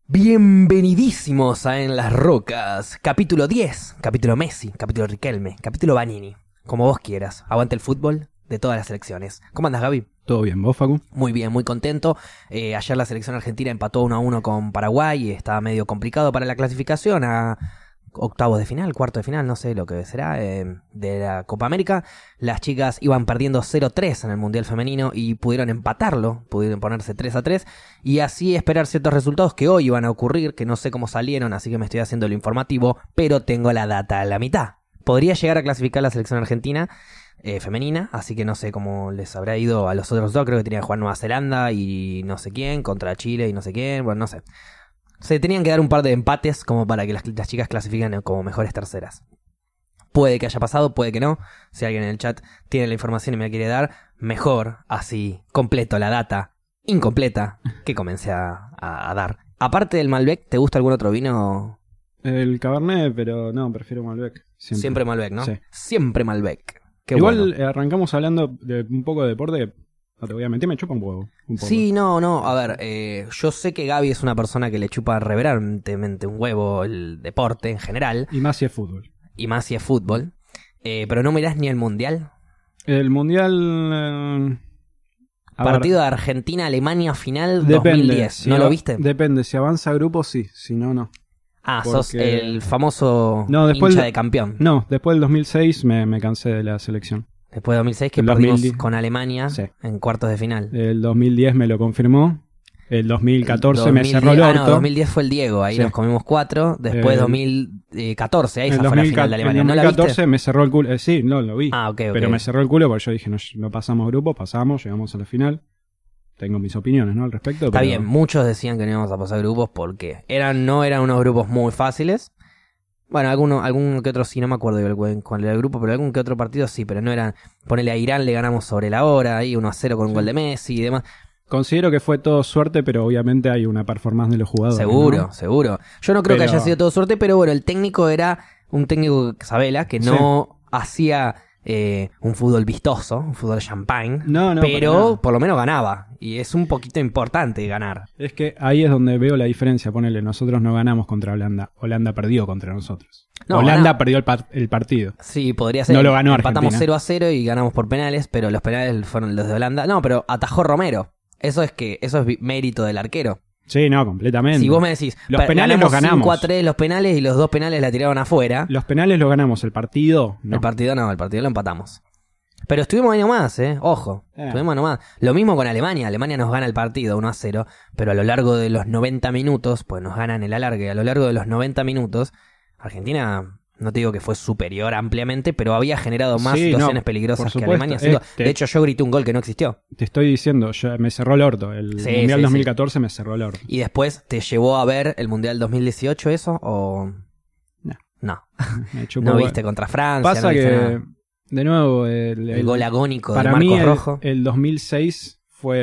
Bienvenidísimos a En las Rocas, capítulo 10, capítulo Messi, capítulo Riquelme, capítulo Vanini, como vos quieras. Aguante el fútbol de todas las selecciones. ¿Cómo andas, Gaby? Todo bien, ¿vos, Facu? Muy bien, muy contento. Ayer la selección argentina empató 1-1 con Paraguay y estaba medio complicado para la clasificación a octavos de final, cuarto de final, no sé lo que será, de la Copa América. Las chicas iban perdiendo 0-3 en el Mundial Femenino y pudieron empatarlo, pudieron ponerse 3-3 y así esperar ciertos resultados que hoy iban a ocurrir, que no sé cómo salieron, así que me estoy haciendo lo informativo, pero tengo la data a la mitad. Podría llegar a clasificar la selección argentina femenina, así que no sé cómo les habrá ido a los otros dos. Creo que tenían que jugar Nueva Zelanda y no sé quién, contra Chile y no sé quién, bueno, no sé. Se tenían que dar un par de empates como para que las chicas clasifiquen como mejores terceras. Puede que haya pasado, puede que no. Si alguien en el chat tiene la información y me la quiere dar, mejor así, completo la data incompleta que comencé a dar. Aparte del Malbec, ¿te gusta algún otro vino? El Cabernet, pero no, prefiero Malbec. Siempre Malbec, ¿no? Sí. Siempre Malbec. Qué Igual bueno. Arrancamos hablando de un poco de deporte. No te voy a mentir, me chupa un huevo. Un poco. Sí, no. A ver, yo sé que Gaby es una persona que le chupa reverentemente un huevo el deporte en general. Y más si es fútbol. Y más si es fútbol. Pero no mirás ni el Mundial. El Mundial... Partido de Argentina-Alemania final depende, 2010. ¿No lo viste? Depende, si avanza grupo sí, si no, no. Ah, porque... sos el famoso después hincha de campeón. No, después del 2006 me cansé de la selección. Después de 2006 que el perdimos 2010. con Alemania en cuartos de final. El 2010 me lo confirmó. El 2014 me cerró el orto. 2010 fue el Diego, ahí nos comimos 4. Después 2014, ahí esa fue la final de Alemania. En ¿No 2014 la viste? me cerró el culo. Sí, no, lo vi. Ah, ok. Pero me cerró el culo porque yo dije, no pasamos grupo, pasamos, llegamos a la final. Tengo mis opiniones, ¿no? Al respecto. Está pero... bien, muchos decían que no íbamos a pasar grupos porque no eran unos grupos muy fáciles. Bueno, algún que otro sí, no me acuerdo cuál era el grupo, pero algún que otro partido sí, pero no eran... Ponele a Irán, le ganamos sobre la hora, ahí 1-0 con un gol de Messi y demás. Considero que fue todo suerte, pero obviamente hay una performance de los jugadores. Seguro. Yo no creo que haya sido todo suerte, pero bueno, el técnico era un técnico Sabela que no hacía un fútbol vistoso, un fútbol champagne, pero por lo menos ganaba. Y es un poquito importante ganar. Es que ahí es donde veo la diferencia. Ponele, nosotros no ganamos contra Holanda. Holanda perdió contra nosotros. No, Holanda perdió el partido. Sí, podría ser. No lo ganó Empatamos Argentina. 0-0 y ganamos por penales, pero los penales fueron los de Holanda. No, pero atajó Romero. Eso es mérito del arquero. Sí, no, completamente. Si vos me decís, los penales los ganamos. 5-3 los penales y los 2 penales la tiraron afuera. Los penales los ganamos, el partido no. El partido lo empatamos. Pero estuvimos ahí nomás, ojo. Estuvimos nomás. Lo mismo con Alemania. Alemania nos gana el partido 1-0, pero a lo largo de los 90 minutos, pues nos ganan el alargue. A lo largo de los 90 minutos, Argentina, no te digo que fue superior ampliamente, pero había generado más situaciones peligrosas que Alemania. De hecho, yo grité un gol que no existió. Te estoy diciendo, me cerró el orto. El Mundial 2014 me cerró el orto. ¿Y después te llevó a ver el Mundial 2018 eso? ¿O no? ¿No viste contra Francia? Pasa que... De nuevo, el gol agónico para de Marcos mí Rojo. El 2006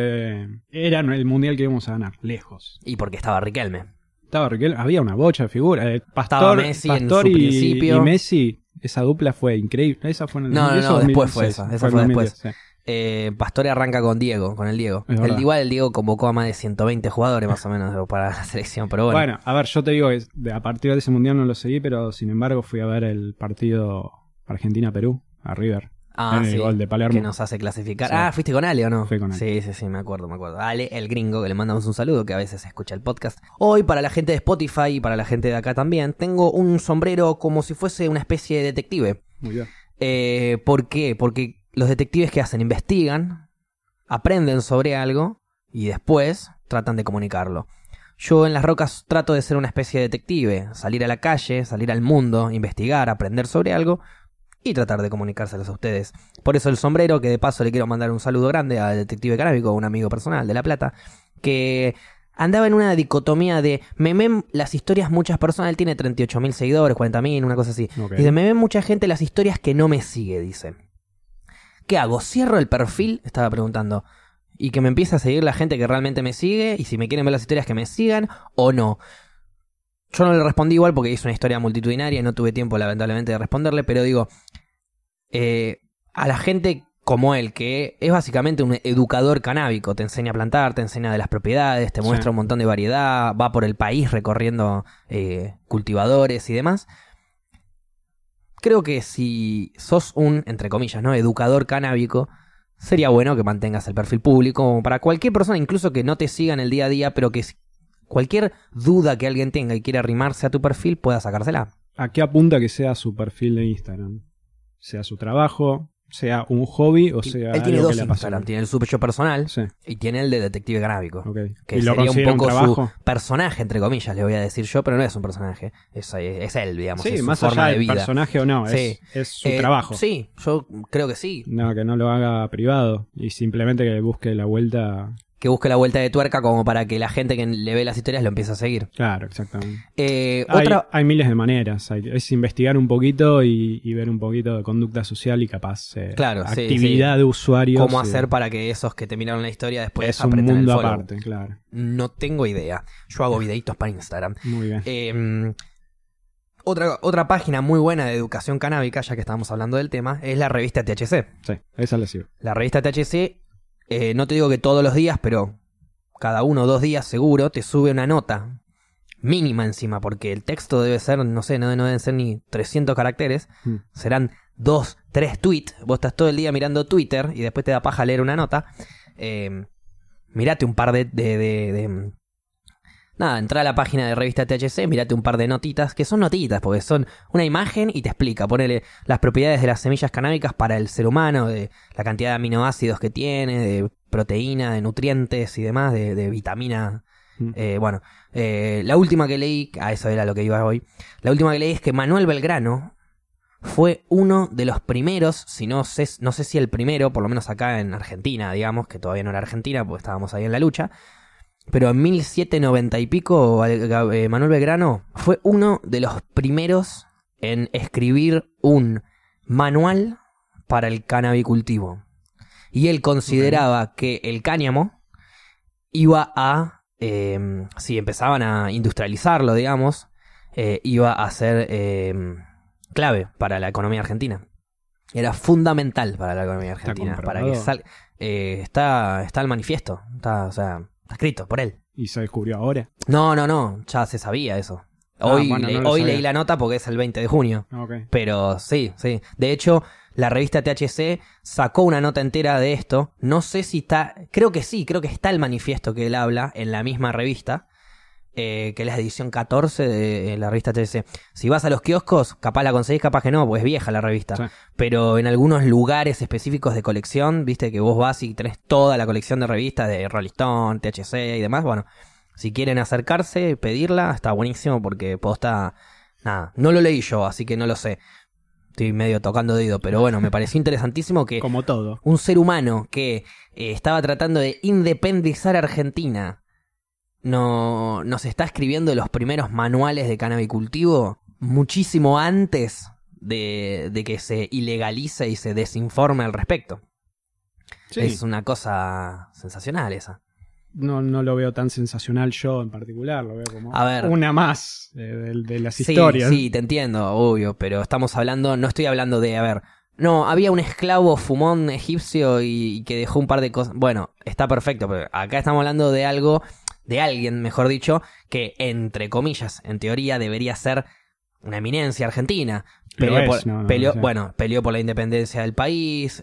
era el mundial que íbamos a ganar, lejos. Y porque estaba Riquelme. Había una bocha de figuras. Estaba Messi en su principio. Y Messi, esa dupla fue increíble. Esa fue en el No, después fue esa. Esa fue después. Sí. Pastore arranca con el Diego. Igual el Diego convocó a más de 120 jugadores más o menos para la selección, pero bueno. Bueno, a ver, yo te digo que a partir de ese mundial no lo seguí, pero sin embargo fui a ver el partido Argentina-Perú. A River. El gol de Palermo. Que nos hace clasificar. Sí. ¿Fuiste con Ale o no? Fui con Ale. Sí, me acuerdo. Ale, el gringo, que le mandamos un saludo, que a veces escucha el podcast. Hoy, para la gente de Spotify y para la gente de acá también, tengo un sombrero como si fuese una especie de detective. Muy bien. ¿Por qué? Porque los detectives que hacen, investigan, aprenden sobre algo y después tratan de comunicarlo. Yo en Las Rocas trato de ser una especie de detective, salir a la calle, salir al mundo, investigar, aprender sobre algo y tratar de comunicárselos a ustedes. Por eso el sombrero, que de paso le quiero mandar un saludo grande al detective canábico, un amigo personal de La Plata, que andaba en una dicotomía de me ven las historias muchas personas, él tiene 38.000 seguidores, 40.000, una cosa así. Okay. Dice, me ven mucha gente las historias que no me sigue, dice. ¿Qué hago? ¿Cierro el perfil? Estaba preguntando. Y que me empiece a seguir la gente que realmente me sigue, y si me quieren ver las historias que me sigan, o no. Yo no le respondí igual porque hizo una historia multitudinaria y no tuve tiempo lamentablemente de responderle, pero digo, a la gente como él, que es básicamente un educador canábico, te enseña a plantar, te enseña de las propiedades, te muestra un montón de variedad, va por el país recorriendo cultivadores y demás. Creo que si sos un, entre comillas, ¿no?, educador canábico, sería bueno que mantengas el perfil público para cualquier persona, incluso que no te siga en el día a día, pero que cualquier duda que alguien tenga y quiera arrimarse a tu perfil pueda sacársela. ¿A qué apunta que sea su perfil de Instagram? Sea su trabajo, sea un hobby o sea él tiene algo dos que le apasiona. Instagram, tiene el suyo personal y tiene el de detective canábico, que ¿Y lo sería un poco trabajo? su personaje, entre comillas, le voy a decir yo, pero no es un personaje, es él, digamos, sí, es su más forma allá de del vida. personaje o no, Sí. es su trabajo. Sí, yo creo que sí. No, que no lo haga privado y simplemente que busque la vuelta. Que busque la vuelta de tuerca como para que la gente que le ve las historias lo empiece a seguir. Claro, exactamente. Hay miles de maneras. Es investigar un poquito y ver un poquito de conducta social y capaz actividad de usuarios. ¿Cómo hacer para que esos que te miraron la historia después es un aprieten mundo el follow? aparte, claro. No tengo idea. Yo hago videitos para Instagram. Muy bien. Otra página muy buena de educación canábica, ya que estamos hablando del tema, es la revista THC. Sí, esa la sigo. La revista THC, no te digo que todos los días, pero cada 1 o 2 días seguro te sube una nota mínima encima, porque el texto debe ser, no sé, no deben ser ni 300 caracteres, serán 2, 3 tweets. Vos estás todo el día mirando Twitter y después te da paja leer una nota. Mirate un par de nada, entrá a la página de revista THC, mirate un par de notitas, que son notitas, porque son una imagen y te explica, ponele las propiedades de las semillas canábicas para el ser humano, de la cantidad de aminoácidos que tiene, de proteína, de nutrientes y demás, de vitamina. La última que leí, a eso era lo que iba hoy, la última que leí es que Manuel Belgrano fue uno de los primeros, no sé si el primero, por lo menos acá en Argentina, digamos, que todavía no era Argentina, porque estábamos ahí en la lucha, pero en 1790 y pico, Manuel Belgrano fue uno de los primeros en escribir un manual para el canabicultivo. Y él consideraba que el cáñamo iba a, si empezaban a industrializarlo, digamos, iba a ser clave para la economía argentina. Era fundamental para la economía argentina. Para que está el manifiesto, está escrito por él. ¿Y se descubrió ahora? No, ya se sabía eso. Hoy leí la nota porque es el 20 de junio. Okay. Pero sí. De hecho, la revista THC sacó una nota entera de esto. No sé si está... Creo que está el manifiesto que él habla en la misma revista. Que es la edición 14 de la revista THC. Si vas a los kioscos, capaz la conseguís, capaz que no, pues es vieja la revista. Sí. Pero en algunos lugares específicos de colección, viste que vos vas y tenés toda la colección de revistas de Rolling Stone, THC y demás. Bueno, si quieren acercarse, pedirla, está buenísimo porque posta... Nada, no lo leí yo, así que no lo sé. Estoy medio tocando dedo, pero bueno, me pareció interesantísimo que... Como todo. Un ser humano que estaba tratando de independizar a Argentina... nos está escribiendo los primeros manuales de canabicultivo muchísimo antes de que se ilegalice y se desinforme al respecto. Sí. Es una cosa sensacional esa. No lo veo tan sensacional yo en particular, lo veo como una más de las historias. Sí, te entiendo, obvio, pero no estoy hablando de, no, había un esclavo fumón egipcio y que dejó un par de cosas. Bueno, está perfecto, pero acá estamos hablando de algo... de alguien, mejor dicho, que, entre comillas, en teoría debería ser una eminencia argentina. Peleó por la independencia del país,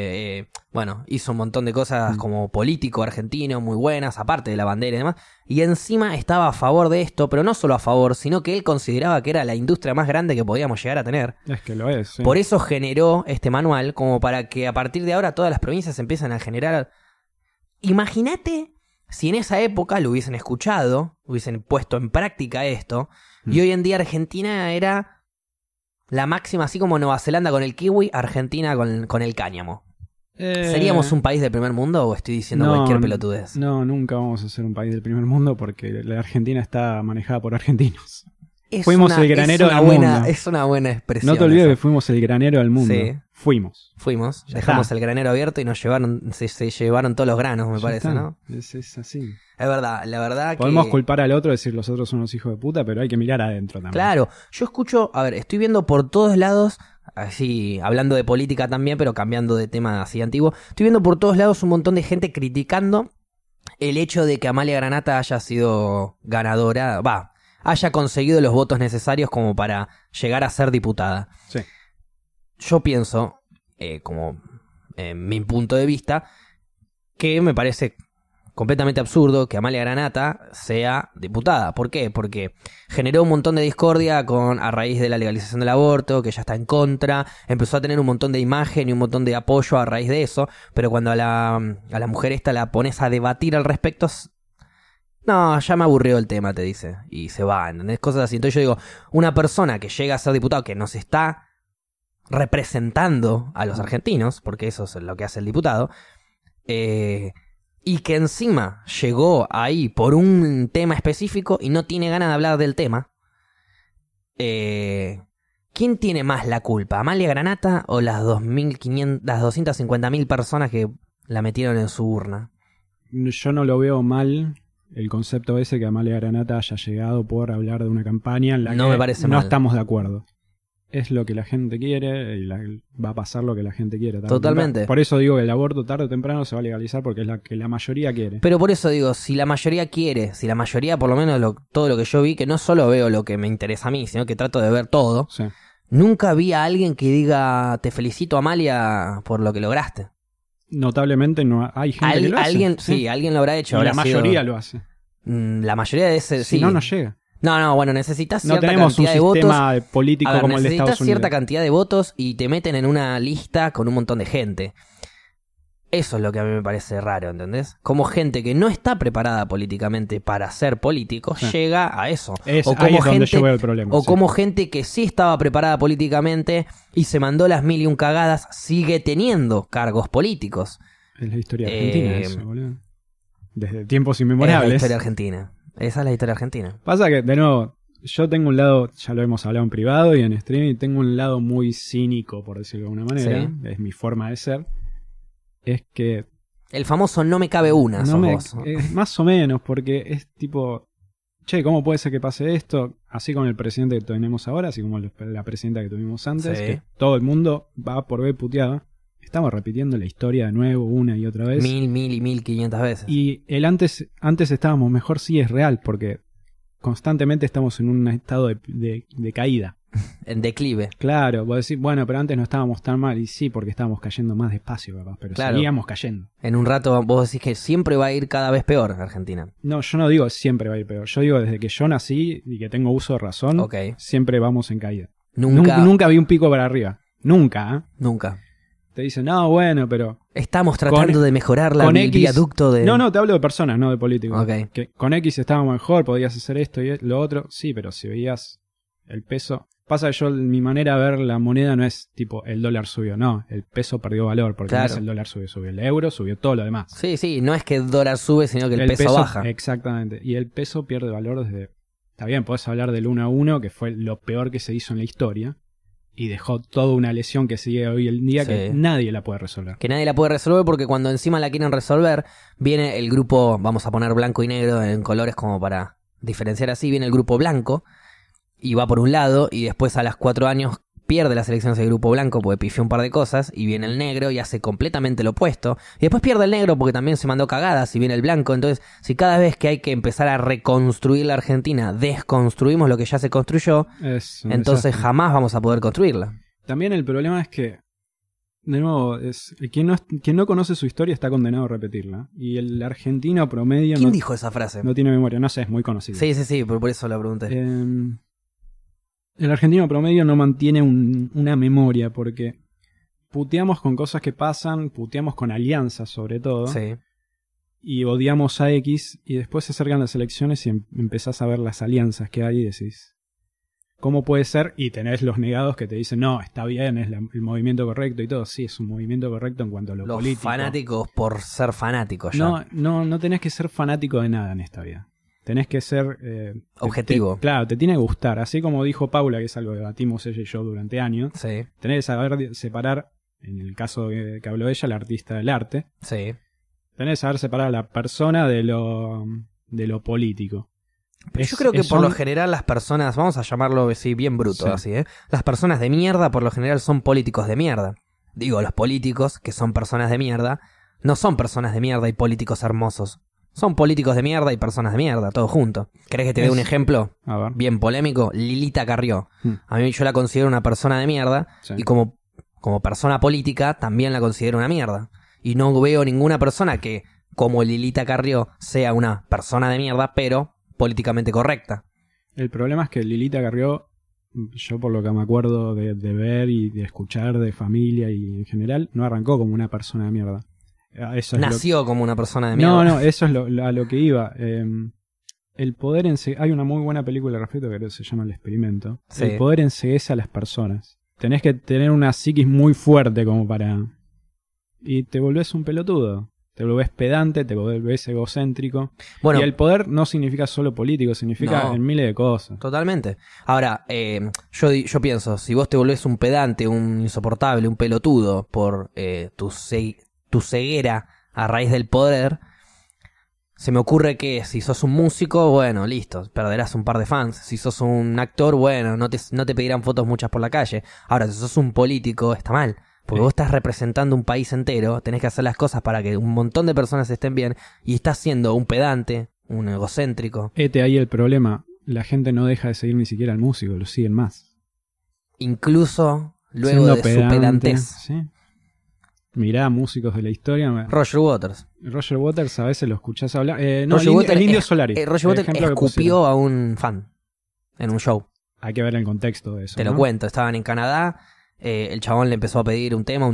hizo un montón de cosas como político argentino muy buenas, aparte de la bandera y demás, y encima estaba a favor de esto, pero no solo a favor, sino que él consideraba que era la industria más grande que podíamos llegar a tener. Es que lo es, sí. Por eso generó este manual, como para que a partir de ahora todas las provincias empiecen a generar... Imagínate... Si en esa época lo hubiesen escuchado, hubiesen puesto en práctica esto, y hoy en día Argentina era la máxima, así como Nueva Zelanda con el kiwi, Argentina con el cáñamo. ¿Seríamos un país del primer mundo o estoy diciendo cualquier pelotudez? No, nunca vamos a ser un país del primer mundo porque la Argentina está manejada por argentinos. Fuimos el granero del mundo. Es una buena expresión. No te olvides que fuimos el granero del mundo. Sí. Fuimos. Dejamos el granero abierto y nos llevaron, se llevaron todos los granos, me parece, está. ¿no? Es así. Es verdad, la verdad. Podemos culpar al otro, decir los otros son unos hijos de puta, pero hay que mirar adentro también. Claro, yo escucho, estoy viendo por todos lados así, hablando de política también, pero cambiando de tema así antiguo. Estoy viendo por todos lados un montón de gente criticando el hecho de que Amalia Granata haya sido ganadora, haya conseguido los votos necesarios como para llegar a ser diputada. Sí. Yo pienso, como en mi punto de vista, que me parece completamente absurdo que Amalia Granata sea diputada. ¿Por qué? Porque generó un montón de discordia a raíz de la legalización del aborto, que ella está en contra, empezó a tener un montón de imagen y un montón de apoyo a raíz de eso, pero cuando a la mujer esta la pones a debatir al respecto, no, ya me aburrió el tema, te dice, y se va, ¿entendés? Cosas así. Entonces yo digo, una persona que llega a ser diputado, que nos está representando a los argentinos, porque eso es lo que hace el diputado, y que encima llegó ahí por un tema específico y no tiene ganas de hablar del tema, ¿quién tiene más la culpa? ¿Amalia Granata o las 250.000 personas que la metieron en su urna? Yo no lo veo mal el concepto ese que Amalia Granata haya llegado por hablar de una campaña en la no que me parece no mal. Estamos de acuerdo. Es lo que la gente quiere y va a pasar lo que la gente quiere. Totalmente. Por eso digo que el aborto tarde o temprano se va a legalizar porque es la que la mayoría quiere. Pero por eso digo, si la mayoría quiere, si la mayoría, por lo menos todo lo que yo vi, que no solo veo lo que me interesa a mí, sino que trato de ver todo, sí. Nunca vi a alguien que diga, te felicito Amalia por lo que lograste. Notablemente no hay gente que lo hace. Sí, alguien lo habrá hecho. Y la mayoría lo hace. La mayoría de ese, si no llega. No, bueno, necesitas cierta cantidad de votos. No tenemos un sistema político como el de Estados Unidos. Necesitas cierta cantidad de votos y te meten en una lista con un montón de gente. Eso es lo que a mí me parece raro, ¿entendés? Como gente que no está preparada políticamente para ser políticos llega a eso. Ahí es donde yo veo el problema. O como gente que sí estaba preparada políticamente y se mandó las 1001 cagadas, sigue teniendo cargos políticos. Es la historia argentina eso, boludo. Desde tiempos inmemorables. Es la historia argentina. Esa es la historia argentina. Pasa que, de nuevo, yo tengo un lado, ya lo hemos hablado en privado y en streaming, tengo un lado muy cínico, por decirlo de alguna manera. Sí. Es mi forma de ser. Es que... El famoso no me cabe una, vos. Más o menos, porque es tipo... Che, ¿cómo puede ser que pase esto? Así con el presidente que tenemos ahora, así como la presidenta que tuvimos antes, que todo el mundo va por ver puteada. Estamos repitiendo la historia de nuevo una y otra vez. 1500 veces. Y el antes estábamos mejor, sí es real, porque constantemente estamos en un estado de caída. En declive. Claro, vos decís, bueno, pero antes no estábamos tan mal. Y sí, porque estábamos cayendo más despacio, capaz, pero seguíamos cayendo. En un rato vos decís que siempre va a ir cada vez peor Argentina. No, yo no digo siempre va a ir peor. Yo digo desde que yo nací y que tengo uso de razón, siempre vamos en caída. Nunca vi un pico para arriba. Nunca, ¿eh? Nunca. Te dicen, no, bueno, pero... Estamos tratando de mejorar el viaducto de... No, te hablo de personas, no de políticos. Okay. Que con X estábamos mejor, podías hacer esto y lo otro. Sí, pero si veías el peso... Pasa que mi manera de ver la moneda no es tipo el dólar subió, no. El peso perdió valor porque no es el dólar subió el euro, subió todo lo demás. Sí, no es que el dólar sube, sino que el peso baja. Exactamente. Y el peso pierde valor desde... Está bien, podés hablar del 1-1, que fue lo peor que se hizo en la historia. Y dejó toda una lesión que sigue hoy en día que nadie la puede resolver. Que nadie la puede resolver porque cuando encima la quieren resolver, viene el grupo, vamos a poner blanco y negro en colores como para diferenciar así, viene el grupo blanco y va por un lado y después a los 4 años pierde las elecciones del grupo blanco porque pifió un par de cosas y viene el negro y hace completamente lo opuesto. Y después pierde el negro porque también se mandó cagadas y viene el blanco. Entonces, si cada vez que hay que empezar a reconstruir la Argentina desconstruimos lo que ya se construyó, entonces jamás vamos a poder construirla. También el problema es que, de nuevo, quien no conoce su historia está condenado a repetirla. Y el argentino promedio... ¿Quién dijo esa frase? No tiene memoria, no sé, es muy conocido. Sí, por eso la pregunté. El argentino promedio no mantiene una memoria porque puteamos con cosas que pasan, puteamos con alianzas sobre todo, y odiamos a X y después se acercan las elecciones y empezás a ver las alianzas que hay y decís, ¿cómo puede ser? Y tenés los negados que te dicen, no, está bien, es el movimiento correcto y todo. Sí, es un movimiento correcto en cuanto a lo político. Los fanáticos por ser fanáticos ya. No tenés que ser fanático de nada en esta vida. Tenés que ser... objetivo. Claro, te tiene que gustar. Así como dijo Paula, que es algo que debatimos ella y yo durante años. Sí. Tenés que saber separar, en el caso que habló ella, el artista del arte. Sí. Tenés que saber separar a la persona de lo político. Pero yo creo que por lo general las personas, vamos a llamarlo así bien bruto, así, las personas de mierda por lo general son políticos de mierda. Digo, los políticos, que son personas de mierda, no son personas de mierda y políticos hermosos. Son políticos de mierda y personas de mierda, todo junto. ¿Querés que te dé un ejemplo bien polémico? Lilita Carrió. A mí yo la considero una persona de mierda y como persona política también la considero una mierda. Y no veo ninguna persona que, como Lilita Carrió, sea una persona de mierda, pero políticamente correcta. El problema es que Lilita Carrió, yo por lo que me acuerdo de ver y de escuchar de familia y en general, no arrancó como una persona de mierda. Eso nació como una persona de mierda. No, eso es a lo que iba. El poder hay una muy buena película al respecto que creo que se llama El Experimento. Sí. El poder enceguece a las personas. Tenés que tener una psiquis muy fuerte como para... Y te volvés un pelotudo. Te volvés pedante, te volvés egocéntrico. Bueno, y el poder no significa solo político, significa en miles de cosas. Totalmente. Ahora, yo pienso, si vos te volvés un pedante, un insoportable, un pelotudo por tu ceguera a raíz del poder, se me ocurre que si sos un músico, bueno, listo, perderás un par de fans. Si sos un actor, bueno, no te pedirán fotos muchas por la calle. Ahora, si sos un político, está mal. Porque vos estás representando un país entero, tenés que hacer las cosas para que un montón de personas estén bien, y estás siendo un pedante, un egocéntrico. Ahí el problema, la gente no deja de seguir ni siquiera al músico, lo siguen más. Incluso luego siendo de su pedantez. ¿Sí? Mirá músicos de la historia. Roger Waters a veces lo escuchás hablar. El Indio Solari. Roger Waters escupió a un fan en un show. Hay que ver el contexto de eso. Te lo cuento, estaban en Canadá. El chabón le empezó a pedir un tema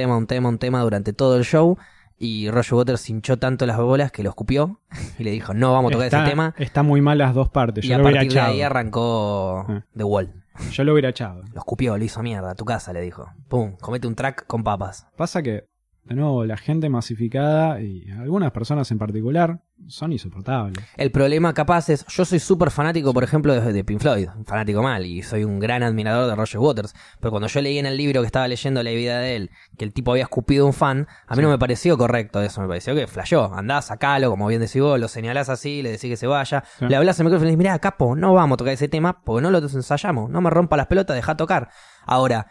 durante todo el show. Y Roger Waters hinchó tanto las bolas que lo escupió. Y le dijo, no vamos a tocar ese tema. Está muy mal las dos partes. Y a partir de ahí arrancó The Wall. Yo lo hubiera echado. Lo escupió, lo hizo mierda. A tu casa, le dijo. Pum, comete un track con papas. Pasa que, de nuevo, la gente masificada y algunas personas en particular son insoportables. El problema capaz es, yo soy súper fanático, por ejemplo, de Pink Floyd, fanático mal, y soy un gran admirador de Roger Waters, pero cuando yo leí en el libro que estaba leyendo la vida de él, que el tipo había escupido a un fan, a mí no me pareció correcto eso, me pareció que flasheó, andá, sacalo, como bien decís vos, lo señalás así, le decís que se vaya, le hablás al micrófono y le decís, mirá, capo, no vamos a tocar ese tema porque no lo ensayamos, no me rompa las pelotas, dejá tocar. Ahora,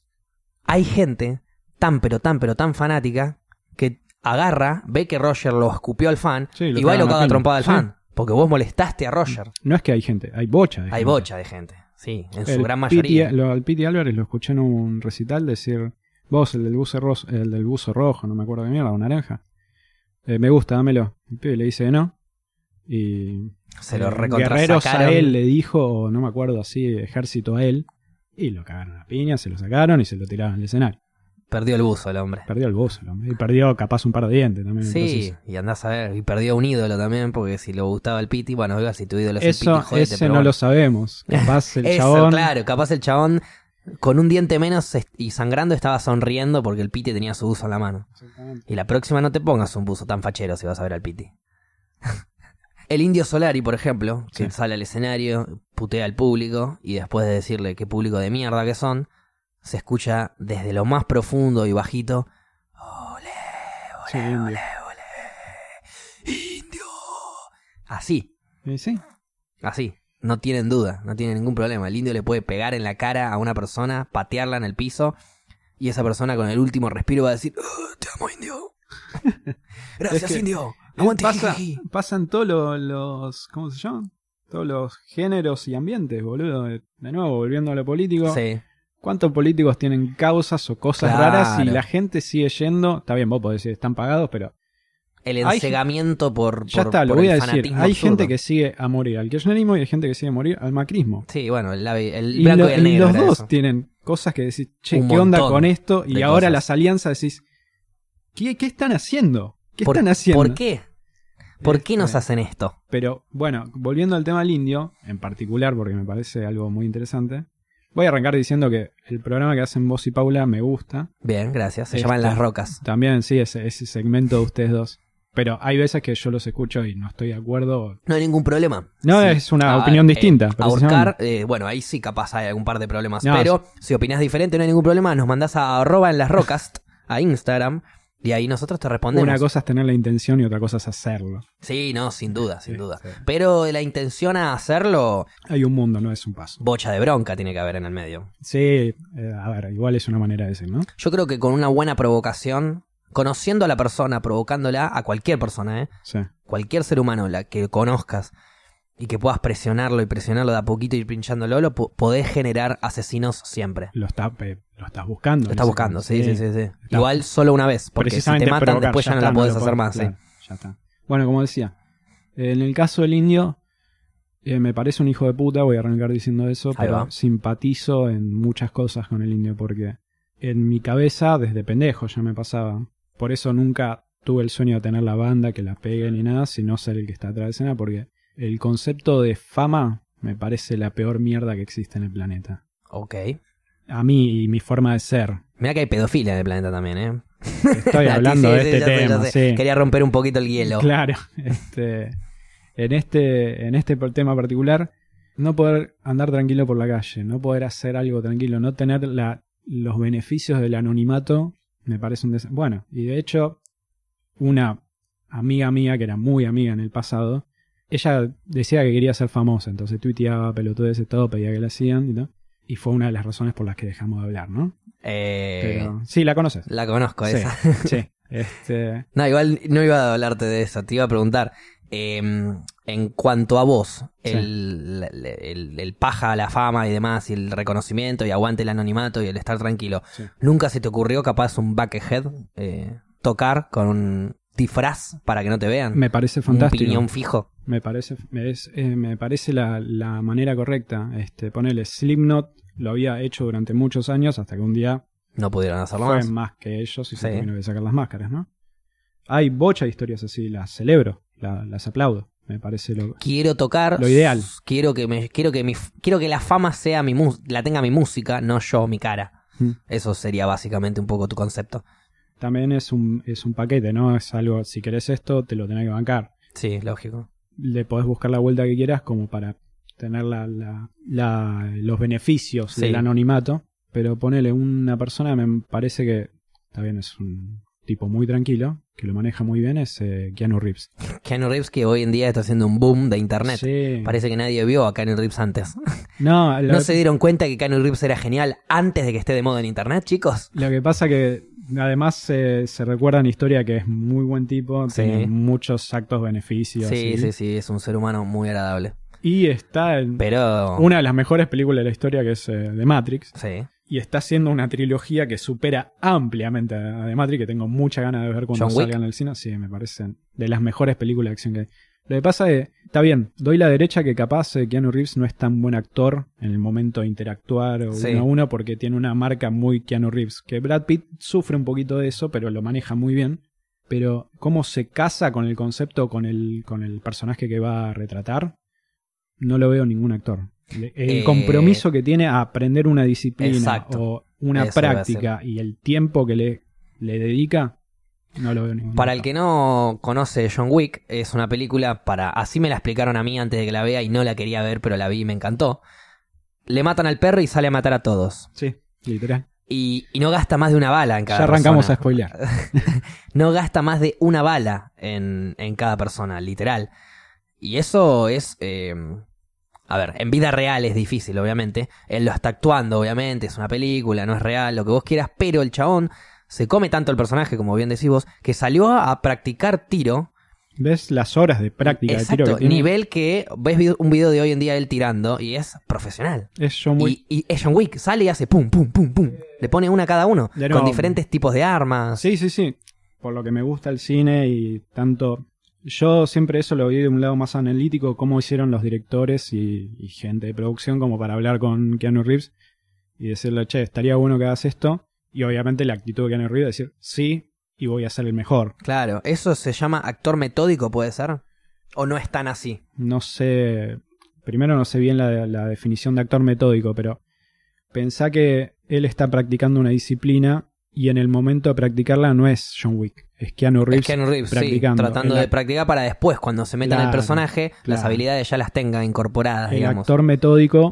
hay gente tan fanática que agarra, ve que Roger lo escupió al fan y va y lo caga trompada al fan. Porque vos molestaste a Roger. No es que hay gente, hay bocha de gente. Hay bocha de gente, sí, en su gran mayoría. Al Piti Álvarez lo escuché en un recital decir, vos, el del buzo rojo, no me acuerdo de mierda, o naranja. Me gusta, dámelo. El pibe le dice que no. Y se lo Guerreros a él le dijo, no me acuerdo así, ejército a él. Y lo cagaron a piña, se lo sacaron y se lo tiraron al escenario. Perdió el buzo el hombre. Y perdió capaz un par de dientes también. Sí, y andás a ver. Y perdió un ídolo también, porque si le gustaba el Piti, bueno, oiga, si tu ídolo es el Piti, jodete. Ese no lo sabemos. Capaz el chabón... Claro, capaz el chabón con un diente menos y sangrando estaba sonriendo porque el Piti tenía su buzo en la mano. Y la próxima no te pongas un buzo tan fachero si vas a ver al Piti. El Indio Solari, por ejemplo, que sale al escenario, putea al público, y después de decirle qué público de mierda que son, se escucha desde lo más profundo y bajito, ole, indio. Así. Sí. Así. No tienen duda, no tienen ningún problema. El indio le puede pegar en la cara a una persona, patearla en el piso, y esa persona con el último respiro va a decir, te amo, indio. Gracias, indio. Aguante. Pasan todos los... ¿Cómo se llaman? Todos los géneros y ambientes, boludo. De nuevo, volviendo a lo político. Sí. ¿Cuántos políticos tienen causas o cosas raras y la gente sigue yendo? Está bien, vos podés decir, están pagados, pero... El ensegamiento por ya está, lo voy a decir. Hay gente que sigue a morir al kirchnerismo y hay gente que sigue a morir al macrismo. Sí, bueno, el blanco y el negro. Y los dos tienen cosas que decís, che, ¿qué onda con esto? Y ahora las alianzas decís, ¿qué están haciendo? ¿Están haciendo? ¿Por qué? ¿Por qué nos hacen esto? Pero, bueno, volviendo al tema del indio, en particular, porque me parece algo muy interesante... Voy a arrancar diciendo que el programa que hacen vos y Paula me gusta. Bien, gracias. Se llaman Las Rocas. También, sí, ese segmento de ustedes dos. Pero hay veces que yo los escucho y no estoy de acuerdo. No hay ningún problema. No, sí. Es una opinión distinta. Ahorcar, bueno, ahí sí capaz hay algún par de problemas. No, pero si opinás diferente no hay ningún problema. Nos mandás a @en las rocas a Instagram. Y ahí nosotros te respondemos. Una cosa es tener la intención y otra cosa es hacerlo. Sí, no, sin duda. Pero de la intención a hacerlo... Hay un mundo, no es un paso. Bocha de bronca tiene que haber en el medio. Sí, a ver, igual es una manera de decir, ¿no? Yo creo que con una buena provocación, conociendo a la persona, provocándola a cualquier persona, Sí. Cualquier ser humano, la que conozcas, y que puedas presionarlo de a poquito y ir pinchándolo, podés generar asesinos siempre. Lo estás buscando. Lo estás buscando, sí. Igual solo una vez, porque si te matan después ya no la podés hacer más. Claro, ya está. Bueno, como decía, en el caso del indio, me parece un hijo de puta, voy a arrancar diciendo eso, pero simpatizo en muchas cosas con el indio, porque en mi cabeza, desde pendejo ya me pasaba. Por eso nunca tuve el sueño de tener la banda, que la pegue ni nada, sino ser el que está atrás de escena, porque el concepto de fama me parece la peor mierda que existe en el planeta. Ok. A mí y mi forma de ser. Mira que hay pedofilia en el planeta también, ¿eh? Estoy hablando de este tema, sí. Quería romper un poquito el hielo. Claro. En este tema particular, no poder andar tranquilo por la calle, no poder hacer algo tranquilo, no tener los beneficios del anonimato, me parece un bueno, y de hecho, una amiga mía, que era muy amiga en el pasado, ella decía que quería ser famosa, entonces tuiteaba, pelotudeces, todo, pedía que la hacían y todo. Y fue una de las razones por las que dejamos de hablar, ¿no? Pero, sí, la conoces. La conozco, sí, esa. Sí. No, igual no iba a hablarte de eso. Te iba a preguntar, en cuanto a vos, sí. el paja, la fama y demás, y el reconocimiento, y aguante el anonimato, y el estar tranquilo, sí. ¿Nunca se te ocurrió capaz un buckethead, tocar con un disfraz para que no te vean? Me parece fantástico. Un piñón fijo. Me parece la manera correcta. Ponele, Slipknot lo había hecho durante muchos años hasta que un día no pudieron hacerlo fue más. Más que ellos y se tuvieron que sacar las máscaras, ¿no? Hay bocha de historias así, las celebro, las aplaudo. Me parece quiero tocar lo ideal. Quiero que la fama sea la tenga mi música, no yo, mi cara. Eso sería básicamente un poco tu concepto. También es un paquete, ¿no? Es algo, si querés esto, te lo tenés que bancar. Sí, lógico. Le podés buscar la vuelta que quieras como para tener los beneficios del anonimato, pero ponele una persona, me parece que también es un tipo muy tranquilo, que lo maneja muy bien, es Keanu Reeves. Keanu Reeves, que hoy en día está haciendo un boom de internet. Sí. Parece que nadie vio a Keanu Reeves antes. ¿No se dieron cuenta que Keanu Reeves era genial antes de que esté de moda en internet, chicos? Lo que pasa que además se recuerda en historia que es muy buen tipo, tiene muchos actos beneficios. Sí, es un ser humano muy agradable. Y está en una de las mejores películas de la historia, que es The Matrix. Sí. Y está haciendo una trilogía que supera ampliamente a The Matrix, que tengo mucha ganas de ver cuando salgan al cine. Sí, me parecen de las mejores películas de acción que hay. Lo que pasa es, está bien, doy la derecha que capaz Keanu Reeves no es tan buen actor en el momento de interactuar o uno a uno, porque tiene una marca muy Keanu Reeves. Que Brad Pitt sufre un poquito de eso, pero lo maneja muy bien. Pero cómo se casa con el concepto, con el personaje que va a retratar, no lo veo ningún actor. El compromiso que tiene a aprender una disciplina o una práctica y el tiempo que le dedica, no lo veo ningún Para actor. el que no conoce John Wick, es una película así me la explicaron a mí antes de que la vea y no la quería ver, pero la vi y me encantó. Le matan al perro y sale a matar a todos. Sí, literal. Y no gasta más de una bala en cada persona. Ya arrancamos a spoilear. No gasta más de una bala en cada persona, literal. Y eso es... A ver, en vida real es difícil, obviamente. Él lo está actuando, obviamente. Es una película, no es real, lo que vos quieras. Pero el chabón se come tanto el personaje, como bien decís vos, que salió a practicar tiro. ¿Ves las horas de práctica de tiro que tiene? Nivel que ves un video de hoy en día él tirando y es profesional. Es John Wick. Y es John Wick. Sale y hace pum, pum, pum, pum. Le pone una a cada uno. Con diferentes tipos de armas. Sí. Por lo que me gusta el cine y tanto... Yo siempre eso lo vi de un lado más analítico, cómo hicieron los directores y gente de producción como para hablar con Keanu Reeves y decirle, che, estaría bueno que hagas esto. Y obviamente la actitud de Keanu Reeves es decir, sí, y voy a ser el mejor. Claro, ¿eso se llama actor metódico, puede ser? ¿O no es tan así? No sé, primero no sé bien la definición de actor metódico, pero pensá que él está practicando una disciplina y en el momento de practicarla no es John Wick. Es Keanu Reeves practicando. Sí, tratando de practicar para después, cuando se meta en el personaje, las habilidades ya las tenga incorporadas, el digamos. Actor metódico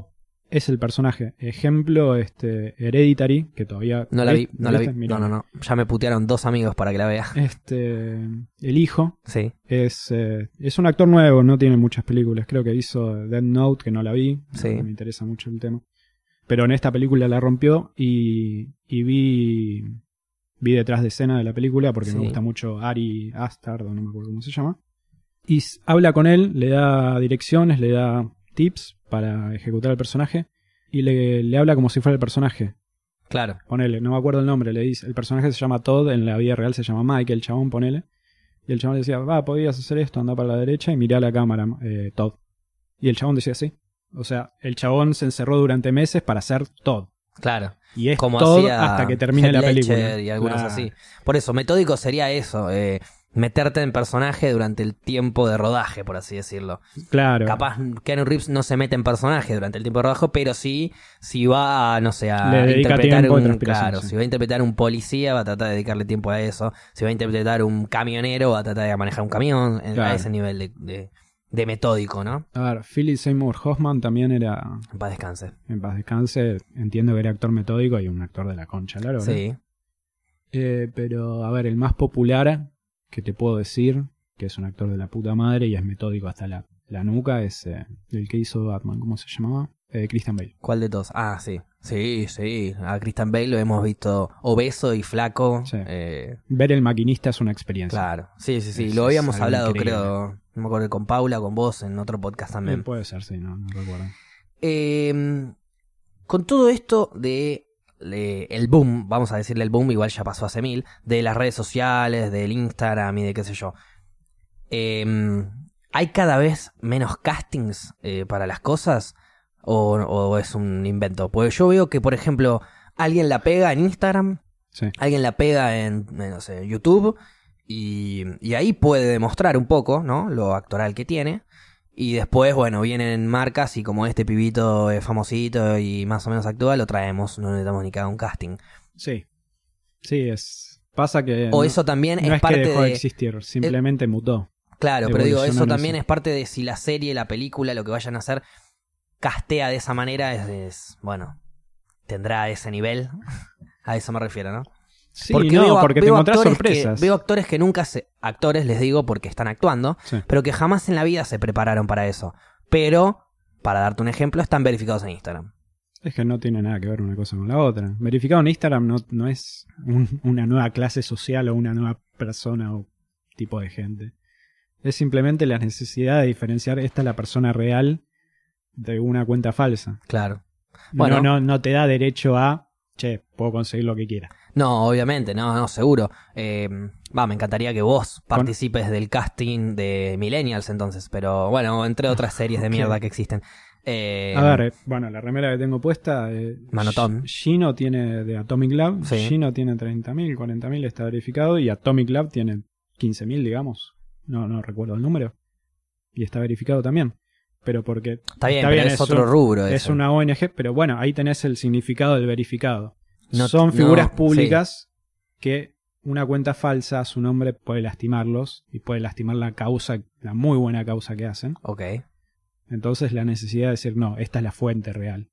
es el personaje. Ejemplo, Hereditary, que todavía... No la vi, no la vi. Mirá. No. Ya me putearon 2 amigos para que la vea. El hijo Sí. es un actor nuevo, no tiene muchas películas. Creo que hizo Death Note, que no la vi. Sí. No me interesa mucho el tema. Pero en esta película la rompió y vi detrás de escena de la película porque me gusta mucho Ari Aster, no me acuerdo cómo se llama. Y habla con él, le da direcciones, le da tips para ejecutar el personaje y le habla como si fuera el personaje. Claro. Ponele, no me acuerdo el nombre, le dice, el personaje se llama Todd, en la vida real se llama Mike, el chabón, ponele. Y el chabón le decía, podías hacer esto, anda para la derecha y mirá la cámara, Todd. Y el chabón decía sí. O sea, el chabón se encerró durante meses para ser Todd. Claro. Y es como Todd hacía hasta que termine la Heath Ledger película. Y algunos así. Por eso, metódico sería eso, meterte en personaje durante el tiempo de rodaje, por así decirlo. Claro. Capaz Keanu Reeves no se mete en personaje durante el tiempo de rodaje, pero sí, si va, no sé, a Le dedica interpretar tiempo de un... transpiración, Claro, sí. si va a interpretar un policía, va a tratar de dedicarle tiempo a eso. Si va a interpretar un camionero, va a tratar de manejar un camión, a Claro. ese nivel de metódico, ¿no? A ver, Philip Seymour Hoffman también era... En paz descanse. En paz descanse, entiendo que era actor metódico y un actor de la concha, claro. Sí. Pero, a ver, el más popular que te puedo decir, que es un actor de la puta madre y es metódico hasta la nuca, es el que hizo Batman, ¿cómo se llamaba? Christian Bale. ¿Cuál de todos? Ah, sí. Sí. A Christian Bale lo hemos visto obeso y flaco. Sí. Ver El Maquinista es una experiencia. Claro. Sí. Es Lo habíamos algo hablado, increíble. creo. No me acuerdo, con Paula, con vos, en otro podcast también. Puede ser, sí, no recuerdo. Con todo esto de el boom, vamos a decirle el boom, igual ya pasó hace 1000, de las redes sociales, del Instagram y de qué sé yo. ¿Hay cada vez menos castings para las cosas? ¿O es un invento? Pues yo veo que, por ejemplo, alguien la pega en Instagram, Sí. alguien la pega en no sé, YouTube, y ahí puede demostrar un poco, ¿no? Lo actoral que tiene. Y después, bueno, vienen marcas y como este pibito es famosito y más o menos actúa, lo traemos, no necesitamos ni que haga un casting. Sí, pasa que... O eso también no es parte que dejó de de... existir, simplemente mutó. Claro, pero digo, eso evolucionó en también eso. es parte de si la serie, la película, lo que vayan a hacer, castea de esa manera, bueno, tendrá ese nivel. A eso me refiero, ¿no? Sí, porque porque te encontrás actores sorpresas. veo actores que nunca actores les digo porque están actuando, Sí. pero que jamás en la vida se prepararon para eso. Pero, para darte un ejemplo, están verificados en Instagram. Es que no tiene nada que ver una cosa con la otra. Verificado en Instagram no es una nueva clase social o una nueva persona o tipo de gente. Es simplemente la necesidad de diferenciar esta es la persona real de una cuenta falsa. Claro. Bueno, No te da derecho a, puedo conseguir lo que quiera. No, obviamente, no, seguro. Me encantaría que vos participes del casting de Millennials entonces, pero bueno, entre otras series de mierda que existen. A ver, la remera que tengo puesta, Manotón. Gino tiene de Atomic Lab, Sí. Gino tiene 30.000, 40.000 está verificado y Atomic Lab tiene 15.000, digamos. No recuerdo el número. Y está verificado también. Pero porque... Está bien, pero es otro rubro. Es eso. una ONG, pero bueno, ahí tenés el significado del verificado. No, Son figuras no, públicas que una cuenta falsa a su nombre puede lastimarlos y puede lastimar la causa, la muy buena causa que hacen. Ok. Entonces la necesidad de decir, no, esta es la fuente real.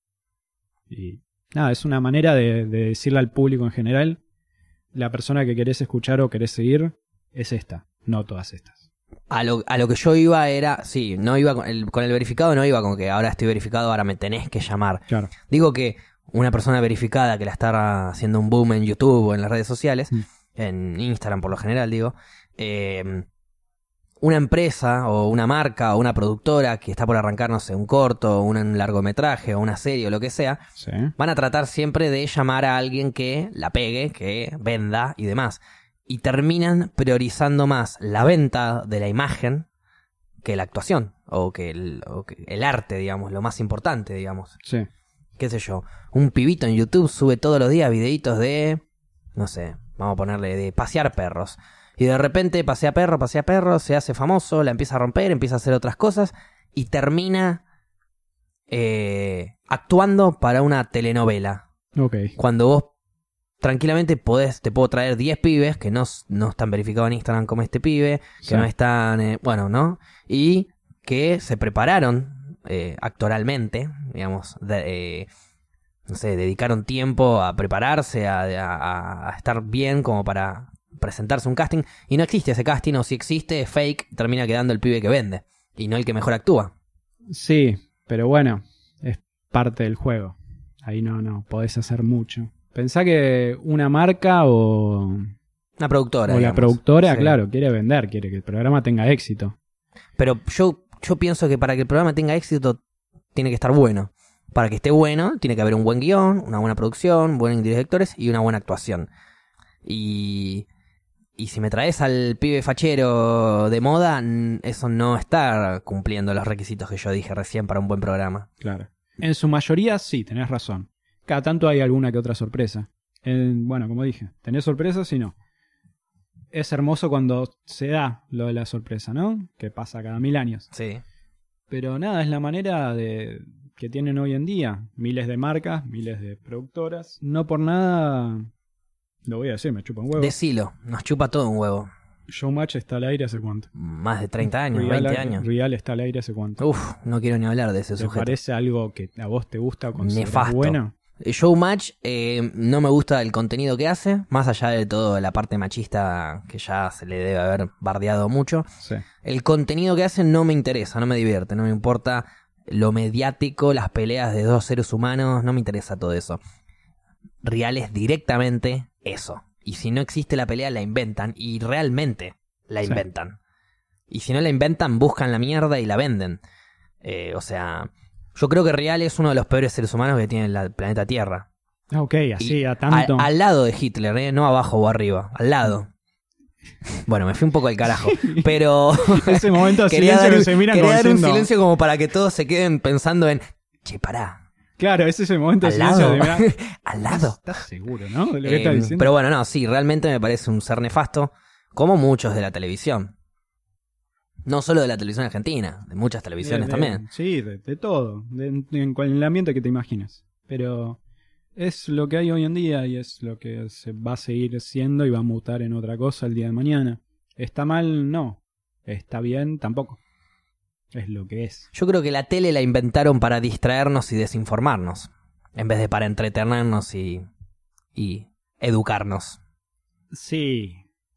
Y nada, es una manera de decirle al público en general, la persona que querés escuchar o querés seguir es esta, no todas estas. A lo que yo iba era, sí, no iba con el verificado, no iba con que ahora estoy verificado, ahora me tenés que llamar. Claro. Digo que una persona verificada que la está haciendo un boom en YouTube o en las redes sociales, en Instagram por lo general digo, una empresa o una marca o una productora que está por arrancar, no sé, un corto, un largometraje o una serie o lo que sea, Sí. van a tratar siempre de llamar a alguien que la pegue, que venda y demás. Y terminan priorizando más la venta de la imagen que la actuación o que el arte, digamos, lo más importante, digamos. Sí. Qué sé yo, un pibito en YouTube sube todos los días videitos de, no sé, vamos a ponerle de pasear perros. Y de repente pasea perro, se hace famoso, la empieza a romper, empieza a hacer otras cosas y termina actuando para una telenovela. Ok. Cuando vos tranquilamente te puedo traer 10 pibes que no están verificados en Instagram como este pibe, que Sí. no están, ¿no? Y que se prepararon actoralmente, digamos, no sé, dedicaron tiempo a prepararse, a estar bien como para presentarse un casting, y no existe ese casting, o si existe, es fake, termina quedando el pibe que vende, y no el que mejor actúa. Sí, pero bueno, es parte del juego. Ahí no podés hacer mucho. Pensá que una marca o... Una productora, o digamos. la productora, Sí. Claro, quiere vender, quiere que el programa tenga éxito. Pero yo pienso que para que el programa tenga éxito, tiene que estar bueno. Para que esté bueno, tiene que haber un buen guión, una buena producción, buenos directores y una buena actuación. Y si me traes al pibe fachero de moda, eso no está cumpliendo los requisitos que yo dije recién para un buen programa. Claro. En su mayoría sí, tenés razón. Cada tanto hay alguna que otra sorpresa. Bueno, como dije, tenés sorpresas y no. Es hermoso cuando se da lo de la sorpresa, ¿no? Que pasa cada 1000 años. Sí. Pero nada, es la manera que tienen hoy en día. Miles de marcas, miles de productoras. No por nada, lo voy a decir, me chupa un huevo. Decilo, nos chupa todo un huevo. Showmatch está al aire hace cuánto. Más de 30 años, Real, 20 años. Real está al aire hace cuánto. Uf, no quiero ni hablar de ese ¿Te sujeto. parece algo que a vos te gusta o consideras Nefasto. bueno? Showmatch, no me gusta el contenido que hace, más allá de todo la parte machista que ya se le debe haber bardeado mucho. Sí. El contenido que hace no me interesa, no me divierte, no me importa lo mediático, las peleas de dos seres humanos, no me interesa todo eso. Real es directamente eso. Y si no existe la pelea, la inventan, y realmente la inventan. Y si no la inventan, buscan la mierda y la venden. O sea... Yo creo que Real es uno de los peores seres humanos que tiene el planeta Tierra. Ok, así a tanto. Al lado de Hitler, no abajo o arriba, al lado. Bueno, me fui un poco al carajo, pero... Ese momento de quería silencio dar, que se miran quería como dar un diciendo... silencio como para que todos se queden pensando en... Che, pará. Claro, ese es el momento de Al silencio lado. de mirar. Al lado. ¿Estás seguro, no? De lo que estás diciendo. Pero bueno, no, sí, realmente me parece un ser nefasto, como muchos de la televisión. No solo de la televisión argentina, de muchas televisiones también. Sí, de todo. En el ambiente que te imaginas. Pero es lo que hay hoy en día y es lo que se va a seguir siendo y va a mutar en otra cosa el día de mañana. ¿Está mal? No. ¿Está bien? Tampoco. Es lo que es. Yo creo que la tele la inventaron para distraernos y desinformarnos, en vez de para entretenernos y educarnos. Sí.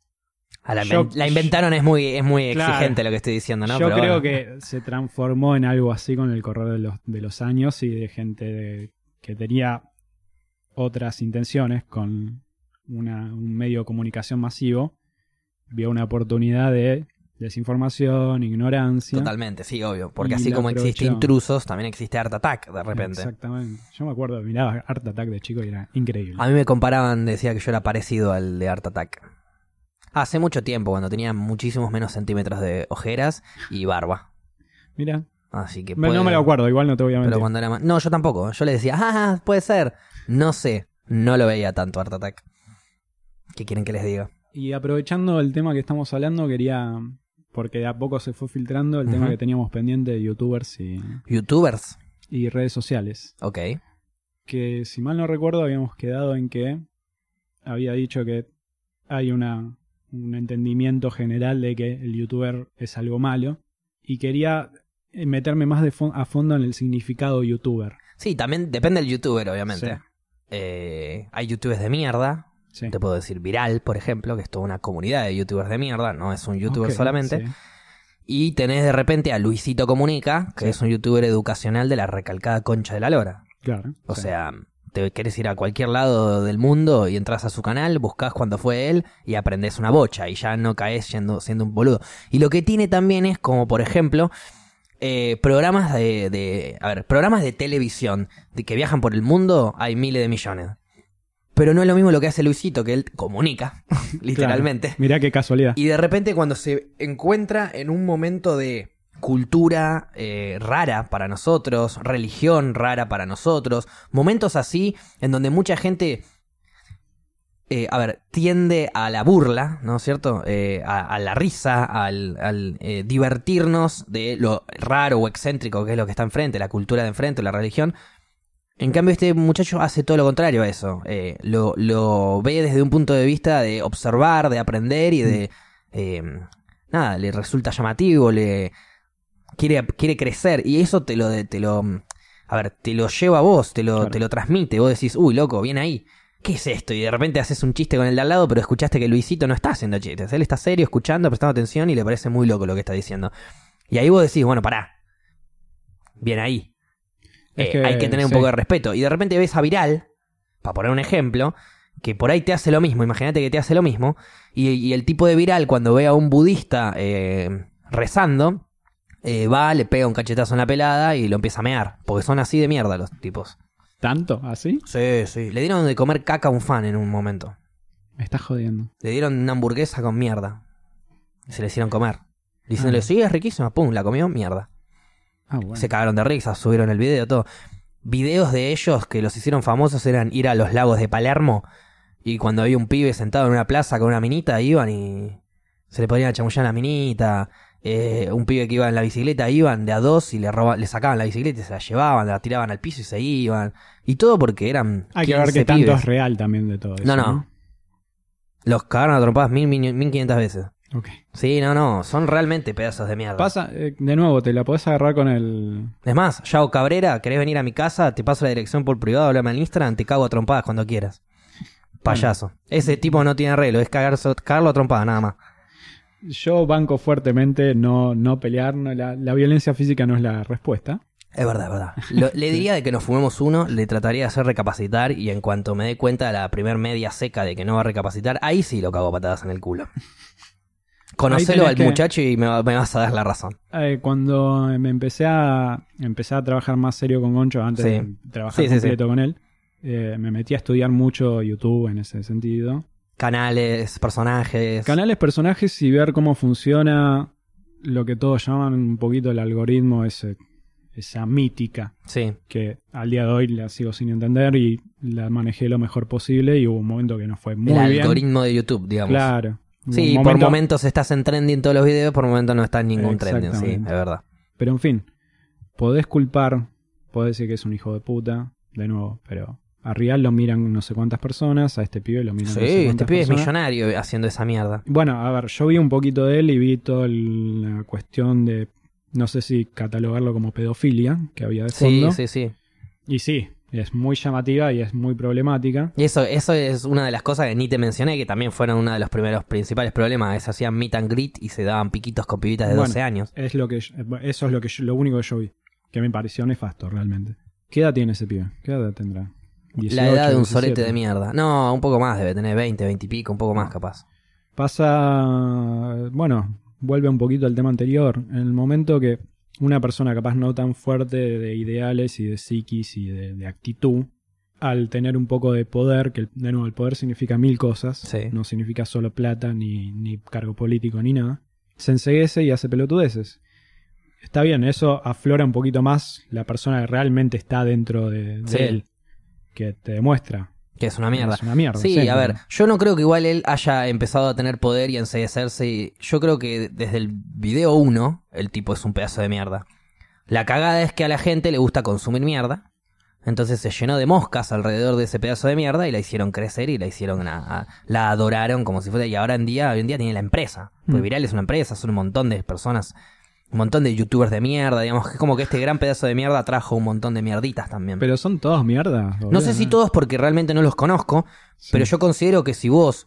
La inventaron, es muy Claro, exigente lo que estoy diciendo, ¿no? Yo Pero creo bueno. que se transformó en algo así con el correr de los años y de gente que tenía otras intenciones con un medio de comunicación masivo. Vio una oportunidad de desinformación, ignorancia. Totalmente, sí, obvio. Porque Y así la como existe aprovechó. Intrusos, también existe Art Attack, de repente. Exactamente. Yo me acuerdo, miraba Art Attack de chico y era increíble. A mí me comparaban, decía que yo era parecido al de Art Attack. Hace mucho tiempo, cuando tenía muchísimos menos centímetros de ojeras y barba. Mira, Así que no me lo acuerdo, igual no te voy a mentir. Pero cuando era más... No, yo tampoco. Yo le decía, puede ser. No sé. No lo veía tanto Art Attack. ¿Qué quieren que les diga? Y aprovechando el tema que estamos hablando, quería... Porque de a poco se fue filtrando el tema que teníamos pendiente de youtubers ¿Youtubers? y redes sociales. Ok. Que si mal no recuerdo habíamos quedado en que había dicho que hay un entendimiento general de que el youtuber es algo malo. Y quería meterme más a fondo en el significado youtuber. Sí, también depende del youtuber, obviamente. Sí. Hay youtubers de mierda. Sí. Te puedo decir Viral, por ejemplo, que es toda una comunidad de youtubers de mierda. No es un youtuber Ok, solamente. sí. Y tenés de repente a Luisito Comunica, que Sí. es un youtuber educacional de la recalcada concha de la lora. Claro. O sí. sea, te querés ir a cualquier lado del mundo y entras a su canal, buscás cuándo fue él y aprendés una bocha y ya no caes siendo un boludo. Y lo que tiene también es como, por ejemplo, programas programas de televisión de que viajan por el mundo, hay miles de millones. Pero no es lo mismo lo que hace Luisito, que él comunica, literalmente. Claro. Mirá qué casualidad. Y de repente cuando se encuentra en un momento de cultura rara para nosotros, religión rara para nosotros, momentos así en donde mucha gente tiende a la burla, ¿no es cierto? A la risa, al divertirnos de lo raro o excéntrico que es lo que está enfrente, la cultura de enfrente, la religión. En cambio, este muchacho hace todo lo contrario a eso. Lo ve desde un punto de vista de observar, de aprender y de... le resulta llamativo, quiere crecer. Y eso te lo a ver, te lo lleva a vos, te lo transmite. Vos decís, uy, loco, bien ahí. ¿Qué es esto? Y de repente haces un chiste con el de al lado, pero escuchaste que Luisito no está haciendo chistes. Él está serio, escuchando, prestando atención y le parece muy loco lo que está diciendo. Y ahí vos decís, bueno, pará. Bien ahí. Hay que tener un poco de respeto. Y de repente ves a Viral, para poner un ejemplo, que por ahí te hace lo mismo. Imagínate que te hace lo mismo. Y el tipo de Viral, cuando ve a un budista rezando, va, le pega un cachetazo en la pelada y lo empieza a mear. Porque son así de mierda los tipos. ¿Tanto? ¿Así? Sí, sí. Le dieron de comer caca a un fan en un momento. Me estás jodiendo. Le dieron una hamburguesa con mierda. Y se le hicieron comer. Diciéndole, sí, es riquísima. Pum, la comió, mierda. Bueno. Se cagaron de risa, subieron el video, todo. Videos de ellos que los hicieron famosos eran ir a los lagos de Palermo. Y cuando había un pibe sentado en una plaza con una minita, iban y se le ponían a chamullar a la minita. Un pibe que iba en la bicicleta, iban de a dos y le sacaban la bicicleta y se la llevaban, la tiraban al piso y se iban. Y todo porque eran hay que ver que tanto es real también de todo eso. No. Los cagaron a trompadas 1500 veces. Okay. Sí, no, son realmente pedazos de mierda. Pasa, de nuevo, te la podés agarrar con el... Es más, Yao Cabrera, ¿querés venir a mi casa? Te paso la dirección por privado, háblame al Instagram, te cago a trompadas cuando quieras. Payaso. Bueno. Ese tipo no tiene arreglo, es cagarlo a trompadas, nada más. Yo banco fuertemente no pelear, la violencia física no es la respuesta. Es verdad. Le diría de que nos fumemos uno, le trataría de hacer recapacitar y en cuanto me dé cuenta de la primer media seca de que no va a recapacitar, ahí sí lo cago a patadas en el culo. Conocelo al muchacho y me vas a dar la razón. Cuando me empecé a trabajar más serio con Goncho, antes de trabajar completo con él, me metí a estudiar mucho YouTube en ese sentido. Canales, personajes y ver cómo funciona lo que todos llaman un poquito el algoritmo, esa mítica. Sí. Que al día de hoy la sigo sin entender y la manejé lo mejor posible y hubo un momento que no fue muy bien. El algoritmo de YouTube, digamos. Claro. Sí, por momentos estás en trending todos los videos, por momentos no estás en ningún trending, sí, es verdad. Pero en fin, podés culpar, podés decir que es un hijo de puta, de nuevo, pero a Rial lo miran no sé cuántas personas, a este pibe lo miran no sé cuántas este pibe personas. Es millonario haciendo esa mierda. Bueno, a ver, yo vi un poquito de él y vi toda la cuestión de, no sé si catalogarlo como pedofilia, que había de fondo. Sí. Y sí. Es muy llamativa y es muy problemática. Y eso es una de las cosas que ni te mencioné, que también fueron uno de los primeros principales problemas. Se hacían meet and greet y se daban piquitos con pibitas de 12 años. Eso es lo único que yo vi, que me pareció nefasto realmente. ¿Qué edad tiene ese pibe? ¿Qué edad tendrá? 18, la edad de un 17. sorete de mierda. No, un poco más debe tener, 20 y pico, un poco más capaz. Vuelve un poquito al tema anterior. En el momento que una persona capaz no tan fuerte de ideales y de psiquis y de actitud, al tener un poco de poder, que de nuevo el poder significa mil cosas, no significa solo plata, ni cargo político, ni nada, se enceguece y hace pelotudeces. Está bien, eso aflora un poquito más la persona que realmente está dentro de él, que te demuestra que es una mierda. Sí, a ver, yo no creo que igual él haya empezado a tener poder y a enceguecerse. Yo creo que desde el video 1 el tipo es un pedazo de mierda. La cagada es que a la gente le gusta consumir mierda. Entonces se llenó de moscas alrededor de ese pedazo de mierda y la hicieron crecer y la hicieron la adoraron como si fuera. Y ahora hoy en día tiene la empresa. Pues Viral es una empresa, son un montón de personas, un montón de youtubers de mierda, digamos, que es como que este gran pedazo de mierda trajo un montón de mierditas también. Pero son todos mierda. No sé si todos porque realmente no los conozco, pero yo considero que si vos,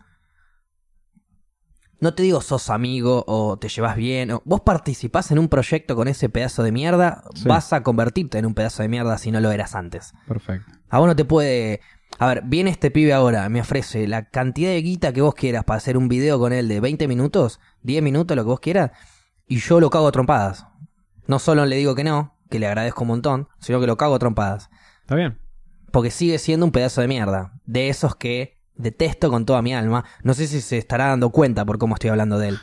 no te digo sos amigo o te llevas bien, o vos participás en un proyecto con ese pedazo de mierda, vas a convertirte en un pedazo de mierda si no lo eras antes. Perfecto. A vos no te puede... A ver, viene este pibe ahora, me ofrece la cantidad de guita que vos quieras para hacer un video con él de 20 minutos, 10 minutos, lo que vos quieras, y yo lo cago a trompadas. No solo le digo que no, que le agradezco un montón, sino que lo cago a trompadas. Está bien. Porque sigue siendo un pedazo de mierda. De esos que detesto con toda mi alma. No sé si se estará dando cuenta por cómo estoy hablando de él.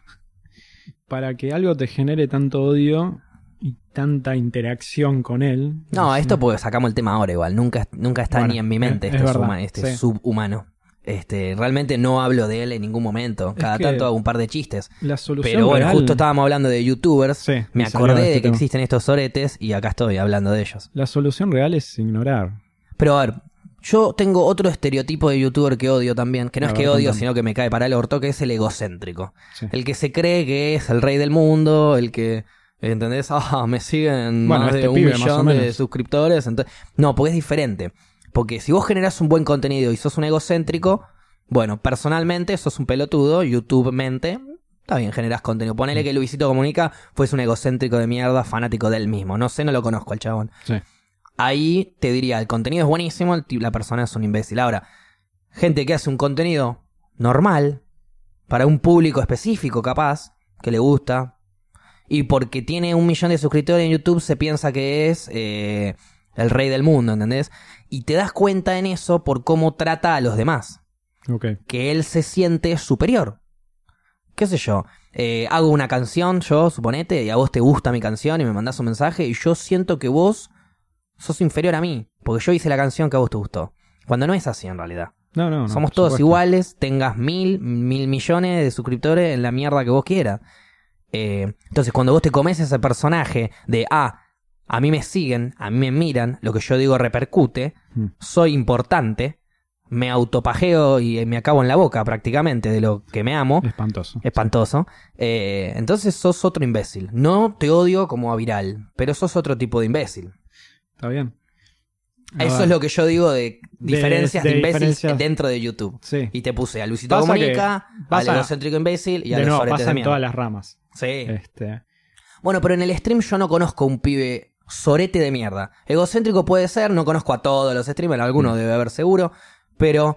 Para que algo te genere tanto odio y tanta interacción con él... No, esto porque sacamos el tema ahora igual. Nunca está ni en mi mente subhumano. Realmente no hablo de él en ningún momento. Cada tanto hago un par de chistes. La solución pero bueno, real... justo estábamos hablando de youtubers. Me acordé de que existen estos soretes y acá estoy hablando de ellos. La solución real es ignorar. Pero a ver, yo tengo otro estereotipo de youtuber que odio también. Que no es que odio, sino que me cae para el orto, que es el egocéntrico. Sí. El que se cree que es el rey del mundo, el que ¿Entendés? Me siguen más de 1 millón de suscriptores. Entonces... No, porque es diferente. Porque si vos generás un buen contenido y sos un egocéntrico, bueno, personalmente sos un pelotudo, YouTube-mente, está bien, generás contenido. Ponele que Luisito Comunica fuese un egocéntrico de mierda, fanático del mismo. No sé, no lo conozco al chabón. Sí. Ahí te diría, el contenido es buenísimo, la persona es un imbécil. Ahora, gente que hace un contenido normal, para un público específico capaz, que le gusta, y porque tiene 1 millón de suscriptores en YouTube se piensa que es el rey del mundo, ¿entendés? Y te das cuenta en eso por cómo trata a los demás. Okay. Que él se siente superior. ¿Qué sé yo? Hago una canción, yo, suponete, y a vos te gusta mi canción y me mandás un mensaje, y yo siento que vos sos inferior a mí, porque yo hice la canción que a vos te gustó. Cuando no es así en realidad. No, somos todos iguales, tengas 1.000 millones de suscriptores en la mierda que vos quieras. Entonces cuando vos te comes ese personaje de a mí me siguen, a mí me miran, lo que yo digo repercute, soy importante, me autopajeo y me acabo en la boca prácticamente de lo que me amo. Espantoso. Entonces sos otro imbécil. No te odio como a Viral, pero sos otro tipo de imbécil. Está bien. Eso es lo que yo digo de diferencias de imbéciles dentro de YouTube. Sí. Y te puse a Luisito Comunica, al egocéntrico imbécil y a los soretes de mierda. Todas las ramas. Sí. Bueno, pero en el stream yo no conozco un pibe sorete de mierda. Egocéntrico puede ser, no conozco a todos los streamers, alguno debe haber seguro, pero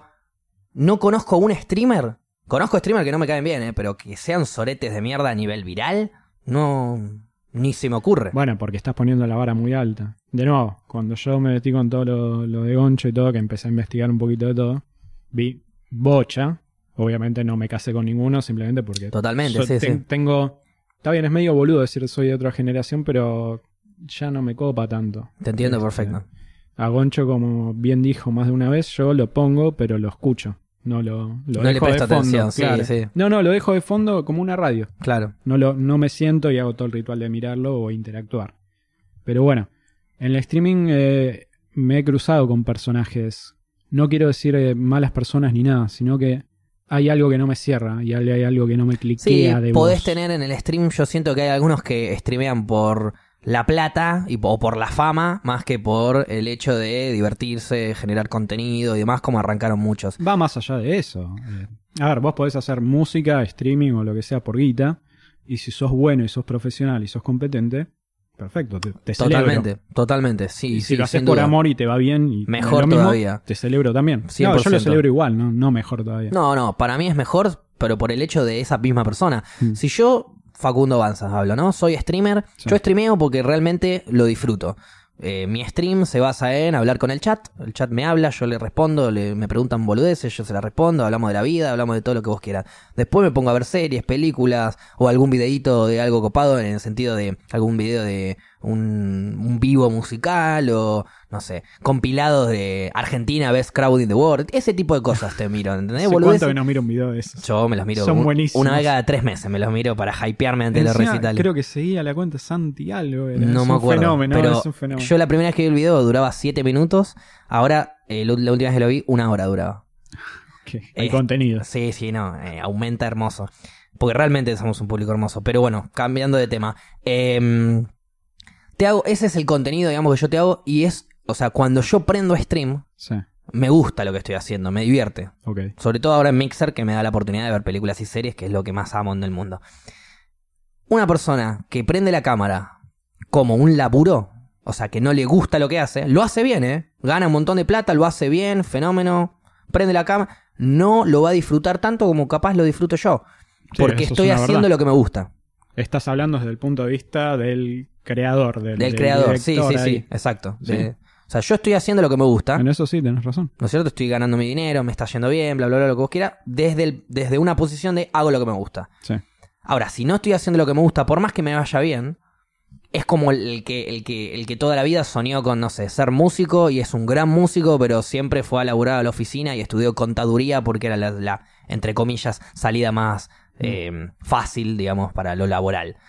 no conozco un streamer. Conozco streamers que no me caen bien, pero que sean soretes de mierda a nivel viral, no... Ni se me ocurre. Bueno, porque estás poniendo la vara muy alta. De nuevo, cuando yo me metí con todo lo de Goncho y todo, que empecé a investigar un poquito de todo, vi bocha. Obviamente no me casé con ninguno, simplemente porque... Totalmente, sí. Tengo... Está bien, es medio boludo decir soy de otra generación, pero ya no me copa tanto. Te entiendo perfecto. A Goncho, como bien dijo más de una vez, yo lo pongo, pero lo escucho. No dejo le presto de fondo, atención, claro. Sí. No, lo dejo de fondo como una radio. Claro. No me siento y hago todo el ritual de mirarlo o interactuar. Pero bueno, en el streaming me he cruzado con personajes. No quiero decir malas personas ni nada, sino que hay algo que no me cierra y hay algo que no me cliquea de podés voz. Tener en el stream, yo siento que hay algunos que streamean por la plata o por la fama, más que por el hecho de divertirse, generar contenido y demás, como arrancaron muchos. Va más allá de eso. A ver, vos podés hacer música, streaming o lo que sea por guita, y si sos bueno y sos profesional y sos competente, perfecto, te celebro. Totalmente, sí. Y si lo haces por amor y te va bien, y mejor mismo, todavía. Te celebro también. 100%. No, yo lo celebro igual, no mejor todavía. No, para mí es mejor, pero por el hecho de esa misma persona. Si yo... Facundo Banzas hablo, ¿no? Soy streamer. Sí. Yo streameo porque realmente lo disfruto. Mi stream se basa en hablar con el chat. El chat me habla, yo le respondo, me preguntan boludeces, yo se la respondo, hablamos de la vida, hablamos de todo lo que vos quieras. Después me pongo a ver series, películas o algún videíto de algo copado, en el sentido de algún video de un vivo musical o, no sé, compilados de Argentina Best Crowd in the World. Ese tipo de cosas te miro, ¿entendés? ¿Cuánto que no miro un video de esos? Yo me los miro. Son buenísimos. Una vez cada 3 meses me los miro para hypearme ante los recitales. Creo que seguía la cuenta Santi algo. No me acuerdo. Pero es un fenómeno. Yo la primera vez que vi el video duraba 7 minutos. Ahora, la última vez que lo vi, 1 hora duraba. Hay contenido. Sí, aumenta hermoso. Porque realmente somos un público hermoso. Pero bueno, cambiando de tema. Ese es el contenido, digamos, que yo te hago. Y es, o sea, cuando yo prendo stream, me gusta lo que estoy haciendo, me divierte. Okay. Sobre todo ahora en Mixer, que me da la oportunidad de ver películas y series, que es lo que más amo en el mundo. Una persona que prende la cámara como un laburo, o sea, que no le gusta lo que hace, lo hace bien, gana un montón de plata, lo hace bien, fenómeno, prende la cámara, no lo va a disfrutar tanto como capaz lo disfruto yo, porque estoy haciendo lo que me gusta. Estás hablando desde el punto de vista del creador. Del creador, sí, exacto. ¿Sí? O sea, yo estoy haciendo lo que me gusta. En eso sí, tenés razón. ¿No es cierto? Estoy ganando mi dinero, me está yendo bien, bla, bla, bla, lo que vos quieras, desde una posición de hago lo que me gusta. Sí. Ahora, si no estoy haciendo lo que me gusta, por más que me vaya bien, es como el que toda la vida soñó con, no sé, ser músico y es un gran músico, pero siempre fue a laburar a la oficina y estudió contaduría porque era la entre comillas, salida más fácil, digamos, para lo laboral.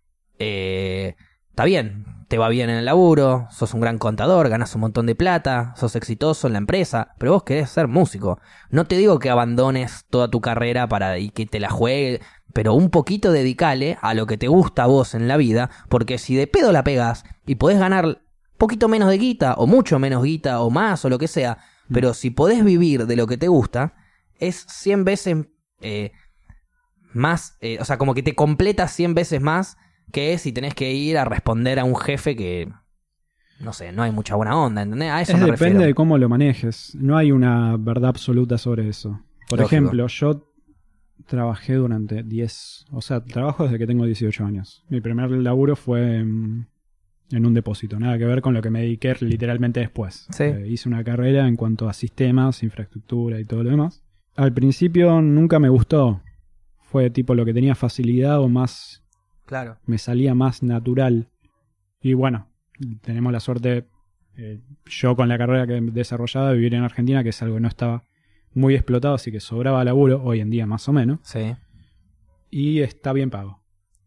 Está bien, te va bien en el laburo, sos un gran contador, ganas un montón de plata, sos exitoso en la empresa, pero vos querés ser músico. No te digo que abandones toda tu carrera y que te la juegues, pero un poquito dedicale a lo que te gusta a vos en la vida, porque si de pedo la pegas y podés ganar poquito menos de guita, o mucho menos guita, o más, o lo que sea, pero si podés vivir de lo que te gusta, es 100 veces más, o sea, como que te completa 100 veces más que si tenés que ir a responder a un jefe que, no sé, no hay mucha buena onda, ¿entendés? A eso me refiero. Depende de cómo lo manejes, no hay una verdad absoluta sobre eso. Por ejemplo, yo trabajé durante 10, o sea, trabajo desde que tengo 18 años. Mi primer laburo fue en un depósito, nada que ver con lo que me dediqué literalmente después. Sí. Hice una carrera en cuanto a sistemas, infraestructura y todo lo demás. Al principio nunca me gustó, fue tipo lo que tenía facilidad o más, claro, me salía más natural. Y bueno, tenemos la suerte, yo con la carrera que desarrollaba, de vivir en Argentina, que es algo que no estaba muy explotado, así que sobraba laburo, hoy en día más o menos. Sí. Y está bien pago.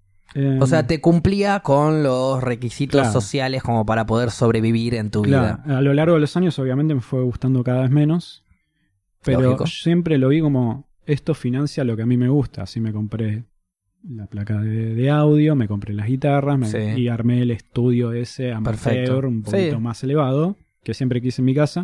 O sea, te cumplía con los requisitos sociales como para poder sobrevivir en tu vida. A lo largo de los años, obviamente, me fue gustando cada vez menos. Pero lógico, siempre lo vi como, esto financia lo que a mí me gusta. Así me compré la placa de audio, me compré las guitarras y armé el estudio ese amateur, un poquito más elevado, que siempre quise en mi casa.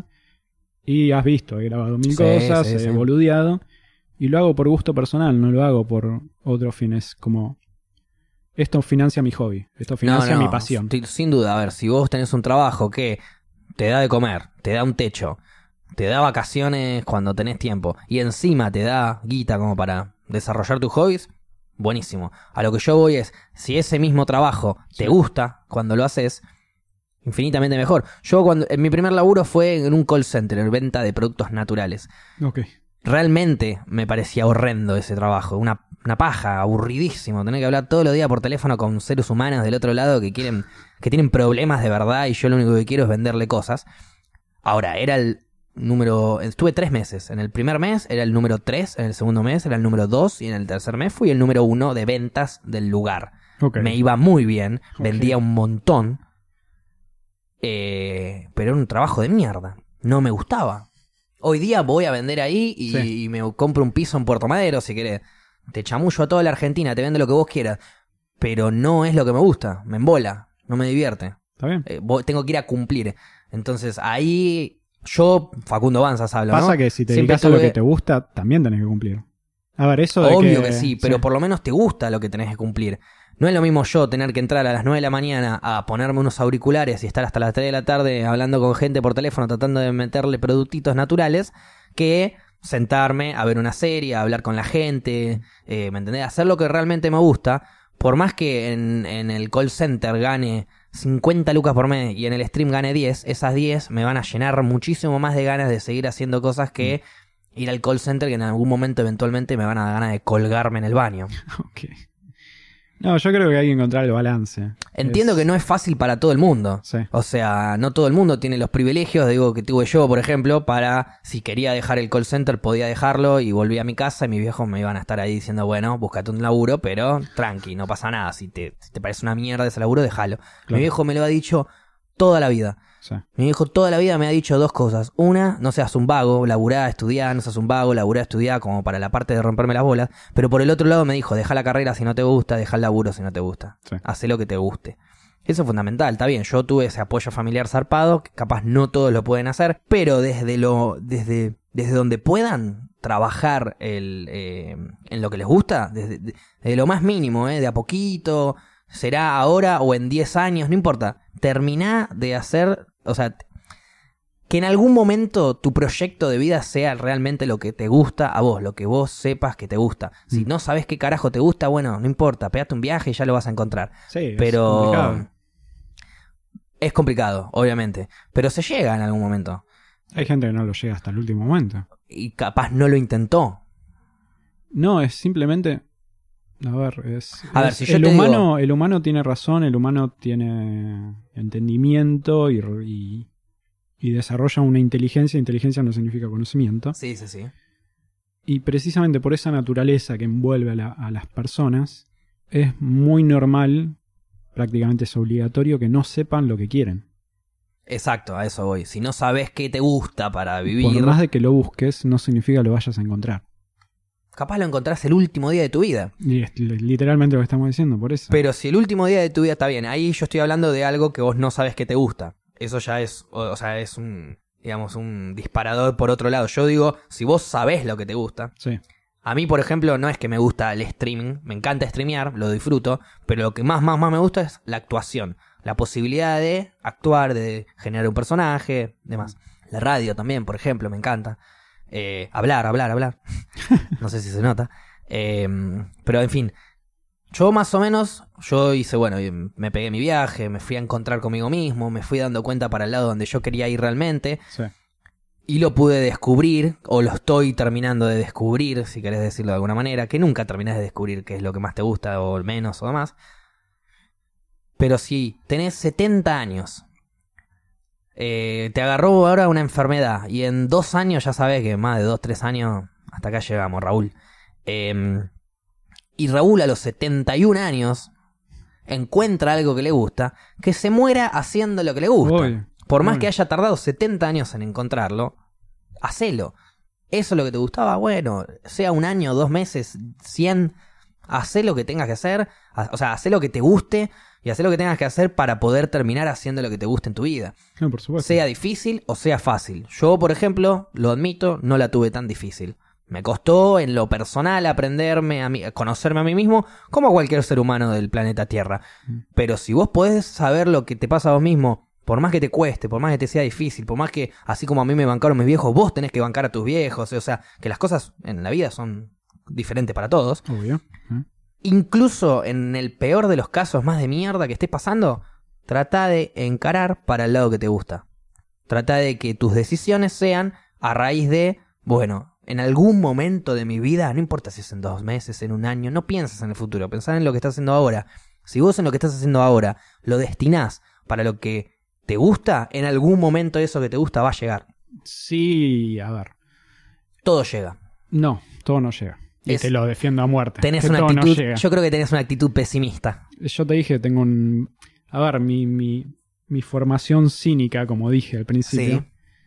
Y has visto, he grabado mil cosas, he boludeado. Y lo hago por gusto personal, no lo hago por otros fines como... Esto financia mi hobby, esto financia mi pasión. Sin duda, a ver, si vos tenés un trabajo que te da de comer, te da un techo, te da vacaciones cuando tenés tiempo y encima te da guita como para desarrollar tus hobbies, buenísimo. A lo que yo voy es, si ese mismo trabajo te gusta cuando lo haces, infinitamente mejor. Yo en mi primer laburo fue en un call center, en venta de productos naturales. Ok. Realmente me parecía horrendo ese trabajo, una paja, aburridísimo, tener que hablar todos los días por teléfono con seres humanos del otro lado que tienen problemas de verdad y yo lo único que quiero es venderle cosas. Ahora, era el número... Estuve 3 meses. En el primer mes era el número 3, en el segundo mes era el número 2 y en el tercer mes fui el número 1 de ventas del lugar. Okay. Me iba muy bien, vendía un montón, pero era un trabajo de mierda, no me gustaba. Hoy día voy a vender ahí y me compro un piso en Puerto Madero, si querés. Te chamullo a toda la Argentina, te vendo lo que vos quieras. Pero no es lo que me gusta, me embola, no me divierte. Está bien. Tengo que ir a cumplir. Entonces ahí yo, Facundo Banzas, hablo, Pasa, ¿no? Que si te dedicas a lo que te gusta, también tenés que cumplir. A ver, eso de obvio que sí, pero por lo menos te gusta lo que tenés que cumplir. No es lo mismo yo tener que entrar a las 9 de la mañana a ponerme unos auriculares y estar hasta las 3 de la tarde hablando con gente por teléfono tratando de meterle productitos naturales que sentarme a ver una serie, a hablar con la gente, ¿me entendés? Hacer lo que realmente me gusta. Por más que en el call center gane 50 lucas por mes y en el stream gane 10, esas 10 me van a llenar muchísimo más de ganas de seguir haciendo cosas que ir al call center, que en algún momento eventualmente me van a dar ganas de colgarme en el baño. Ok. No, yo creo que hay que encontrar el balance. Entiendo que no es fácil para todo el mundo. Sí. O sea, no todo el mundo tiene los privilegios, digo, que tuve yo, por ejemplo, para, si quería dejar el call center, podía dejarlo y volví a mi casa y mis viejos me iban a estar ahí diciendo, bueno, búscate un laburo, pero tranqui, no pasa nada. Si te parece una mierda ese laburo, déjalo. Claro. Mi viejo me lo ha dicho toda la vida. Sí. Mi viejo toda la vida me ha dicho 2 cosas. Una, no seas un vago, laburá, estudiá, no seas un vago, laburá, estudiá, como para la parte de romperme las bolas. Pero por el otro lado me dijo, dejá la carrera si no te gusta, dejá el laburo si no te gusta. Sí. Hacé lo que te guste. Eso es fundamental, está bien. Yo tuve ese apoyo familiar zarpado, que capaz no todos lo pueden hacer, pero desde donde puedan trabajar en lo que les gusta, desde lo más mínimo, de a poquito, será ahora o en 10 años, no importa. Terminá de hacer, o sea, que en algún momento tu proyecto de vida sea realmente lo que te gusta a vos, lo que vos sepas que te gusta. Si no sabes qué carajo te gusta, bueno, no importa, pegate un viaje y ya lo vas a encontrar. Sí, pero es complicado, obviamente, pero se llega en algún momento. Hay gente que no lo llega hasta el último momento. Y capaz no lo intentó. No, es simplemente... si yo te digo... El humano tiene razón, el humano tiene entendimiento y desarrolla una inteligencia. Inteligencia no significa conocimiento. Sí. Y precisamente por esa naturaleza que envuelve a las personas, es muy normal, prácticamente es obligatorio, que no sepan lo que quieren. Exacto, a eso voy. Si no sabes qué te gusta para vivir... Por más de que lo busques, no significa que lo vayas a encontrar. capaz lo encontrás el último día de tu vida. Y es literalmente lo que estamos diciendo, por eso. Pero si el último día de tu vida está bien, ahí yo estoy hablando de algo que vos no sabes que te gusta. Eso ya es, o sea, es un, digamos, un disparador por otro lado. Yo digo, si vos sabés lo que te gusta. Sí. A mí, por ejemplo, no es que me gusta el streaming, me encanta streamear, lo disfruto, pero lo que más me gusta es la actuación. La posibilidad de actuar, de generar un personaje, demás. La radio también, por ejemplo, me encanta. Hablar. No sé si se nota. Pero en fin, yo más o menos, yo hice, bueno, me pegué mi viaje, me fui a encontrar conmigo mismo, me fui dando cuenta para el lado donde yo quería ir realmente. Sí. Y lo pude descubrir, o lo estoy terminando de descubrir, si querés decirlo de alguna manera, que nunca terminás de descubrir qué es lo que más te gusta, o menos, o más. Pero si tenés 70 años, te agarró ahora una enfermedad, y en 2 años ya sabés que más de 2-3 años, hasta acá llegamos, Raúl. Y Raúl a los 71 años encuentra algo que le gusta, que se muera haciendo lo que le gusta. Uy. Por más que haya tardado 70 años en encontrarlo, hacelo. Eso es lo que te gustaba, bueno, sea 1 año, 2 meses, 100, hacé lo que tengas que hacer, o sea, hacé lo que te guste y hacé lo que tengas que hacer para poder terminar haciendo lo que te guste en tu vida. No, por supuesto. Sea difícil o sea fácil. Yo, por ejemplo, lo admito, no la tuve tan difícil. Me costó en lo personal aprenderme a conocerme a mí mismo como a cualquier ser humano del planeta Tierra. Pero si vos podés saber lo que te pasa a vos mismo, por más que te cueste, por más que te sea difícil, por más que, así como a mí me bancaron mis viejos, vos tenés que bancar a tus viejos. O sea, que las cosas en la vida son diferentes para todos. Obvio. Incluso en el peor de los casos más de mierda que estés pasando, trata de encarar para el lado que te gusta. Trata de que tus decisiones sean a raíz de, bueno, en algún momento de mi vida, no importa si es en 2 meses, en 1 año, no pienses en el futuro, pensá en lo que estás haciendo ahora. Si vos en lo que estás haciendo ahora lo destinás para lo que te gusta, en algún momento eso que te gusta va a llegar. Sí, a ver. Todo llega. No, todo no llega. Y te lo defiendo a muerte. Tenés una actitud, yo creo que tenés una actitud pesimista. Yo te dije, tengo un... A ver, mi formación cínica, como dije al principio,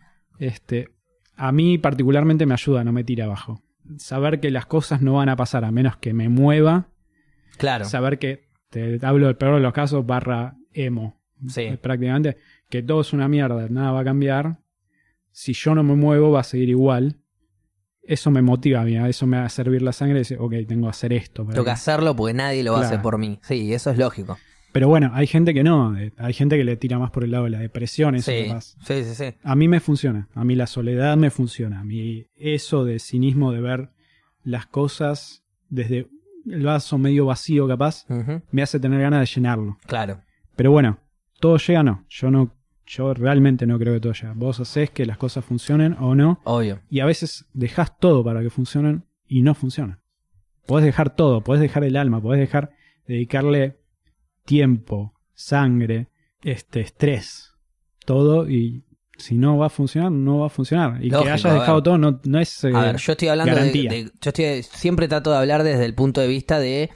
sí. A mí particularmente me ayuda, no me tira abajo. Saber que las cosas no van a pasar a menos que me mueva. Claro. Saber que, te hablo del peor de los casos, emo. Sí. Prácticamente, que todo es una mierda, nada va a cambiar. Si yo no me muevo, va a seguir igual. Eso me motiva a mí, eso me va a servir la sangre y decir, ok, tengo que hacer esto. Tengo que hacerlo porque nadie lo va a hacer por mí. Sí, eso es lógico. Pero bueno, hay gente que no, hay gente que le tira más por el lado de la depresión, eso sí, capaz. Sí. A mí me funciona, a mí la soledad me funciona, a mí eso de cinismo, de ver las cosas desde el vaso medio vacío capaz, me hace tener ganas de llenarlo. Claro. Pero bueno, todo llega no, yo realmente no creo que todo llega. Vos hacés que las cosas funcionen o no. Obvio. Y a veces dejás todo para que funcionen y no funcionan. Podés dejar todo, podés dejar el alma, podés dedicarle tiempo, sangre, estrés, todo, y si no va a funcionar, no va a funcionar. Y lógico, que hayas dejado todo no es a ver, yo estoy hablando garantía. Siempre trato de hablar desde el punto de vista de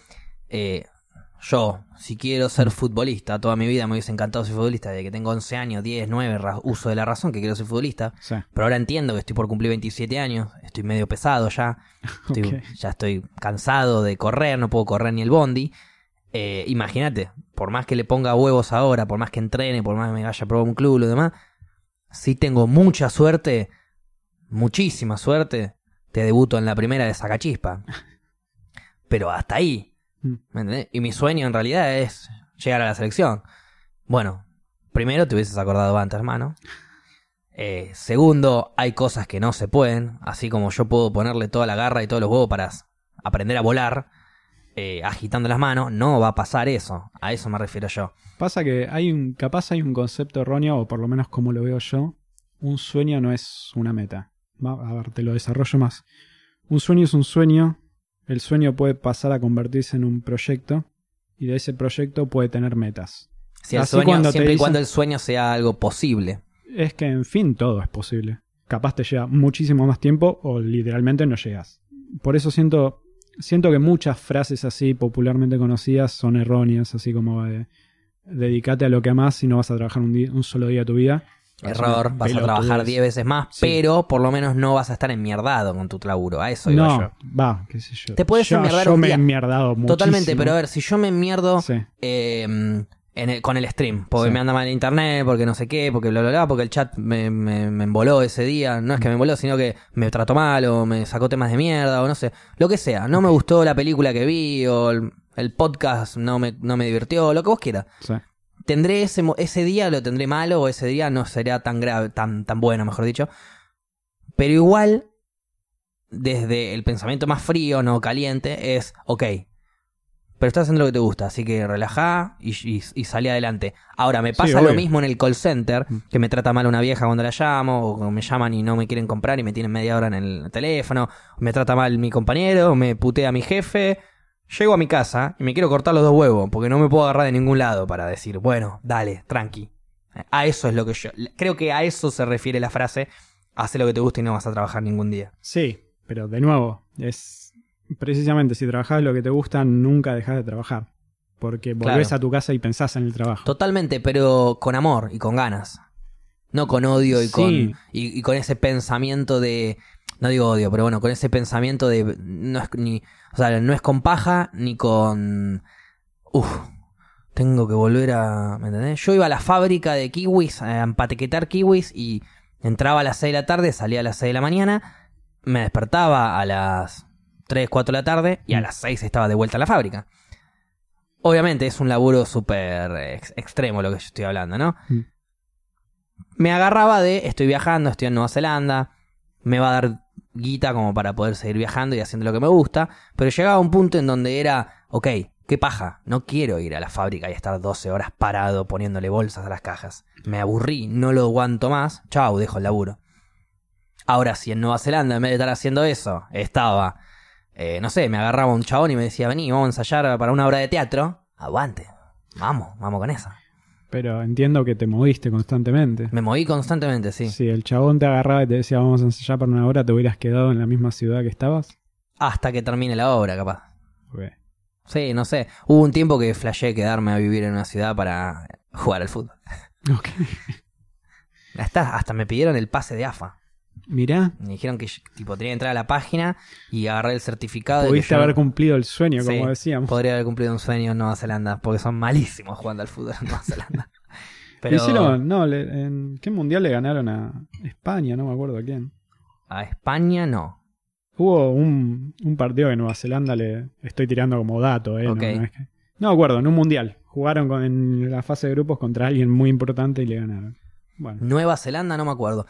yo, si quiero ser futbolista, toda mi vida me hubiese encantado ser futbolista, desde que tengo 11 años, 10, 9, uso de la razón que quiero ser futbolista, sí. Pero ahora entiendo que estoy por cumplir 27 años, estoy medio pesado ya, ya estoy cansado de correr, no puedo correr ni el bondi. Imagínate, por más que le ponga huevos ahora, por más que entrene, por más que me vaya a probar un club y lo demás, si tengo mucha suerte, muchísima suerte, te debuto en la primera de Sacachispa. Pero hasta ahí. ¿Me entendés? Y mi sueño en realidad es llegar a la selección. Bueno, primero te hubieses acordado antes, hermano. Segundo, hay cosas que no se pueden. Así como yo puedo ponerle toda la garra y todos los huevos para aprender a volar, agitando las manos, no va a pasar eso. A eso me refiero yo. Pasa que capaz hay un concepto erróneo, o por lo menos como lo veo yo. Un sueño no es una meta. A ver, te lo desarrollo más. Un sueño es un sueño. El sueño puede pasar a convertirse en un proyecto, y de ese proyecto puede tener metas. Si el sueño, siempre y cuando el sueño sea algo posible. Es que, en fin, todo es posible. Capaz te lleva muchísimo más tiempo o literalmente no llegas. Por eso siento que muchas frases así popularmente conocidas son erróneas, así como de dedicate a lo que amás y no vas a trabajar un solo día de tu vida. Error, vas a trabajar 10 veces más, pero por lo menos no vas a estar enmierdado con tu laburo. A eso iba yo. Va, qué sé yo. Te puedes enmierdar un día. Yo me he enmierdado muchísimo. Totalmente, pero a ver, si yo me enmierdo con el stream, porque me anda mal el internet, porque no sé qué, porque bla, bla, bla, porque el chat me emboló ese día. No es que me emboló, sino que me trató mal o me sacó temas de mierda o no sé. Lo que sea. No me gustó la película que vi o el podcast no me divirtió, lo que vos quieras. Sí. Tendré ese día, lo tendré malo, o ese día no será tan grave, tan bueno, mejor dicho. Pero igual, desde el pensamiento más frío, no caliente, es, ok, pero estás haciendo lo que te gusta, así que relajá y salí adelante. Ahora, me pasa lo mismo en el call center, que me trata mal una vieja cuando la llamo, o me llaman y no me quieren comprar y me tienen media hora en el teléfono, me trata mal mi compañero, me putea mi jefe. Llego a mi casa y me quiero cortar los 2 huevos porque no me puedo agarrar de ningún lado para decir, bueno, dale, tranqui. A eso es lo que yo... Creo que a eso se refiere la frase, haz lo que te gusta y no vas a trabajar ningún día. Sí, pero de nuevo, es precisamente si trabajas lo que te gusta, nunca dejas de trabajar. Porque volvés a tu casa y pensás en el trabajo. Totalmente, pero con amor y con ganas. No con odio y con ese pensamiento de... No digo odio, pero bueno, con ese pensamiento de... No es con paja ni con... tengo que volver a... ¿Me entendés? Yo iba a la fábrica de kiwis, a empaquetar kiwis y entraba a las 6 de la tarde, salía a las 6 de la mañana, me despertaba a las 3, 4 de la tarde y a las 6 estaba de vuelta a la fábrica. Obviamente es un laburo súper extremo lo que yo estoy hablando, ¿no? Me agarraba de... Estoy viajando, estoy en Nueva Zelanda, me va a dar guita como para poder seguir viajando y haciendo lo que me gusta, pero llegaba a un punto en donde era, ok, qué paja, no quiero ir a la fábrica y estar 12 horas parado poniéndole bolsas a las cajas. Me aburrí, no lo aguanto más, chau, dejo el laburo. Ahora, si en Nueva Zelanda, en vez de estar haciendo eso, estaba, no sé, me agarraba un chabón y me decía, vení, vamos a ensayar para una obra de teatro, aguante, vamos con esa. Pero entiendo que te moviste constantemente. Me moví constantemente, sí. Si el chabón te agarraba y te decía vamos a ensayar para una hora, ¿te hubieras quedado en la misma ciudad que estabas? Hasta que termine la obra, capaz. Okay. Sí, no sé. Hubo un tiempo que flasheé quedarme a vivir en una ciudad para jugar al fútbol. Ok. Hasta me pidieron el pase de AFA. Mirá. Me dijeron que tenía que entrar a la página y agarrar el certificado. Pudiste haber cumplido el sueño, como decíamos. Podría haber cumplido un sueño en Nueva Zelanda, porque son malísimos jugando al fútbol en Nueva Zelanda. Pero... ¿en qué mundial le ganaron a España? No me acuerdo a quién. A España no. Hubo un partido que Nueva Zelanda le estoy tirando como dato, Okay. No me acuerdo, en un mundial. Jugaron en la fase de grupos contra alguien muy importante y le ganaron. Bueno. Nueva Zelanda no me acuerdo.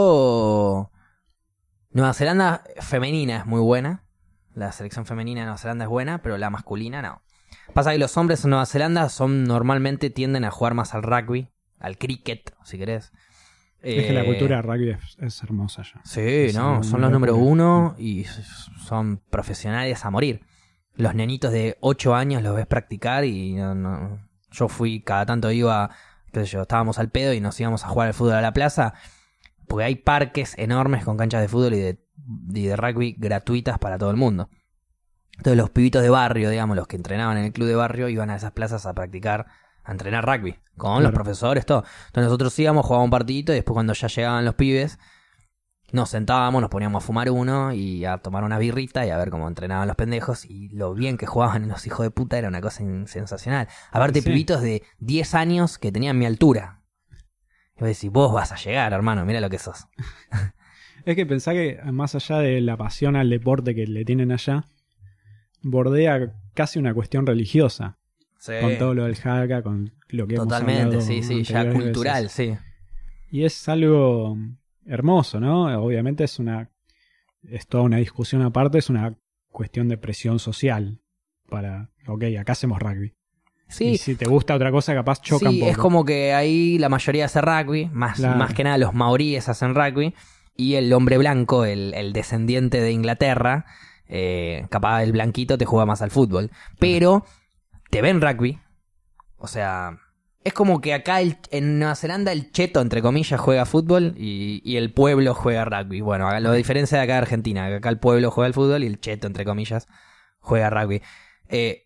Nueva Zelanda femenina es muy buena. La selección femenina de Nueva Zelanda es buena, pero la masculina no. Pasa que los hombres en Nueva Zelanda normalmente tienden a jugar más al rugby, al cricket, si querés. Es que la cultura de rugby es hermosa ya. Sí, son los número 1 y son profesionales a morir. Los nenitos de 8 años los ves practicar y no. Yo fui, cada tanto iba... estábamos al pedo y nos íbamos a jugar al fútbol a la plaza, porque hay parques enormes con canchas de fútbol y de rugby gratuitas para todo el mundo. Entonces los pibitos de barrio, digamos, los que entrenaban en el club de barrio, iban a esas plazas a practicar, a entrenar rugby, con los profesores, todo. Entonces nosotros íbamos, jugábamos un partidito y después cuando ya llegaban los pibes, nos sentábamos, nos poníamos a fumar uno y a tomar una birrita y a ver cómo entrenaban los pendejos y lo bien que jugaban los hijos de puta era una cosa sensacional. Aparte, pibitos de 10 años que tenían mi altura. Y vos decís, vos vas a llegar, hermano, mira lo que sos. Es que pensá que más allá de la pasión al deporte que le tienen allá, bordea casi una cuestión religiosa. Sí. Con todo lo del Haka, con lo que totalmente, hemos hablado. Sí, ya cultural, veces. Sí. Y es algo hermoso, ¿no? Obviamente es toda una discusión aparte, es una cuestión de presión social para, acá hacemos rugby. Sí. Y si te gusta otra cosa, capaz choca un poco. Sí, es como que ahí la mayoría hace rugby, más que nada los maoríes hacen rugby, y el hombre blanco, el descendiente de Inglaterra, capaz el blanquito te juega más al fútbol. Pero te ven rugby, o sea... Es como que acá en Nueva Zelanda el cheto, entre comillas, juega fútbol y el pueblo juega rugby. Bueno, lo diferencia de acá de Argentina, que acá el pueblo juega al fútbol y el cheto, entre comillas, juega rugby.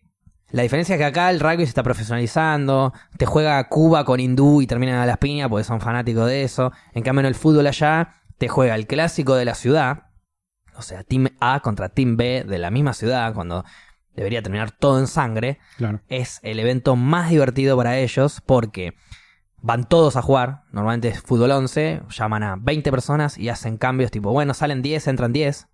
La diferencia es que acá el rugby se está profesionalizando, te juega Cuba con hindú y terminan a las piñas porque son fanáticos de eso. En cambio en el fútbol allá te juega el clásico de la ciudad, o sea, Team A contra Team B de la misma ciudad, cuando debería terminar todo en sangre. Claro. Es el evento más divertido para ellos porque van todos a jugar, normalmente es fútbol 11, llaman a 20 personas y hacen cambios tipo, bueno, salen 10, entran 10.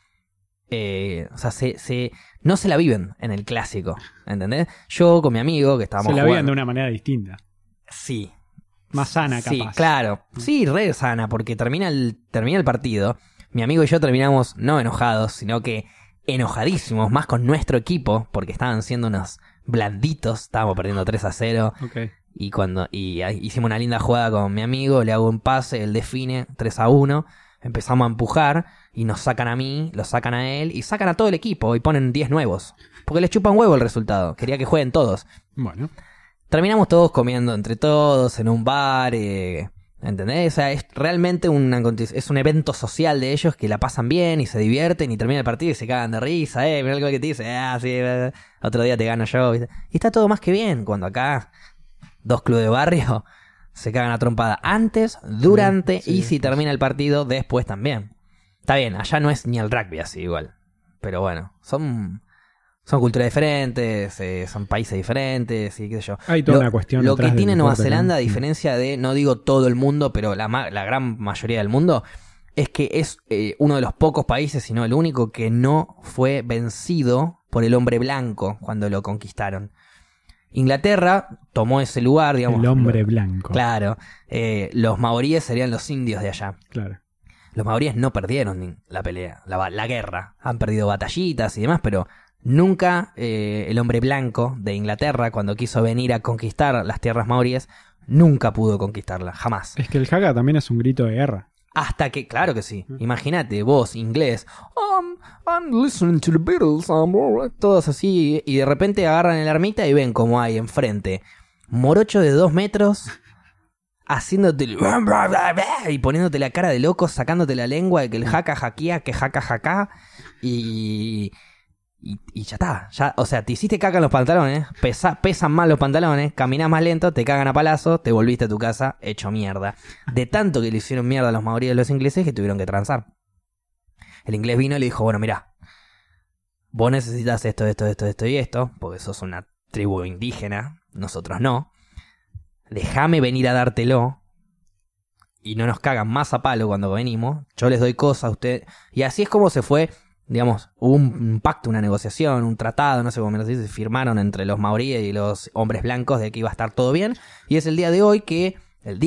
O sea, no se la viven en el clásico, ¿entendés? Yo con mi amigo que estábamos jugando... Se la viven jugando, de una manera distinta. Sí. Más sana, capaz. Sí, claro. Sí, re sana, porque termina el partido. Mi amigo y yo terminamos no enojados, sino que enojadísimos, más con nuestro equipo, porque estaban siendo unos blanditos, estábamos perdiendo 3-0. Okay. Y hicimos una linda jugada con mi amigo, le hago un pase, él define 3-1, empezamos a empujar y nos sacan a mí, lo sacan a él y sacan a todo el equipo y ponen 10 nuevos. Porque les chupa un huevo el resultado, quería que jueguen todos. Bueno. Terminamos todos comiendo entre todos en un bar, ¿entendés? O sea, es realmente es un evento social de ellos que la pasan bien y se divierten y termina el partido y se cagan de risa, mirá el gol que te dice, sí, otro día te gano yo, ¿viste? Y está todo más que bien cuando acá 2 clubes de barrio se cagan a trompada antes, durante y si termina el partido, después también. Está bien, allá no es ni el rugby así igual. Pero bueno, son culturas diferentes, son países diferentes y qué sé yo. Hay toda una cuestión. Lo que tiene Nueva Zelanda, a diferencia de, no digo todo el mundo, pero la gran mayoría del mundo, es que es uno de los pocos países, si no el único, que no fue vencido por el hombre blanco cuando lo conquistaron. Inglaterra tomó ese lugar, digamos. El hombre blanco. Claro. Los maoríes serían los indios de allá. Claro. Los maoríes no perdieron la pelea, la guerra. Han perdido batallitas y demás, pero nunca el hombre blanco de Inglaterra, cuando quiso venir a conquistar las tierras maoríes, nunca pudo conquistarlas, jamás. Es que el haka también es un grito de guerra. Hasta que, claro que sí. Imagínate, vos, inglés, I'm listening to the Beatles, todos así, y de repente agarran el armita y ven cómo hay enfrente morocho de 2 metros haciéndote y poniéndote la cara de loco, sacándote la lengua de que el jaca jaquea, que jaca jaca y ya está. Ya, o sea, te hiciste caca en los pantalones, pesan más los pantalones, caminás más lento, te cagan a palazos, te volviste a tu casa hecho mierda. De tanto que le hicieron mierda a los maoríes y a los ingleses que tuvieron que transar. El inglés vino y le dijo, bueno, mirá, vos necesitas esto y esto, porque sos una tribu indígena, nosotros no. Déjame venir a dártelo y no nos cagan más a palo cuando venimos. Yo les doy cosas a ustedes. Y así es como se fue, digamos, hubo un pacto, una negociación, un tratado, no sé cómo me lo dice, se firmaron entre los maoríes y los hombres blancos de que iba a estar todo bien. Y es el día de hoy que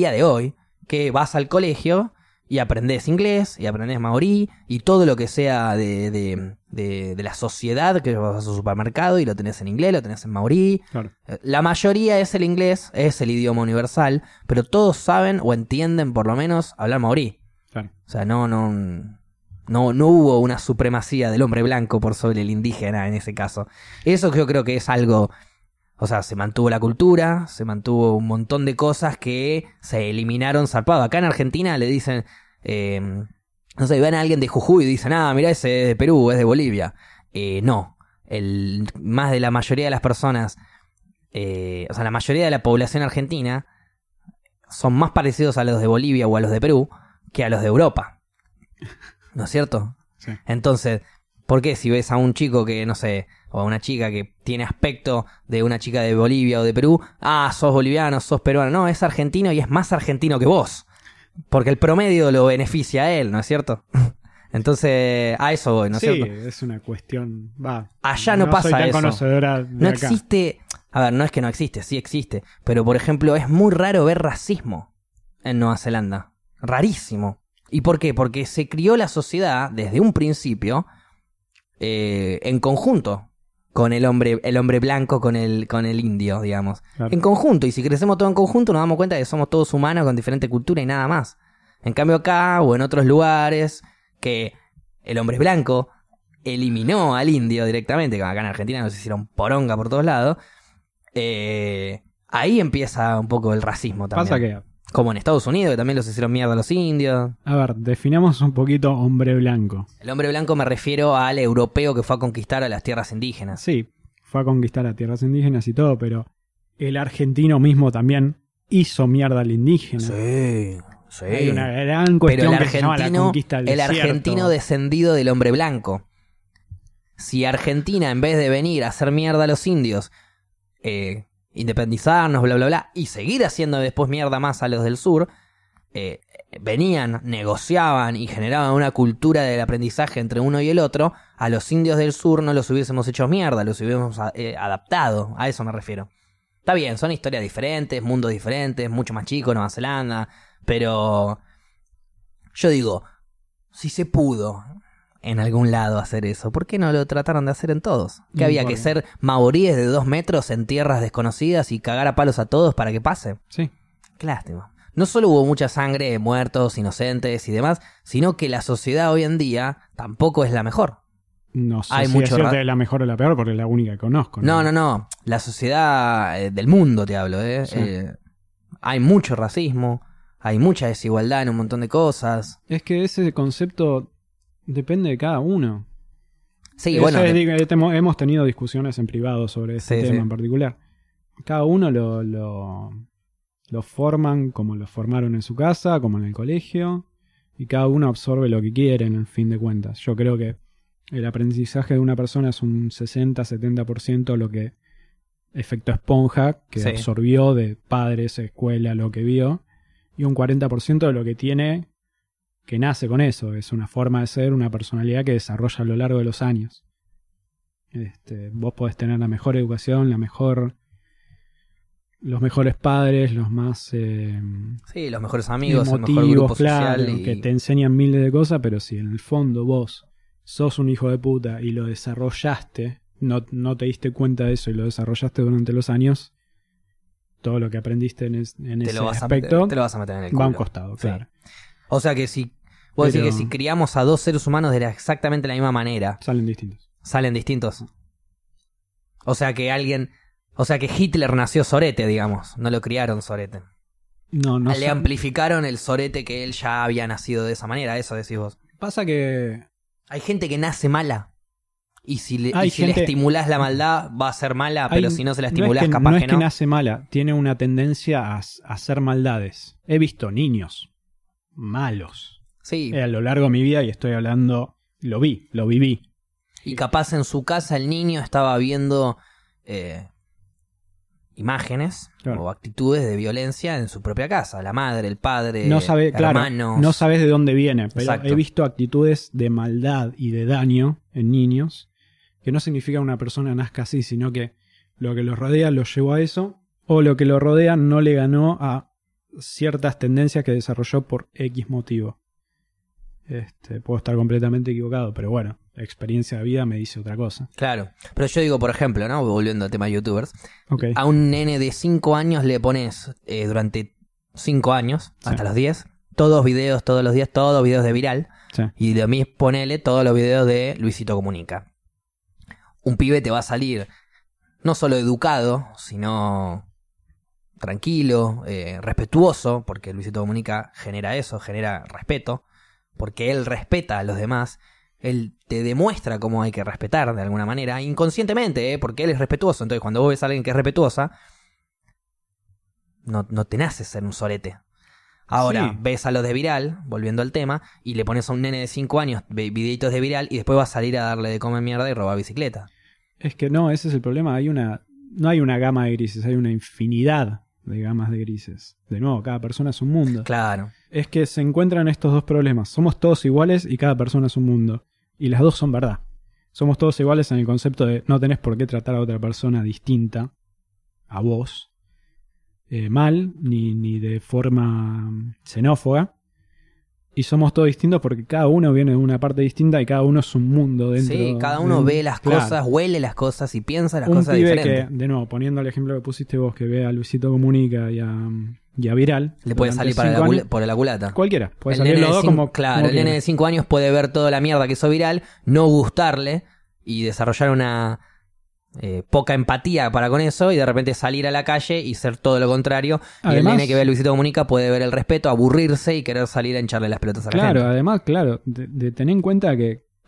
vas al colegio y aprendés inglés y aprendés maorí y todo lo que sea de la sociedad, que vas a su supermercado y lo tenés en inglés, lo tenés en maorí. Claro. La mayoría es el inglés, es el idioma universal, pero todos saben o entienden por lo menos hablar maorí. Claro. O sea, no hubo una supremacía del hombre blanco por sobre el indígena en ese caso. Eso yo creo que es algo... O sea, se mantuvo la cultura, se mantuvo un montón de cosas que se eliminaron zarpado. Acá en Argentina le dicen, no sé, ven a alguien de Jujuy y dicen, mirá, ese es de Perú, es de Bolivia. No, más de la mayoría de las personas, o sea, la mayoría de la población argentina son más parecidos a los de Bolivia o a los de Perú que a los de Europa. ¿No es cierto? Sí. Entonces, ¿por qué si ves a un chico que, no sé, o a una chica que tiene aspecto de una chica de Bolivia o de Perú, sos boliviano, sos peruano? No, es argentino y es más argentino que vos. Porque el promedio lo beneficia a él, ¿no es cierto? Entonces, a eso voy, ¿no es cierto? Sí, es una cuestión... Allá no pasa soy tan eso. Conocedora de no acá. Existe... A ver, no es que no existe, sí existe. Pero, por ejemplo, es muy raro ver racismo en Nueva Zelanda. Rarísimo. ¿Y por qué? Porque se crió la sociedad desde un principio en conjunto con el hombre blanco, con el indio, digamos. Claro. En conjunto. Y si crecemos todos en conjunto nos damos cuenta de que somos todos humanos con diferente cultura y nada más. En cambio acá o en otros lugares que el hombre blanco eliminó al indio directamente, como acá en Argentina nos hicieron poronga por todos lados, ahí empieza un poco el racismo también. Pasa que... Como en Estados Unidos, que también los hicieron mierda a los indios. A ver, definamos un poquito hombre blanco. El hombre blanco me refiero al europeo que fue a conquistar a las tierras indígenas. Sí, fue a conquistar a tierras indígenas y todo, pero el argentino mismo también hizo mierda al indígena. Sí. Sí. Hay una gran cuestión que se llama la conquista del desierto. El argentino descendido del hombre blanco. Si Argentina, en vez de venir a hacer mierda a los indios, independizarnos, bla, bla, bla, y seguir haciendo después mierda más a los del sur, venían, negociaban y generaban una cultura del aprendizaje entre uno y el otro, a los indios del sur no los hubiésemos hecho mierda, los hubiésemos adaptado, a eso me refiero. Está bien, son historias diferentes, mundos diferentes, mucho más chico, Nueva Zelanda, pero yo digo, si se pudo en algún lado hacer eso, ¿por qué no lo trataron de hacer en todos? ¿Que había que ser maoríes de 2 metros en tierras desconocidas y cagar a palos a todos para que pase? Sí. Qué lástima. No solo hubo mucha sangre, muertos, inocentes y demás, sino que la sociedad hoy en día tampoco es la mejor. No sé si decirte la mejor o la peor, porque es la única que conozco. No. La sociedad del mundo te hablo, Sí. Hay mucho racismo, hay mucha desigualdad en un montón de cosas. Es que ese concepto depende de cada uno. Sí, bueno. Hemos tenido discusiones en privado sobre ese tema en particular. Cada uno lo forman como lo formaron en su casa, como en el colegio, y cada uno absorbe lo que quiere en el fin de cuentas. Yo creo que el aprendizaje de una persona es un 60-70% lo que efecto esponja, que absorbió de padres, escuela, lo que vio, y un 40% de lo que tiene, que nace con eso. Es una forma de ser, una personalidad que desarrolla a lo largo de los años. Vos podés tener la mejor educación, los mejores padres, los más los mejores amigos, emotivos, el mejor grupo claro, social que te enseñan miles de cosas, pero si en el fondo vos sos un hijo de puta y lo desarrollaste, no te diste cuenta de eso y lo desarrollaste durante los años, todo lo que aprendiste en ese aspecto te lo vas a meter en el culo. Va a un costado, claro. O sea que vos decís que si criamos a 2 seres humanos de exactamente la misma manera, salen distintos. O sea que Hitler nació sorete, digamos, no lo criaron sorete. No Le amplificaron el sorete que él ya había nacido de esa manera, eso decís vos. Pasa que hay gente que nace mala. Y si le estimulás la maldad, va a ser mala, pero si no se la estimulás, capaz que no. No es que nace mala, tiene una tendencia a hacer maldades. He visto niños malos. Sí. A lo largo de mi vida, y estoy hablando, lo viví. Y capaz en su casa el niño estaba viendo imágenes o actitudes de violencia en su propia casa. La madre, el padre, hermanos. Claro, no sabes de dónde viene, pero exacto. He visto actitudes de maldad y de daño en niños, que no significa que una persona nazca así, sino que lo que los rodea lo llevó a eso, o lo que lo rodea no le ganó a ciertas tendencias que desarrolló por X motivo. Puedo estar completamente equivocado, pero bueno, la experiencia de vida me dice otra cosa. Claro, pero yo digo, por ejemplo, ¿no? Volviendo al tema de youtubers, okay. A un nene de 5 años le pones durante 5 años, hasta los 10, todos videos, todos los días, todos videos de Viral, y lo mismo ponele todos los videos de Luisito Comunica. Un pibe te va a salir no solo educado, sino tranquilo, respetuoso, porque Luisito Comunica genera eso, genera respeto, porque él respeta a los demás, él te demuestra cómo hay que respetar de alguna manera, inconscientemente, porque él es respetuoso. Entonces cuando vos ves a alguien que es respetuosa, no te nace ser un sorete. Ahora, ves a los de Viral, volviendo al tema, y le pones a un nene de 5 años videitos de Viral y después vas a salir a darle de comer mierda y robar bicicleta. Es que no, ese es el problema. No hay una gama de grises, hay una infinidad de gamas de grises. De nuevo, cada persona es un mundo. Claro. Es que se encuentran estos dos problemas. Somos todos iguales y cada persona es un mundo. Y las dos son verdad. Somos todos iguales en el concepto de no tenés por qué tratar a otra persona distinta a vos. Mal, ni de forma xenófoba. Y somos todos distintos porque cada uno viene de una parte distinta y cada uno es un mundo dentro. Sí, cada uno ve las cosas, huele las cosas y piensa las cosas diferentes. Un pibe que, de nuevo, poniendo el ejemplo que pusiste vos, que ve a Luisito Comunica y a Viral. Le puede salir por la culata. Cualquiera. Puede salir los dos como... Claro, el nene de 5 años puede ver toda la mierda que hizo Viral, no gustarle y desarrollar una... poca empatía para con eso y de repente salir a la calle y ser todo lo contrario. Además, y el nene que ve a Luisito Comunica puede ver el respeto, aburrirse y querer salir a hincharle las pelotas a la gente. Claro, además, de tener en cuenta que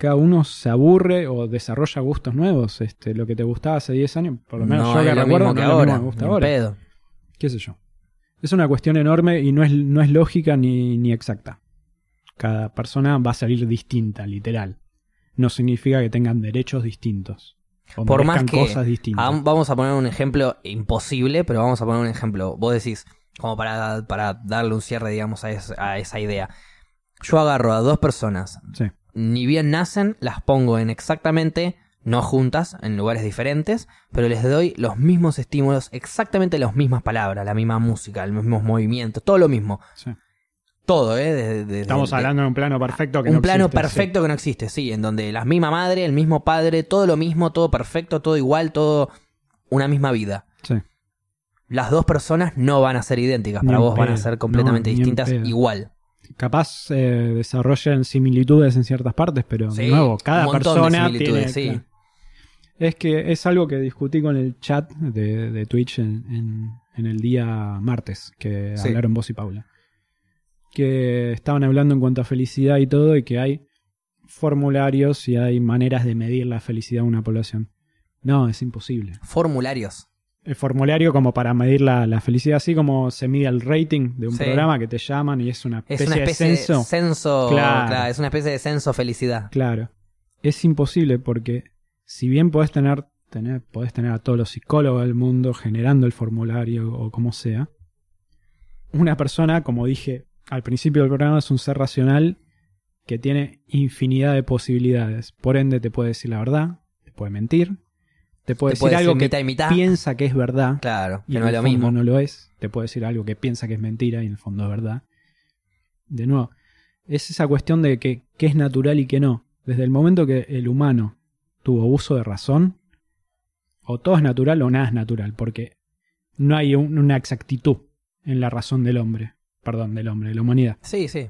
cada uno se aburre o desarrolla gustos nuevos. Lo que te gustaba hace 10 años, por lo menos No yo es que lo recuerdo, mismo que no es lo ahora. mismo que me gusta Ni ahora. pedo. ¿Qué sé yo? Es una cuestión enorme y no es lógica ni exacta. Cada persona va a salir distinta, literal. No significa que tengan derechos distintos. O Por más merezcan que cosas distintas. vamos a poner un ejemplo imposible, pero vamos a poner un ejemplo. Vos decís, como para darle un cierre, digamos, a esa idea. Yo agarro a dos personas, Sí. ni bien nacen, las pongo en exactamente, no juntas, en lugares diferentes, pero les doy los mismos estímulos, exactamente las mismas palabras, la misma música, los mismos movimientos, todo lo mismo. Sí. Todo, Estamos hablando de un plano perfecto que un no plano existe, perfecto que no existe, sí, en donde la misma madre, el mismo padre, todo lo mismo, todo perfecto, todo igual, todo una misma vida. Sí. Las dos personas no van a ser idénticas, para vos van a ser completamente distintas igual. Capaz desarrollan similitudes en ciertas partes, pero Sí, de nuevo, cada un montón de persona similitudes, tiene... sí. Es que es algo que discutí con el chat de Twitch en el día martes, que Sí. hablaron vos y Paula. Que estaban hablando en cuanto a felicidad y todo, y que hay formularios y hay maneras de medir la felicidad de una población. No, es imposible. Formularios. El formulario como para medir la felicidad, así como se mide el rating de un Sí. programa que te llaman y es una Es especie, una especie de censo. censo, Claro. es una especie de censo felicidad. Claro. Es imposible porque si bien podés tener a todos los psicólogos del mundo generando el formulario o como sea, una persona, como dije al principio del programa, es un ser racional que tiene infinidad de posibilidades. Por ende te puede decir la verdad, te puede mentir, te puede decir algo que mitad y mitad. piensa que es verdad. Claro, Y que en no es el lo fondo mismo. no lo es. Te puede decir algo que piensa que es mentira y en el fondo es verdad. De nuevo, es esa cuestión de que es natural y que no. Desde el momento que el humano tuvo uso de razón, o todo es natural o nada es natural, porque no hay una exactitud en la razón del hombre. Perdón, de la humanidad. Sí, sí.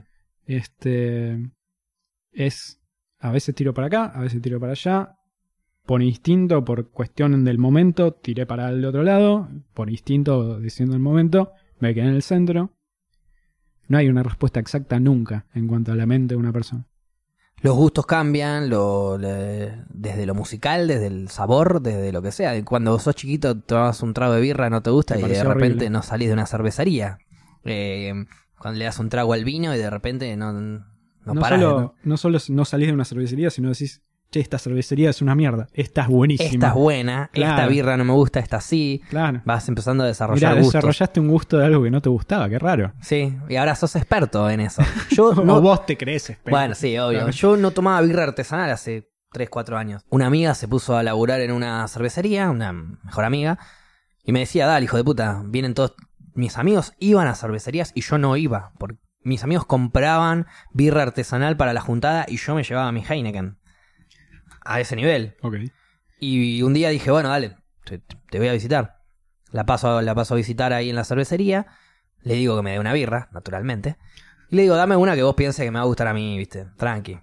Es a veces tiro para acá, a veces tiro para allá. Por instinto, por cuestión del momento, tiré para el otro lado. Por instinto, diciendo el momento, me quedé en el centro. No hay una respuesta exacta nunca en cuanto a la mente de una persona. Los gustos cambian, desde lo musical, desde el sabor, desde lo que sea. Cuando sos chiquito tomas un trago de birra, no te gusta, Te y de pareció repente horrible. no salís de una cervecería. Cuando le das un trago al vino y de repente no parás. No solo no salís de una cervecería, sino decís, che, esta cervecería es una mierda. Esta es buenísima. Esta es buena, Claro. esta birra no me gusta, esta sí. Claro. Vas empezando a desarrollar Mirá, gustos. desarrollaste un gusto de algo que no te gustaba, qué raro. Sí, y ahora sos experto en eso. Yo O vos te crees experto. Bueno, sí, obvio. Claro. Yo no tomaba birra artesanal hace 3, 4 años. Una amiga se puso a laburar en una cervecería, una mejor amiga, y me decía, dale, hijo de puta, vienen todos mis amigos, iban a cervecerías y yo no iba. Porque mis amigos compraban birra artesanal para la juntada y yo me llevaba mi Heineken. A ese nivel. Ok. Y un día dije, bueno, dale, te voy a visitar. La paso a visitar ahí en la cervecería. Le digo que me dé una birra, naturalmente. Y le digo, dame una que vos pienses que me va a gustar a mí, viste, tranqui.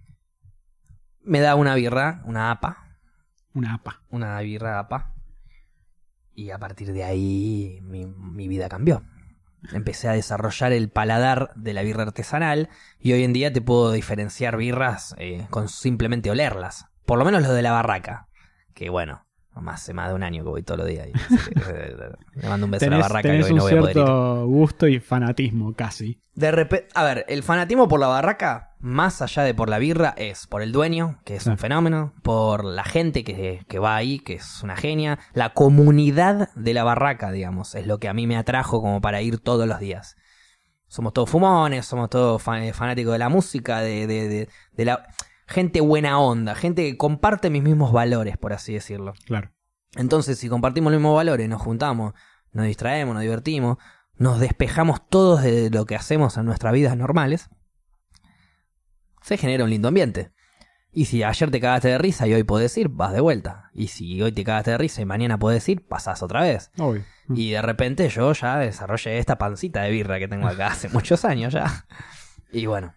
Me da una birra, una APA. Una APA. Una birra APA. Y a partir de ahí mi vida cambió. Empecé a desarrollar el paladar de la birra artesanal. Y hoy en día te puedo diferenciar birras con simplemente olerlas. Por lo menos los de la barraca. Que bueno, hace más de un año que voy todos los días. Le mando un beso a la barraca que tenés hoy no un voy a poder ir. cierto gusto y fanatismo, casi. De repente, a ver, el fanatismo por la barraca, más allá de por la birra, es por el dueño, que es un fenómeno, por la gente que va ahí, que es una genia, la comunidad de la barraca, digamos, es lo que a mí me atrajo como para ir todos los días. Somos todos fumones, somos todos fanáticos de la música, de la gente buena onda, gente que comparte mis mismos valores, por así decirlo. Claro. Entonces, si compartimos los mismos valores, nos juntamos, nos distraemos, nos divertimos, nos despejamos todos de lo que hacemos en nuestras vidas normales, se genera un lindo ambiente. Y si ayer te cagaste de risa y hoy podés ir, vas de vuelta. Y si hoy te cagaste de risa y mañana podés ir, pasás otra vez. Obvio. Y de repente yo ya desarrollé esta pancita de birra que tengo acá hace muchos años ya. Y bueno,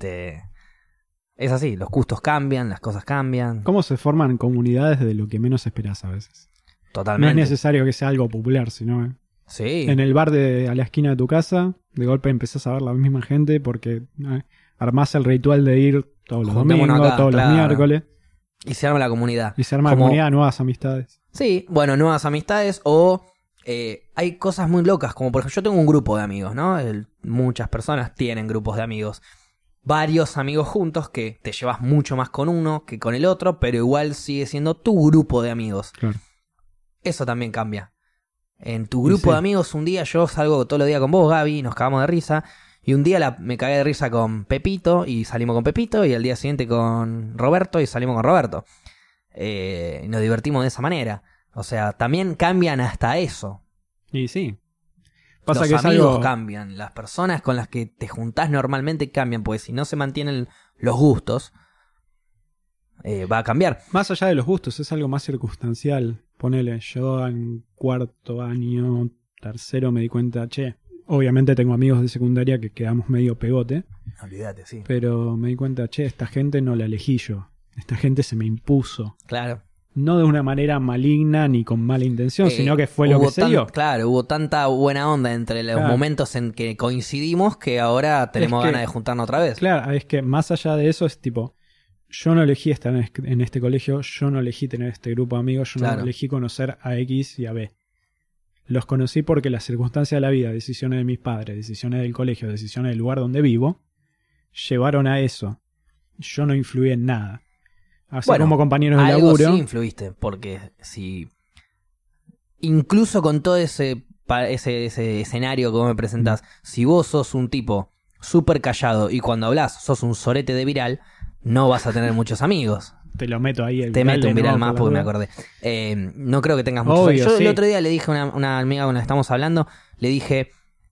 es así, los gustos cambian, las cosas cambian. ¿Cómo se forman comunidades de lo que menos esperás a veces? Totalmente. No es necesario que sea algo popular, sino Sí. en el bar a la esquina de tu casa, de golpe empezás a ver la misma gente porque armás el ritual de ir todos los domingos, acá, todos los miércoles. Y se arma la comunidad. Y se arma la comunidad, nuevas amistades. Sí, bueno, nuevas amistades o... hay cosas muy locas, como por ejemplo, yo tengo un grupo de amigos, ¿no? Muchas personas tienen grupos de amigos. Varios amigos juntos que te llevas mucho más con uno que con el otro, pero igual sigue siendo tu grupo de amigos. Claro. Eso también cambia. En tu grupo de amigos, un día yo salgo todos los días con vos, Gaby, nos cagamos de risa. Y un día me cagué de risa con Pepito y salimos con Pepito. Y al día siguiente con Roberto y salimos con Roberto. Y nos divertimos de esa manera. O sea, también cambian hasta eso. Y sí. Pasa los que amigos cambian. Las personas con las que te juntás normalmente cambian. Porque si no se mantienen los gustos, va a cambiar. Más allá de los gustos, es algo más circunstancial. Ponele, yo en cuarto año, tercero me di cuenta, obviamente tengo amigos de secundaria que quedamos medio pegote. Olvídate, sí. Pero me di cuenta, esta gente no la elegí yo. Esta gente se me impuso. Claro. No de una manera maligna ni con mala intención, sino que fue lo que se dio. Claro, hubo tanta buena onda entre los momentos en que coincidimos que ahora tenemos ganas de juntarnos otra vez. Claro, es que más allá de eso es tipo, yo no elegí estar en este colegio, yo no elegí tener este grupo de amigos, yo no elegí conocer a X y a B. Los conocí porque las circunstancias de la vida, decisiones de mis padres, decisiones del colegio, decisiones del lugar donde vivo, llevaron a eso. Yo no influí en nada. Así como compañeros de laburo. Sí influiste, porque si... Incluso con todo ese escenario que vos me presentás, si vos sos un tipo súper callado y cuando hablas sos un sorete de viral, no vas a tener muchos amigos. Te lo meto ahí. Te meto un viral más porque me acordé. No creo que tengas muchos. Obvio, yo el otro día le dije a una amiga con la que estamos hablando, le dije...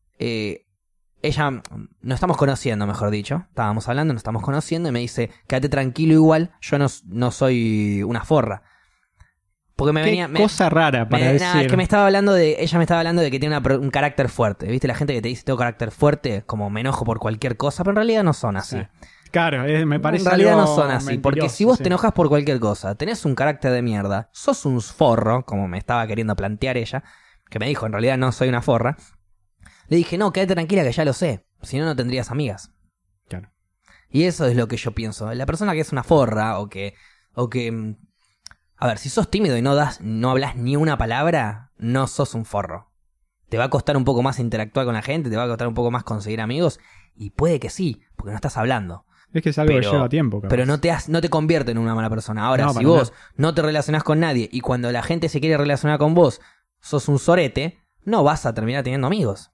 ella, nos estamos conociendo, mejor dicho. Estábamos hablando, nos estamos conociendo y me dice, quédate tranquilo igual, yo no soy una forra. Porque me venía... cosa rara para decir. Es que ella me estaba hablando de que tiene un carácter fuerte. ¿Viste? La gente que te dice tengo carácter fuerte, como me enojo por cualquier cosa, pero en realidad no son así. Sí. Claro, me parece en realidad no son así, porque si vos te enojas por cualquier cosa, tenés un carácter de mierda, sos un forro, como me estaba queriendo plantear ella, que me dijo, en realidad no soy una forra. Le dije, no, quédate tranquila que ya lo sé. Si no, no tendrías amigas. Claro. Y eso es lo que yo pienso. La persona que es una forra o que... A ver, si sos tímido y no hablas ni una palabra, no sos un forro. Te va a costar un poco más interactuar con la gente, te va a costar un poco más conseguir amigos. Y puede que sí, porque no estás hablando. Es que es algo que lleva tiempo, capaz. Pero no te convierte en una mala persona. Ahora, si vos no te relacionás con nadie y cuando la gente se quiere relacionar con vos, sos un sorete, no vas a terminar teniendo amigos.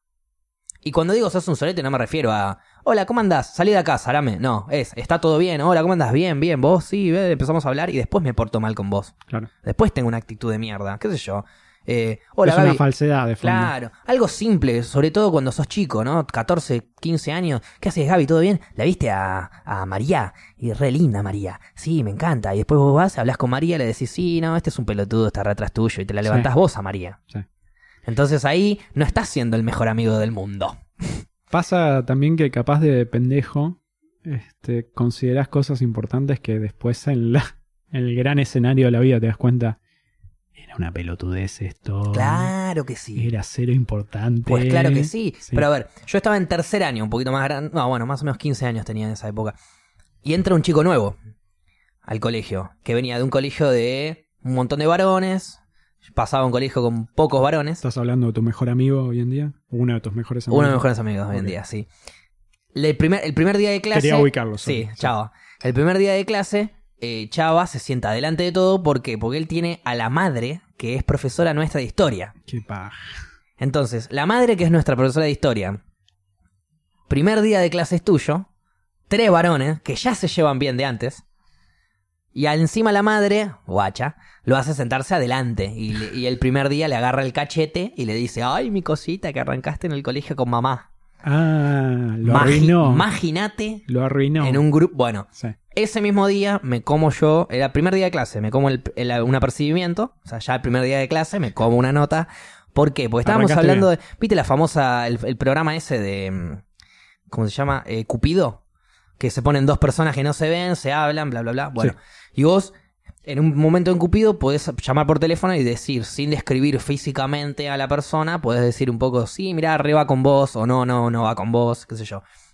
Y cuando digo sos un sorete no me refiero a hola, ¿cómo andás? Salí de acá, Sarame. No, está todo bien. Hola, ¿cómo andás? Bien, vos sí, empezamos a hablar y después me porto mal con vos. Claro. Después tengo una actitud de mierda, qué sé yo. Hola, es Gaby. Una falsedad de fondo. Claro, algo simple, sobre todo cuando sos chico, ¿no? 14, 15 años. ¿Qué haces, Gaby? ¿Todo bien? ¿La viste a María? Y re linda María. Sí, me encanta. Y después vos vas, hablas con María, le decís, sí, no, este es un pelotudo, está re atrás tuyo. Y te la levantás vos a María. Sí. Entonces ahí no estás siendo el mejor amigo del mundo. Pasa también que capaz de pendejo considerás cosas importantes que después en el gran escenario de la vida te das cuenta, era una pelotudez esto. Claro que sí. Era cero importante. Pues claro que sí. Pero a ver, yo estaba en tercer año, un poquito más grande. No, bueno, más o menos 15 años tenía en esa época. Y entra un chico nuevo al colegio, que venía de un colegio de un montón de varones. Pasaba a un colegio con pocos varones. ¿Estás hablando de tu mejor amigo hoy en día? ¿Uno de tus mejores amigos? Uno de mis mejores amigos hoy en día, sí. El primer día de clase... Quería ubicarlo. Sí, Chava. El primer día de clase, Chava se sienta delante de todo. ¿Por qué? Porque él tiene a la madre, que es profesora nuestra de historia. Qué paja. Entonces, la madre, que es nuestra profesora de historia, primer día de clase es tuyo, 3 varones, que ya se llevan bien de antes... Y encima la madre, guacha, lo hace sentarse adelante. Y el primer día le agarra el cachete y le dice, ay, mi cosita, que arrancaste en el colegio con mamá. Ah, lo arruinó. Imagínate. Lo arruinó. En un grupo. Bueno, sí. Ese mismo día me como yo, era el primer día de clase, me como un apercibimiento. O sea, ya el primer día de clase me como una nota. ¿Por qué? Porque estábamos hablando de... ¿Viste la famosa, el programa ese de... ¿Cómo se llama? Cupido. Que se ponen 2 personas que no se ven, se hablan, bla, bla, bla. Bueno, sí. Y vos, en un momento en Cupido, podés llamar por teléfono y decir, sin describir físicamente a la persona, podés decir un poco, sí, mirá, re va con vos, o no va con vos, qué sé yo.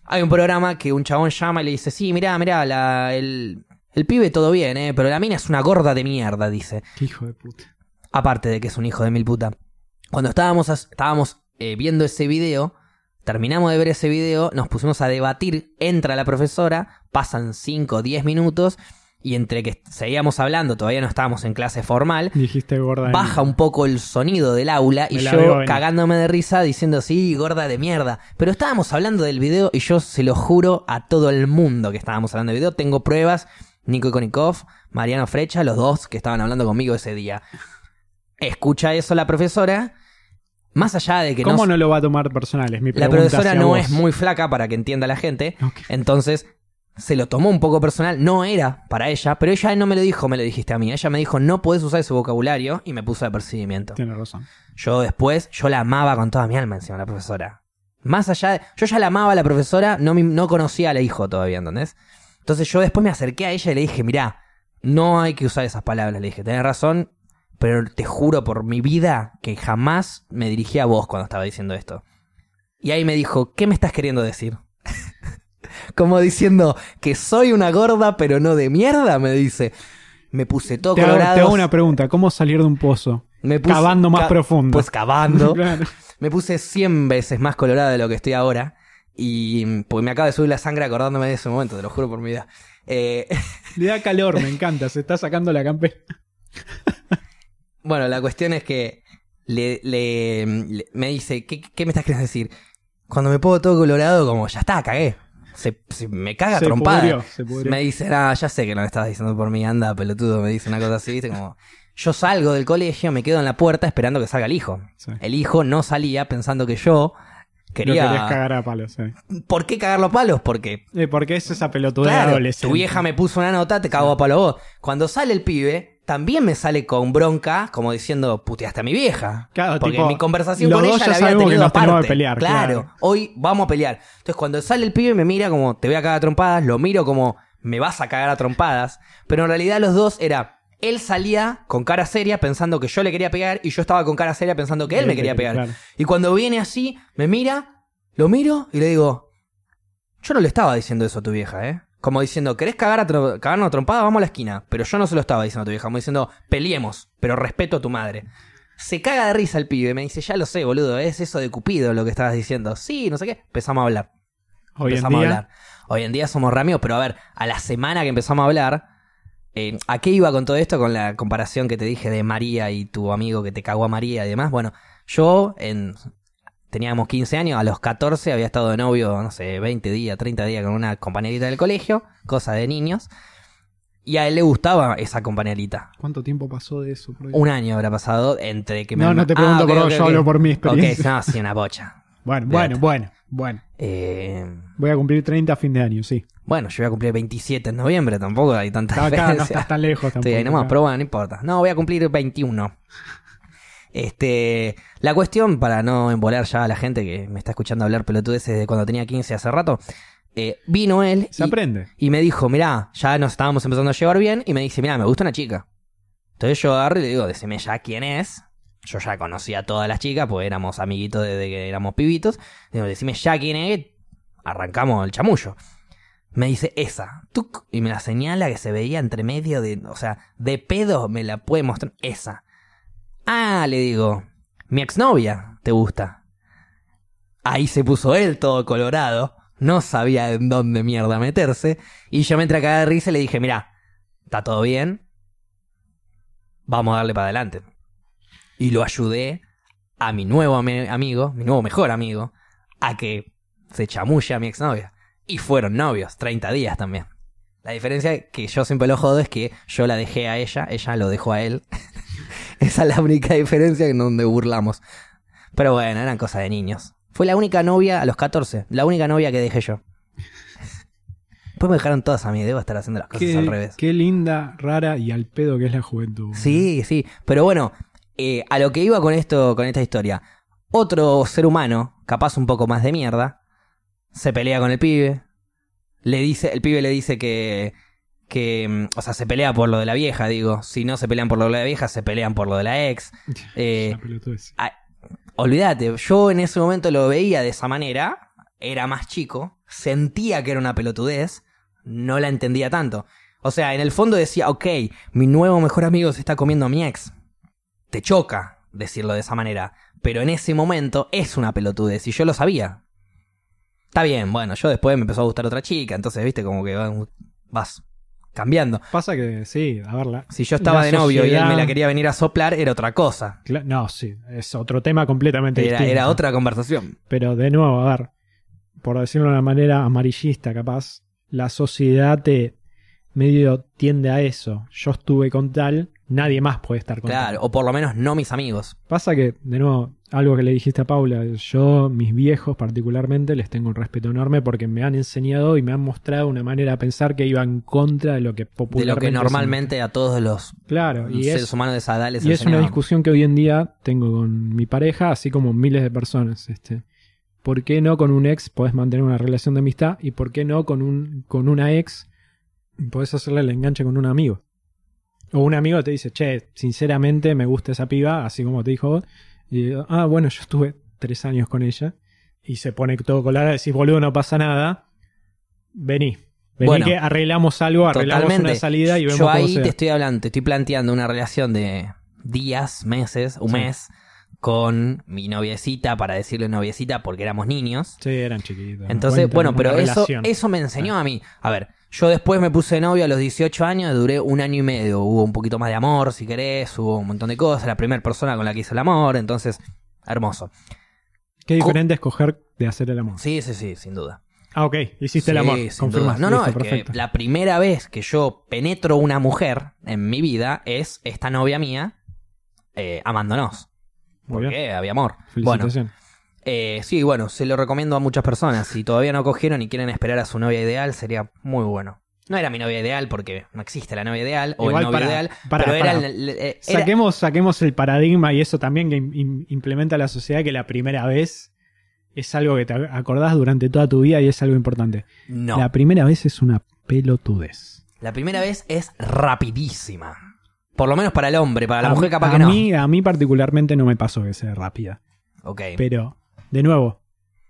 Hay un programa que un chabón llama y le dice, sí, mirá, el pibe todo bien, pero la mina es una gorda de mierda, dice. Qué hijo de puta. Aparte de que es un hijo de mil puta. Cuando estábamos viendo ese video, terminamos de ver ese video, nos pusimos a debatir, entra la profesora, pasan 5 o 10 minutos, y entre que seguíamos hablando, todavía no estábamos en clase formal, dijiste gorda, baja un poco el sonido del aula y yo cagándome de risa diciendo, sí, gorda de mierda. Pero estábamos hablando del video y yo se lo juro a todo el mundo que estábamos hablando del video. Tengo pruebas, Nico Ikonikov, Mariano Frecha, los dos que estaban hablando conmigo ese día. Escucha eso la profesora, más allá de que ¿Cómo no lo va a tomar personal? Es mi pregunta. La profesora no es muy flaca para que entienda la gente, okay. Entonces se lo tomó un poco personal, no era para ella, pero ella no me lo dijo, me lo dijiste a mí. Ella me dijo, no podés usar ese vocabulario, y me puso de apercibimiento. Tienes razón. Yo la amaba con toda mi alma encima, la profesora. Más allá de... Yo ya la amaba a la profesora, no conocía al hijo todavía, ¿entendés? Entonces yo después me acerqué a ella y le dije, mirá, no hay que usar esas palabras. Le dije, tenés razón, pero te juro por mi vida que jamás me dirigí a vos cuando estaba diciendo esto. Y ahí me dijo, ¿qué me estás queriendo decir? Como diciendo que soy una gorda, pero no de mierda, me dice. Me puse todo colorado. Te hago una pregunta, ¿cómo salir de un pozo? Cavando más profundo. Pues cavando. Claro. Me puse 100 veces más colorado de lo que estoy ahora. Y pues me acaba de subir la sangre acordándome de ese momento, te lo juro por mi vida. Le da calor, me encanta, se está sacando la campera. Bueno, la cuestión es que me dice, ¿qué me estás queriendo decir? Cuando me pongo todo colorado, como, ya está, cagué. Se me caga trompada. Se pudrió. Me dice, ya sé que no me estabas diciendo por mí, anda, pelotudo. Me dice una cosa así, ¿viste? Como, yo salgo del colegio, me quedo en la puerta esperando que salga el hijo. Sí. El hijo no salía pensando que yo quería... Lo querías cagar a palos, sí. ¿Por qué cagarlo a palos? Porque es esa pelotudera adolescente. Tu vieja me puso una nota, te cago a palo vos. Cuando sale el pibe, también me sale con bronca, como diciendo, puteaste a mi vieja. Claro, porque tipo, mi conversación con ella la había tenido aparte. Pelear, claro, hoy vamos a pelear. Entonces cuando sale el pibe me mira como, te voy a cagar a trompadas, lo miro como, me vas a cagar a trompadas. Pero en realidad los dos él salía con cara seria pensando que yo le quería pegar, y yo estaba con cara seria pensando que él me quería pegar. Claro. Y cuando viene así, me mira, lo miro y le digo, yo no le estaba diciendo eso a tu vieja, Como diciendo, ¿querés cagarnos a trompada? Vamos a la esquina. Pero yo no se lo estaba diciendo a tu vieja. Como diciendo, peleemos, pero respeto a tu madre. Se caga de risa el pibe. Me dice, ya lo sé, boludo. Es eso de Cupido lo que estabas diciendo. Sí, no sé qué. Empezamos a hablar. Hoy en día somos ramigos. Pero a ver, a la semana que empezamos a hablar, ¿a qué iba con todo esto? Con la comparación que te dije de María y tu amigo que te cagó a María y demás. Bueno, yo teníamos 15 años, a los 14 había estado de novio, no sé, 20 días, 30 días con una compañerita del colegio, cosa de niños, y a él le gustaba esa compañerita. ¿Cuánto tiempo pasó de eso? Un año habrá pasado entre que No te pregunto por vos, yo hablo por mi experiencia. No, sí, una bocha. Bueno. Voy a cumplir 30 a fin de año, sí. Bueno, yo voy a cumplir 27 en noviembre, tampoco hay tanta diferencia. Acá no estás tan lejos tampoco. Estoy ahí nomás, pero bueno, no importa. No, voy a cumplir 21. La cuestión, para no embolar ya a la gente que me está escuchando hablar pelotudeces desde cuando tenía 15 hace rato, vino él y me dijo, mirá, ya nos estábamos empezando a llevar bien, y me dice, mirá, me gusta una chica. Entonces yo agarro y le digo, decime ya quién es. Yo ya conocía a todas las chicas, pues éramos amiguitos desde que éramos pibitos. Digo, decime ya quién es. Arrancamos el chamullo. Me dice, esa. ¡Tuc! Y me la señala, que se veía entre medio de pedo, me la puede mostrar. Esa. Ah, le digo, mi exnovia, ¿te gusta? Ahí se puso él todo colorado, no sabía en dónde mierda meterse, y yo me entré a cagar de risa y le dije, mirá, está todo bien, vamos a darle para adelante. Y lo ayudé a mi nuevo amigo, mi nuevo mejor amigo, a que se chamulle a mi exnovia. Y fueron novios, 30 días también. La diferencia que yo siempre lo jodo es que yo la dejé a ella lo dejó a él. Esa es la única diferencia en donde burlamos. Pero bueno, eran cosas de niños. Fue la única novia a los 14. La única novia que dejé yo. Después me dejaron todas a mí. Debo estar haciendo las cosas al revés. Qué linda, rara y al pedo que es la juventud. Sí, sí. Pero bueno, a lo que iba con esta historia. Otro ser humano, capaz un poco más de mierda, se pelea con el pibe. El pibe le dice que o sea, se pelea por lo de la vieja, digo. Si no se pelean por lo de la vieja, se pelean por lo de la ex. La olvídate, yo en ese momento lo veía de esa manera. era más chico, sentía que era una pelotudez, no la entendía tanto. O sea, en el fondo decía, ok, mi nuevo mejor amigo se está comiendo a mi ex. Te choca decirlo de esa manera, pero en ese momento es una pelotudez y yo lo sabía. Está bien, bueno, yo después me empezó a gustar otra chica, entonces, viste, como que vas cambiando. Pasa que, sí, a verla. Si yo estaba de novio y él me la quería venir a soplar, era otra cosa. No, sí, es otro tema completamente distinto. Era otra conversación. Pero de nuevo, a ver, por decirlo de una manera amarillista capaz, la sociedad medio tiende a eso. Yo estuve con tal, nadie más puede estar con tal. Claro, o por lo menos no mis amigos. Pasa que, de nuevo, algo que le dijiste a Paula, yo, mis viejos particularmente, les tengo un respeto enorme porque me han enseñado y me han mostrado una manera de pensar que iba en contra de lo que popularmente... De lo que normalmente a todos los seres humanos de esa edad les enseñaban. Y es una discusión que hoy en día tengo con mi pareja, así como miles de personas. ¿Por qué no con un ex podés mantener una relación de amistad? ¿Y por qué no con una ex podés hacerle el enganche con un amigo? O un amigo te dice, che, sinceramente me gusta esa piba, así como te dijo vos. Y bueno, yo estuve 3 años con ella. Y se pone todo colorado, decís, boludo, no pasa nada. Vení bueno, que arreglamos algo, arreglamos totalmente. Una salida y vemos yo ahí cómo te estoy planteando una relación de días, meses, un mes con mi noviecita, para decirle noviecita porque éramos niños. Sí, eran chiquitos. Entonces, bueno, pero eso me enseñó a mí. A ver, yo después me puse novio a los 18 años, duré 1 año y medio. Hubo un poquito más de amor, si querés, hubo un montón de cosas. La primera persona con la que hice el amor, entonces, hermoso. Qué diferente escoger de hacer el amor. Sí, sin duda. Ok, hiciste el amor, confirmás. No, es perfecto. Que la primera vez que yo penetro una mujer en mi vida es esta novia mía amándonos. Porque había amor. Felicitaciones. Bueno, se lo recomiendo a muchas personas. Si todavía no cogieron y quieren esperar a su novia ideal, sería muy bueno. No era mi novia ideal porque no existe la novia ideal o igual el novio ideal, pero era... Saquemos el paradigma y eso también que implementa la sociedad, que la primera vez es algo que te acordás durante toda tu vida y es algo importante. No. La primera vez es una pelotudez. La primera vez es rapidísima. Por lo menos para el hombre, para la mujer capaz que no. A mí particularmente no me pasó que sea rápida. Ok. Pero, de nuevo,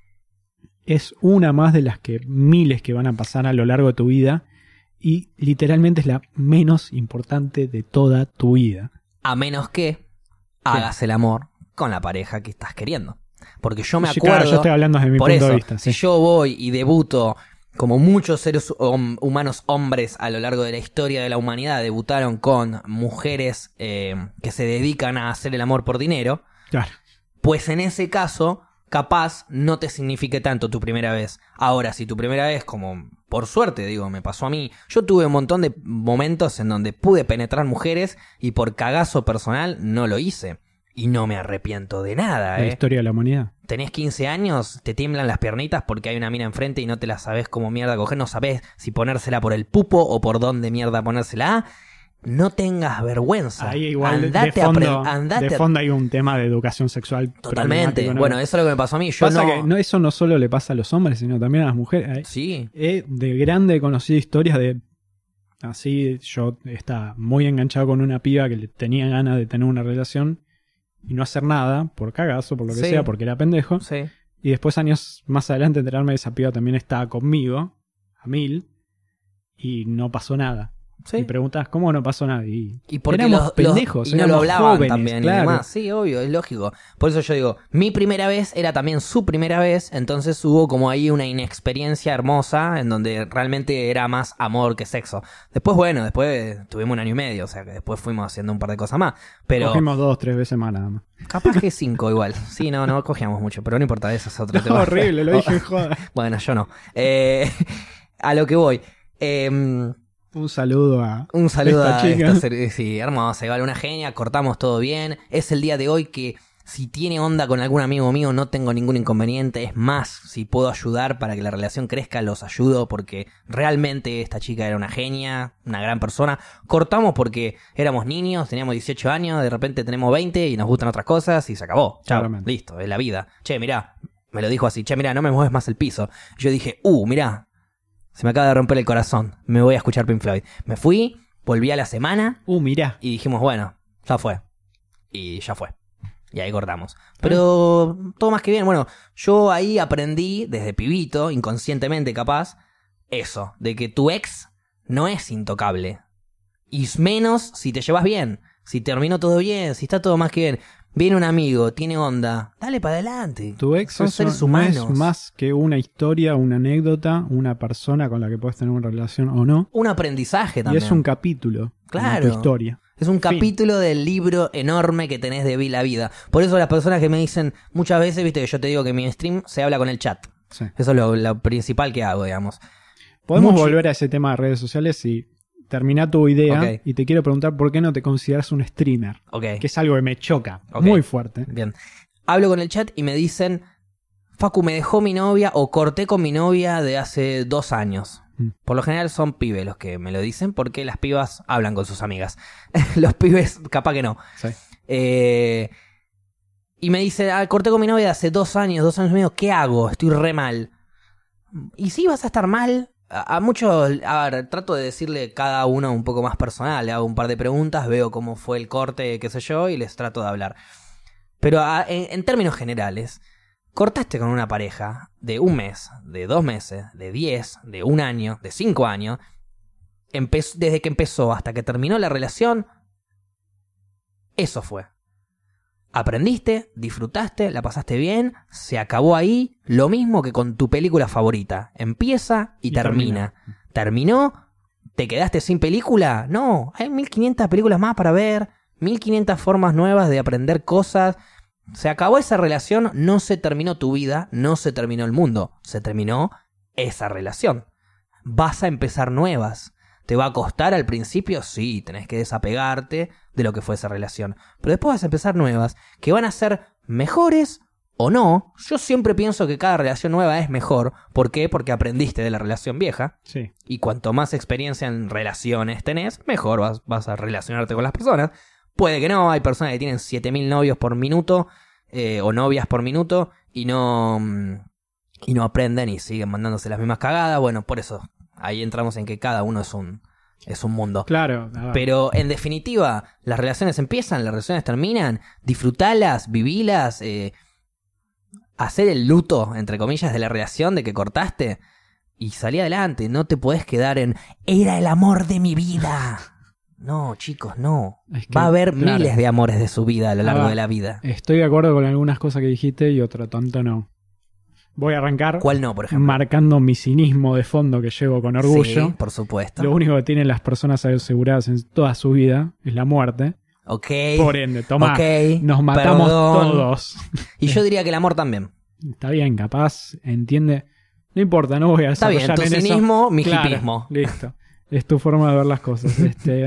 es una más de las que miles que van a pasar a lo largo de tu vida y literalmente es la menos importante de toda tu vida. A menos que hagas el amor con la pareja que estás queriendo. Porque yo me acuerdo... Claro, yo estoy hablando desde mi punto de vista. Si yo voy y debuto... Como muchos seres humanos hombres a lo largo de la historia de la humanidad debutaron con mujeres que se dedican a hacer el amor por dinero, claro. Pues en ese caso, capaz no te signifique tanto tu primera vez. Ahora, si tu primera vez, como por suerte, digo, me pasó a mí, yo tuve un montón de momentos en donde pude penetrar mujeres y por cagazo personal no lo hice. Y no me arrepiento de nada, La historia de la humanidad. Tenés 15 años, te tiemblan las piernitas porque hay una mina enfrente y no te la sabés cómo mierda coger, no sabés si ponérsela por el pupo o por dónde mierda ponérsela. No tengas vergüenza. Ahí igual de fondo hay un tema de educación sexual. Totalmente. Bueno, eso es lo que me pasó a mí. Que eso no solo le pasa a los hombres, sino también a las mujeres. Sí. De grande he conocido historias de... Así yo estaba muy enganchado con una piba que tenía ganas de tener una relación y no hacer nada, por cagazo, por lo que sea, porque era pendejo. Sí. Y después, años más adelante, enterarme de esa piba también estaba conmigo, a 1000, y no pasó nada. Sí. Y preguntas, ¿cómo no pasó nada? Y porque éramos pendejos, y no lo hablaban jóvenes, también claro. Y demás. Sí, obvio, es lógico. Por eso yo digo, mi primera vez era también su primera vez, entonces hubo como ahí una inexperiencia hermosa en donde realmente era más amor que sexo. Después tuvimos 1 año y medio, o sea que después fuimos haciendo un par de cosas más. Pero cogimos 2-3 veces más nada más. Capaz que 5 igual. Sí, no cogíamos mucho, pero no importa, eso es otro tema. Horrible, lo dije, joda. Bueno, yo no. A lo que voy. Un saludo a esta chica. Sí, hermosa, igual una genia, cortamos todo bien. Es el día de hoy que si tiene onda con algún amigo mío no tengo ningún inconveniente. Es más, si puedo ayudar para que la relación crezca, los ayudo porque realmente esta chica era una genia, una gran persona. Cortamos porque éramos niños, teníamos 18 años, de repente tenemos 20 y nos gustan otras cosas y se acabó. Chao, listo, es la vida. Che, mirá, me lo dijo así, che, mirá, no me mueves más el piso. Yo dije, mirá. Se me acaba de romper el corazón. Me voy a escuchar Pink Floyd. Me fui, volví a la semana. Mirá. Y dijimos, bueno, ya fue. Y ya fue. Y ahí cortamos. Pero todo más que bien. Bueno, yo ahí aprendí desde pibito, inconscientemente capaz, eso, de que tu ex no es intocable. Y menos si te llevas bien, si terminó todo bien, si está todo más que bien. Viene un amigo, tiene onda, dale para adelante. Tu ex son seres humanos. No es más que una historia, una anécdota, una persona con la que puedes tener una relación o no. Un aprendizaje también. Y es un capítulo de tu historia. Es un capítulo del libro enorme que tenés de la vida. Por eso las personas que me dicen muchas veces, viste que yo te digo que mi stream se habla con el chat. Sí. Eso es lo principal que hago, digamos. Podemos volver a ese tema de redes sociales y termina tu idea y te quiero preguntar por qué no te consideras un streamer. Que es algo que me choca muy fuerte. Bien. Hablo con el chat y me dicen, Facu, me dejó mi novia o corté con mi novia de hace 2 años. Por lo general son pibes los que me lo dicen porque las pibas hablan con sus amigas. Los pibes capaz que no. Sí. Y me dice, corté con mi novia de hace 2 años, 2 años y medio, ¿qué hago? Estoy re mal. Y sí, vas a estar mal. A muchos, a ver, trato de decirle cada uno un poco más personal, le hago un par de preguntas, veo cómo fue el corte, qué sé yo, y les trato de hablar. Pero en términos generales, cortaste con una pareja de 1 mes, de 2 meses, de 10, de 1 año, de 5 años, desde que empezó hasta que terminó la relación, eso fue. Aprendiste, disfrutaste, la pasaste bien, se acabó ahí, lo mismo que con tu película favorita. Empieza y termina. ¿Terminó? ¿Te quedaste sin película? No, hay 1500 películas más para ver, 1500 formas nuevas de aprender cosas. Se acabó esa relación, no se terminó tu vida, no se terminó el mundo, se terminó esa relación. Vas a empezar nuevas. ¿Te va a costar al principio? Sí, tenés que desapegarte de lo que fue esa relación. Pero después vas a empezar nuevas, que van a ser mejores o no. Yo siempre pienso que cada relación nueva es mejor. ¿Por qué? Porque aprendiste de la relación vieja. Sí. Y cuanto más experiencia en relaciones tenés, mejor vas a relacionarte con las personas. Puede que no, hay personas que tienen 7000 novios por minuto o novias por minuto y no aprenden y siguen mandándose las mismas cagadas. Bueno, por eso ahí entramos en que cada uno es un mundo. Claro. Pero en definitiva, las relaciones empiezan, las relaciones terminan. Disfrutalas, vivilas, hacer el luto, entre comillas, de la relación de que cortaste y salí adelante. No te podés quedar en era el amor de mi vida. No, chicos, no. Es que, va a haber miles de amores de su vida a lo largo de la vida. Estoy de acuerdo con algunas cosas que dijiste y otro tanto no. Voy a arrancar. ¿Cuál no, por ejemplo? Marcando mi cinismo de fondo que llevo con orgullo. Sí, por supuesto. Lo único que tienen las personas aseguradas en toda su vida es la muerte. Ok. Por ende, tomá, nos matamos todos. Y yo diría que el amor también. Está bien, capaz, entiende. No importa, no voy a desarrollar en eso. Está bien, tu cinismo, mi hipismo. Listo. Es tu forma de ver las cosas.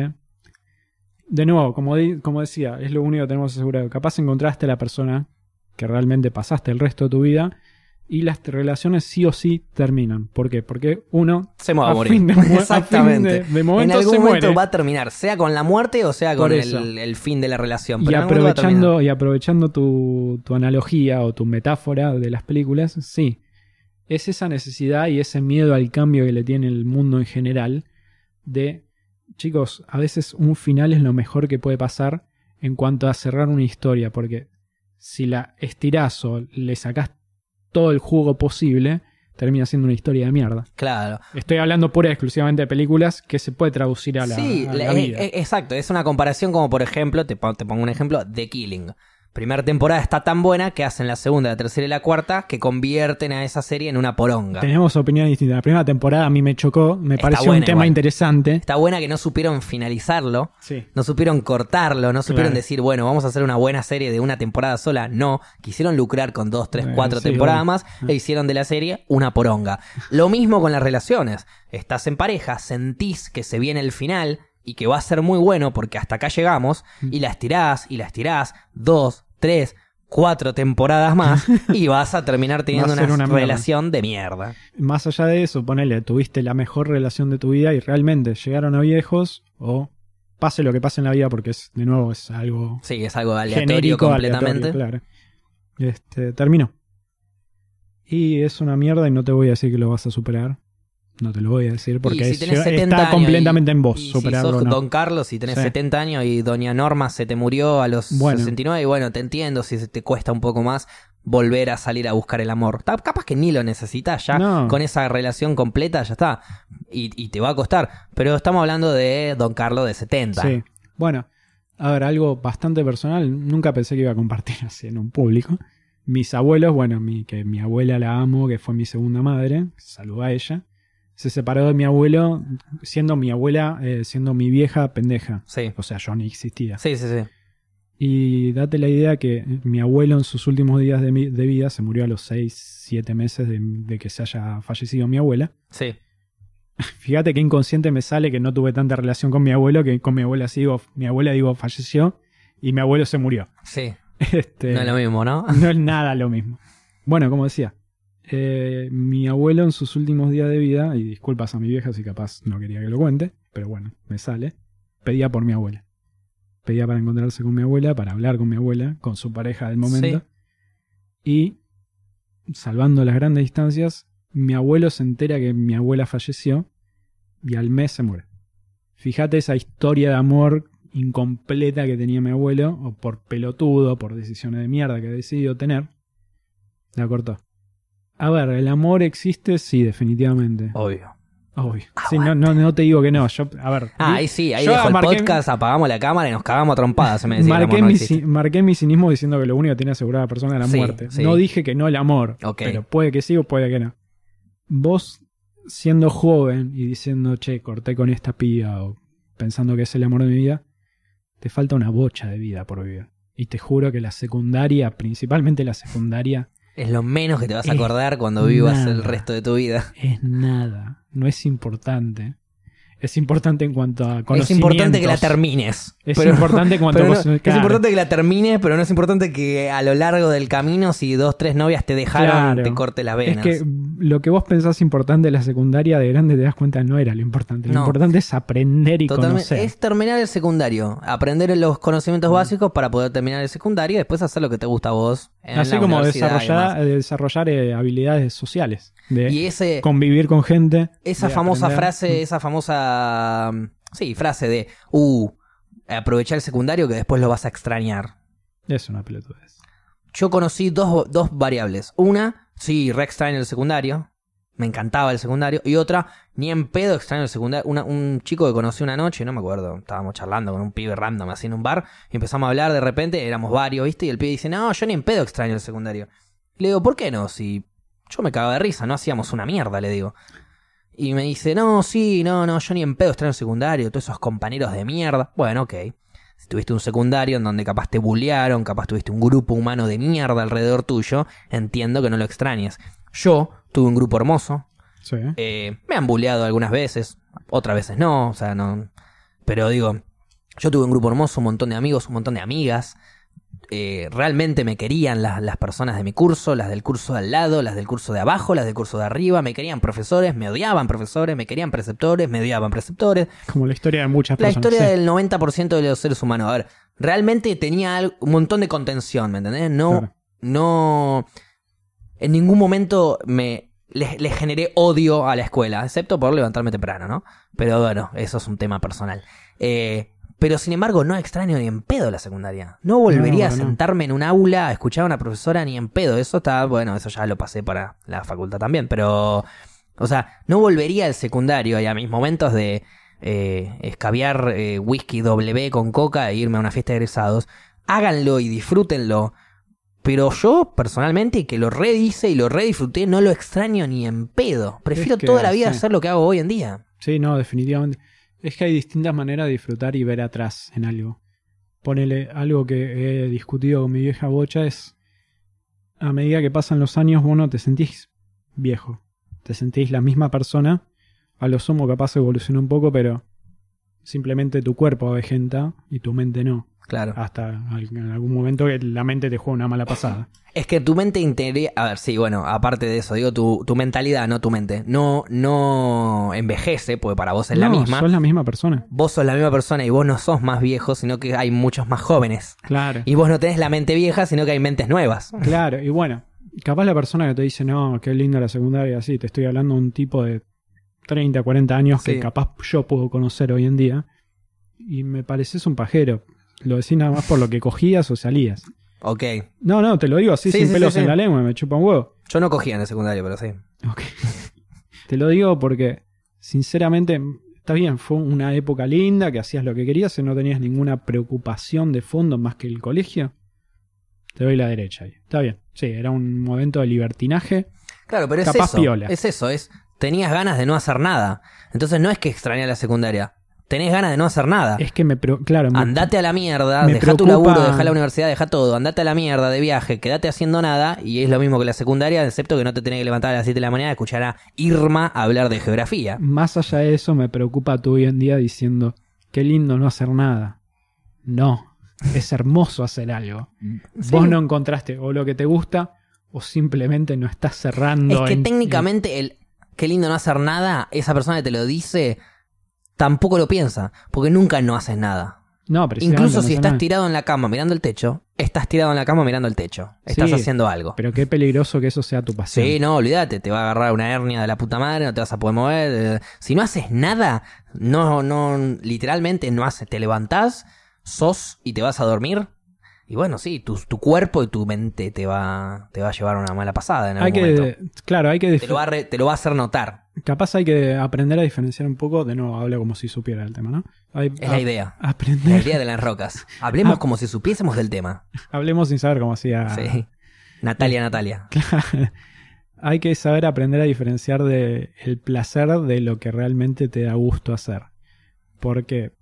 De nuevo, como decía, es lo único que tenemos asegurado. Capaz encontraste a la persona que realmente pasaste el resto de tu vida y las relaciones sí o sí terminan. ¿Por qué? Porque uno se va a morir. Exactamente. En algún momento va a terminar, sea con la muerte o sea con el fin de la relación. Pero aprovechando tu analogía o tu metáfora de las películas, sí. Es esa necesidad y ese miedo al cambio que le tiene el mundo en general de, chicos, a veces un final es lo mejor que puede pasar en cuanto a cerrar una historia, porque si la estirás o le sacás todo el jugo posible, termina siendo una historia de mierda. Claro. Estoy hablando pura y exclusivamente de películas que se puede traducir a la vida. Exacto, es una comparación como, por ejemplo, te pongo un ejemplo, The Killing. Primera temporada está tan buena que hacen la segunda, la tercera y la cuarta que convierten a esa serie en una poronga. Tenemos opiniones distintas. La primera temporada a mí me chocó, me pareció un tema interesante. Está buena que no supieron finalizarlo, sí. No supieron cortarlo, no supieron decir, bueno, vamos a hacer una buena serie de una temporada sola. No, quisieron lucrar con 2, 3, 4 temporadas más e hicieron de la serie una poronga. Lo mismo con las relaciones. Estás en pareja, sentís que se viene el final y que va a ser muy bueno porque hasta acá llegamos y la estirás 2, 3, 4 temporadas más y vas a terminar teniendo una relación de mierda. Más allá de eso, ponele, tuviste la mejor relación de tu vida y realmente llegaron a viejos o pase lo que pase en la vida porque de nuevo es algo... Sí, es algo aleatorio completamente. Aleatorio, claro. Terminó. Y es una mierda y no te voy a decir que lo vas a superar. No te lo voy a decir porque si tenés 70 está años completamente en vos y superarlo. Si sos no. Don Carlos, si tenés 70 años y Doña Norma se te murió a los 69, y bueno, te entiendo si te cuesta un poco más volver a salir a buscar el amor. Capaz que ni lo necesitas ya, con esa relación completa ya está. Y te va a costar. Pero estamos hablando de Don Carlos de 70. Sí. Bueno, a ver, algo bastante personal. Nunca pensé que iba a compartir así en un público. Mis abuelos, que mi abuela la amo, que fue mi segunda madre, saluda a ella. Se separó de mi abuelo, siendo mi abuela, siendo mi vieja pendeja. Sí. O sea, yo ni existía. Sí. Y date la idea que mi abuelo en sus últimos días de vida se murió a los 6, 7 meses de que se haya fallecido mi abuela. Sí. Fíjate qué inconsciente me sale que no tuve tanta relación con mi abuelo, que con mi abuela falleció y mi abuelo se murió. Sí. No es lo mismo, ¿no? No es nada lo mismo. Bueno, como decía, mi abuelo en sus últimos días de vida, y disculpas a mi vieja si capaz no quería que lo cuente, pero bueno, me sale, pedía por mi abuela. Pedía para encontrarse con mi abuela, para hablar con mi abuela, con su pareja del momento. Sí. Y, salvando las grandes distancias, mi abuelo se entera que mi abuela falleció y al mes se muere. Fíjate esa historia de amor incompleta que tenía mi abuelo, o por pelotudo, por decisiones de mierda que decidió tener, la cortó. A ver, ¿el amor existe? Sí, definitivamente. Obvio. Sí, no te digo que no. Ahí sí, ahí dejo el podcast, apagamos la cámara y nos cagamos a trompadas. Marqué mi cinismo diciendo que lo único que tiene asegurada la persona es la muerte. Sí. No dije que no el amor, pero puede que sí o puede que no. Vos, siendo joven y diciendo, che, corté con esta piba, o pensando que es el amor de mi vida, te falta una bocha de vida por vivir. Y te juro que la secundaria, principalmente la secundaria, es lo menos que te vas a acordar cuando vivas el resto de tu vida. Es nada. No es importante. Es importante en cuanto a conocimientos. Es importante que la termines. Es importante en cuanto a es importante que la termines, pero no es importante que a lo largo del camino, si 2, 3 novias te dejaron, te corte las venas. Es que lo que vos pensás importante en la secundaria, de grande te das cuenta no era lo importante. Lo importante es aprender y conocer. Es terminar el secundario. Aprender los conocimientos básicos para poder terminar el secundario y después hacer lo que te gusta a vos. Así como desarrollar habilidades sociales. De convivir con gente. Esa famosa frase, frase de aprovechar el secundario que después lo vas a extrañar. Es una pelotudez. Yo conocí dos variables. Una, sí, re extraño el secundario. Me encantaba el secundario. Y otra, ni en pedo extraño el secundario. Un chico que conocí una noche, no me acuerdo, estábamos charlando con un pibe random así en un bar. Y empezamos a hablar de repente, éramos varios, ¿viste? Y el pibe dice, no, yo ni en pedo extraño el secundario. Le digo, ¿por qué no? Si yo me cagaba de risa, no hacíamos una mierda, le digo. Y me dice, no, yo ni en pedo extraño el secundario, todos esos compañeros de mierda. Bueno, ok. Si tuviste un secundario en donde capaz te bullearon, capaz tuviste un grupo humano de mierda alrededor tuyo, entiendo que no lo extrañes. Yo tuve un grupo hermoso. Sí. Me han bulleado algunas veces, otras veces no, pero digo, yo tuve un grupo hermoso, un montón de amigos, un montón de amigas. Realmente me querían las personas de mi curso, las del curso de al lado, las del curso de abajo, las del curso de arriba, me querían profesores, me odiaban profesores, me querían preceptores, me odiaban preceptores. Como la historia de muchas personas. La historia del 90% de los seres humanos. A ver, realmente tenía un montón de contención, ¿me entendés? No, en ningún momento le generé odio a la escuela, excepto por levantarme temprano, ¿no? Pero bueno, eso es un tema personal. Pero sin embargo no extraño ni en pedo la secundaria. No volvería a sentarme en un aula a escuchar a una profesora ni en pedo. Eso ya lo pasé para la facultad también. Pero, no volvería al secundario y a mis momentos de escabiar whisky W con coca e irme a una fiesta de egresados. Háganlo y disfrútenlo. Pero yo, personalmente, que lo redice y lo redisfruté, no lo extraño ni en pedo. Prefiero toda la vida hacer lo que hago hoy en día. Sí, no, definitivamente. Es que hay distintas maneras de disfrutar y ver atrás en algo. Ponele, algo que he discutido con mi vieja bocha es, a medida que pasan los años, vos no te sentís viejo. Te sentís la misma persona. A lo sumo capaz evoluciona un poco, pero simplemente tu cuerpo avejenta y tu mente no. Claro. Hasta en algún momento que la mente te juega una mala pasada. Es que tu mente interior... A ver, sí, bueno, aparte de eso, digo, tu mentalidad, no tu mente. No envejece, porque para vos es la misma. Sos la misma persona. Vos sos la misma persona y vos no sos más viejo, sino que hay muchos más jóvenes. Claro. Y vos no tenés la mente vieja, sino que hay mentes nuevas. Claro, y bueno, capaz la persona que te dice, no, qué linda la secundaria, así, te estoy hablando de un tipo de 30, 40 años que capaz yo puedo conocer hoy en día. Y me pareces un pajero. ¿Lo decís nada más por lo que cogías o salías? Ok. No, te lo digo así sin pelos en la lengua, me chupa un huevo. Yo no cogía en el secundario, pero sí. Ok. Te lo digo porque, sinceramente, está bien, fue una época linda, que hacías lo que querías y no tenías ninguna preocupación de fondo más que el colegio. Te doy la derecha ahí. Está bien. Sí, era un momento de libertinaje. Claro, pero capaz es eso. Piola. Es eso, tenías ganas de no hacer nada. Entonces no es que extrañas la secundaria. Tenés ganas de no hacer nada. Es que andate a la mierda, dejá tu laburo, dejá la universidad, dejá todo, andate a la mierda de viaje, quedate haciendo nada, y es lo mismo que la secundaria, excepto que no te tenés que levantar a las 7 de la mañana a escuchar a Irma hablar de geografía. Más allá de eso, me preocupa tú hoy en día diciendo, qué lindo no hacer nada. No, es hermoso hacer algo. Sí. Vos no encontraste o lo que te gusta, o simplemente no estás cerrando. Es que técnicamente qué lindo no hacer nada, esa persona que te lo dice tampoco lo piensa, porque nunca no haces nada. No, pero incluso si estás tirado en la cama mirando el techo, estás tirado en la cama mirando el techo. Estás haciendo algo. Pero qué peligroso que eso sea tu pasión. Sí, no, olvídate, te va a agarrar una hernia de la puta madre, no te vas a poder mover. Si no haces nada, literalmente no haces, te levantás, sos y te vas a dormir. Y bueno, sí, tu cuerpo y tu mente te va a llevar una mala pasada en algún momento. Claro, hay que... Te lo va a hacer notar. Capaz hay que aprender a diferenciar un poco. De nuevo, hablo como si supiera el tema, ¿no? Es la idea. Aprender. La idea de las rocas. Hablemos como si supiésemos del tema. Hablemos sin saber cómo hacía... Sí. Natalia. Claro. Hay que saber aprender a diferenciar el placer de lo que realmente te da gusto hacer. Porque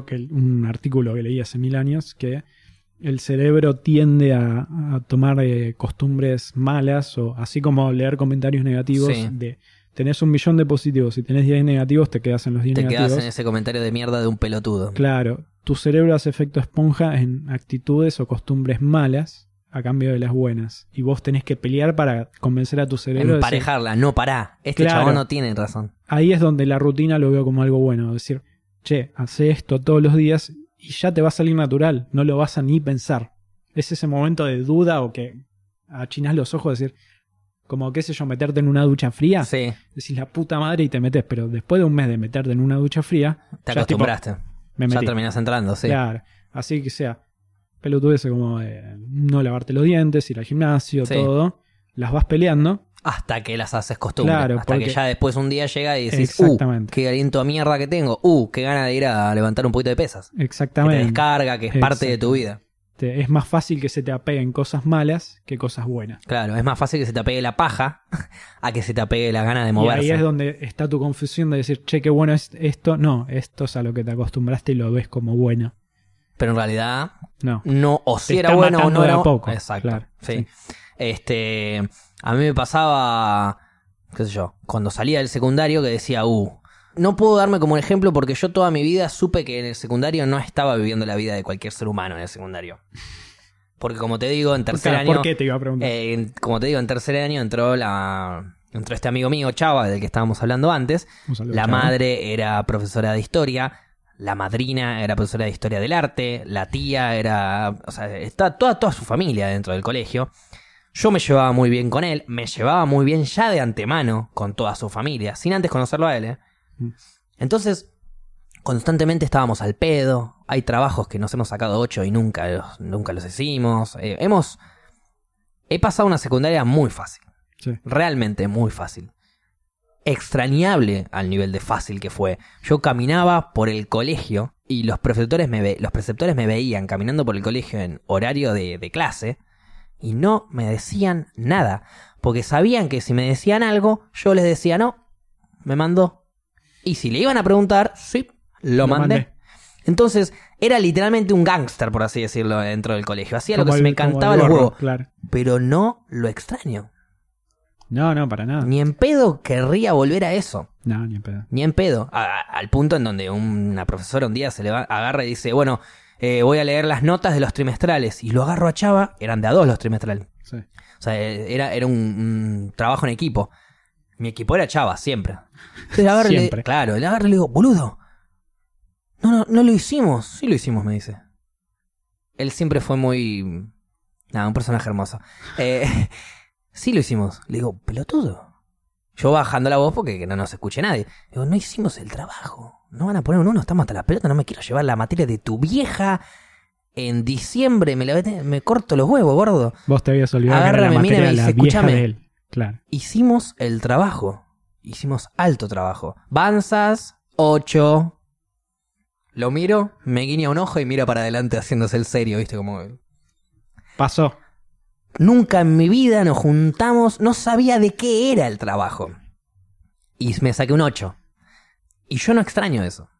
un artículo que leí hace 1000 años, que el cerebro tiende a tomar costumbres malas, o así como leer comentarios negativos de tenés 1.000.000 de positivos y tenés 10 negativos, te quedas en los 10 negativos. Te quedas en ese comentario de mierda de un pelotudo. Claro, tu cerebro hace efecto esponja en actitudes o costumbres malas a cambio de las buenas. Y vos tenés que pelear para convencer a tu cerebro. Emparejarla, no pará. Chabón no tiene razón. Ahí es donde la rutina lo veo como algo bueno. Decir, che, hacé esto todos los días y ya te va a salir natural. No lo vas a ni pensar. Es ese momento de duda o que achinás los ojos, decir, como qué sé yo, meterte en una ducha fría. Sí. Decís la puta madre y te metes. Pero después de un mes de meterte en una ducha fría, te acostumbraste. Ya terminás entrando, sí. Claro. Así que sea pelotudez como no lavarte los dientes, ir al gimnasio, todo. Las vas peleando. Hasta que las haces costumbre. Claro, hasta que ya después un día llega y decís, qué aliento a mierda que tengo. Qué gana de ir a levantar un poquito de pesas. Exactamente. Que te descarga, que es parte de tu vida. Es más fácil que se te apeguen cosas malas que cosas buenas. Claro, es más fácil que se te apegue la paja a que se te apegue la gana de moverse. Y ahí es donde está tu confusión de decir, che, qué bueno es esto. No, esto es a lo que te acostumbraste y lo ves como bueno. Pero en realidad, no o si era bueno o no era poco. Exacto. Claro, sí. A mí me pasaba, qué sé yo, cuando salía del secundario que decía, no puedo darme como ejemplo porque yo toda mi vida supe que en el secundario no estaba viviendo la vida de cualquier ser humano en el secundario. Porque como te digo, en tercer año... ¿Por qué te iba a preguntar? Como te digo, en tercer año entró este amigo mío, Chava, del que estábamos hablando antes. La madre era profesora de historia, la madrina era profesora de historia del arte, la tía era... O sea, está toda su familia dentro del colegio. Yo me llevaba muy bien con él, me llevaba muy bien ya de antemano con toda su familia, sin antes conocerlo a él, Entonces, constantemente estábamos al pedo. Hay trabajos que nos hemos sacado 8 y nunca los hicimos. He pasado una secundaria muy fácil. Sí. Realmente muy fácil. Extrañable al nivel de fácil que fue. Yo caminaba por el colegio y los preceptores me veían caminando por el colegio en horario de clase y no me decían nada. Porque sabían que si me decían algo, yo les decía no, me mandó. Y si le iban a preguntar, sí, lo mandé. Entonces, era literalmente un gángster, por así decirlo, dentro del colegio. Hacía lo que se me cantaba los huevos. Claro. Pero no lo extraño. No, para nada. Ni en pedo querría volver a eso. No, ni en pedo. Ni en pedo. Al punto en donde una profesora un día agarra y dice, bueno, voy a leer las notas de los trimestrales. Y lo agarro a Chava, eran de a 2 los trimestrales. Sí. O sea, era un trabajo en equipo. Mi equipo era Chava, siempre. Entonces, siempre. Claro, le agarro y le digo, boludo, no lo hicimos. Sí lo hicimos, me dice. Él siempre fue un personaje hermoso. Sí lo hicimos. Le digo, pelotudo, Yo bajando la voz porque no nos escuche nadie. Digo, no hicimos el trabajo. No van a poner un 1, estamos hasta la pelota, no me quiero llevar la materia de tu vieja. En diciembre me corto los huevos, gordo. Vos te habías olvidado que era la materia de la vieja de él. Claro. Hicimos el trabajo. Hicimos alto trabajo. Banzas, 8. Lo miro, me guiña un ojo y mira para adelante haciéndose el serio, ¿viste? Como... Pasó. Nunca en mi vida nos juntamos, no sabía de qué era el trabajo. Y me saqué un 8. Y yo no extraño eso.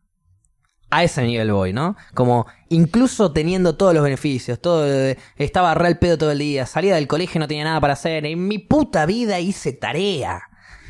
A ese nivel voy, ¿no? Como incluso teniendo todos los beneficios, estaba re al pedo todo el día, salía del colegio y no tenía nada para hacer. En mi puta vida hice tarea.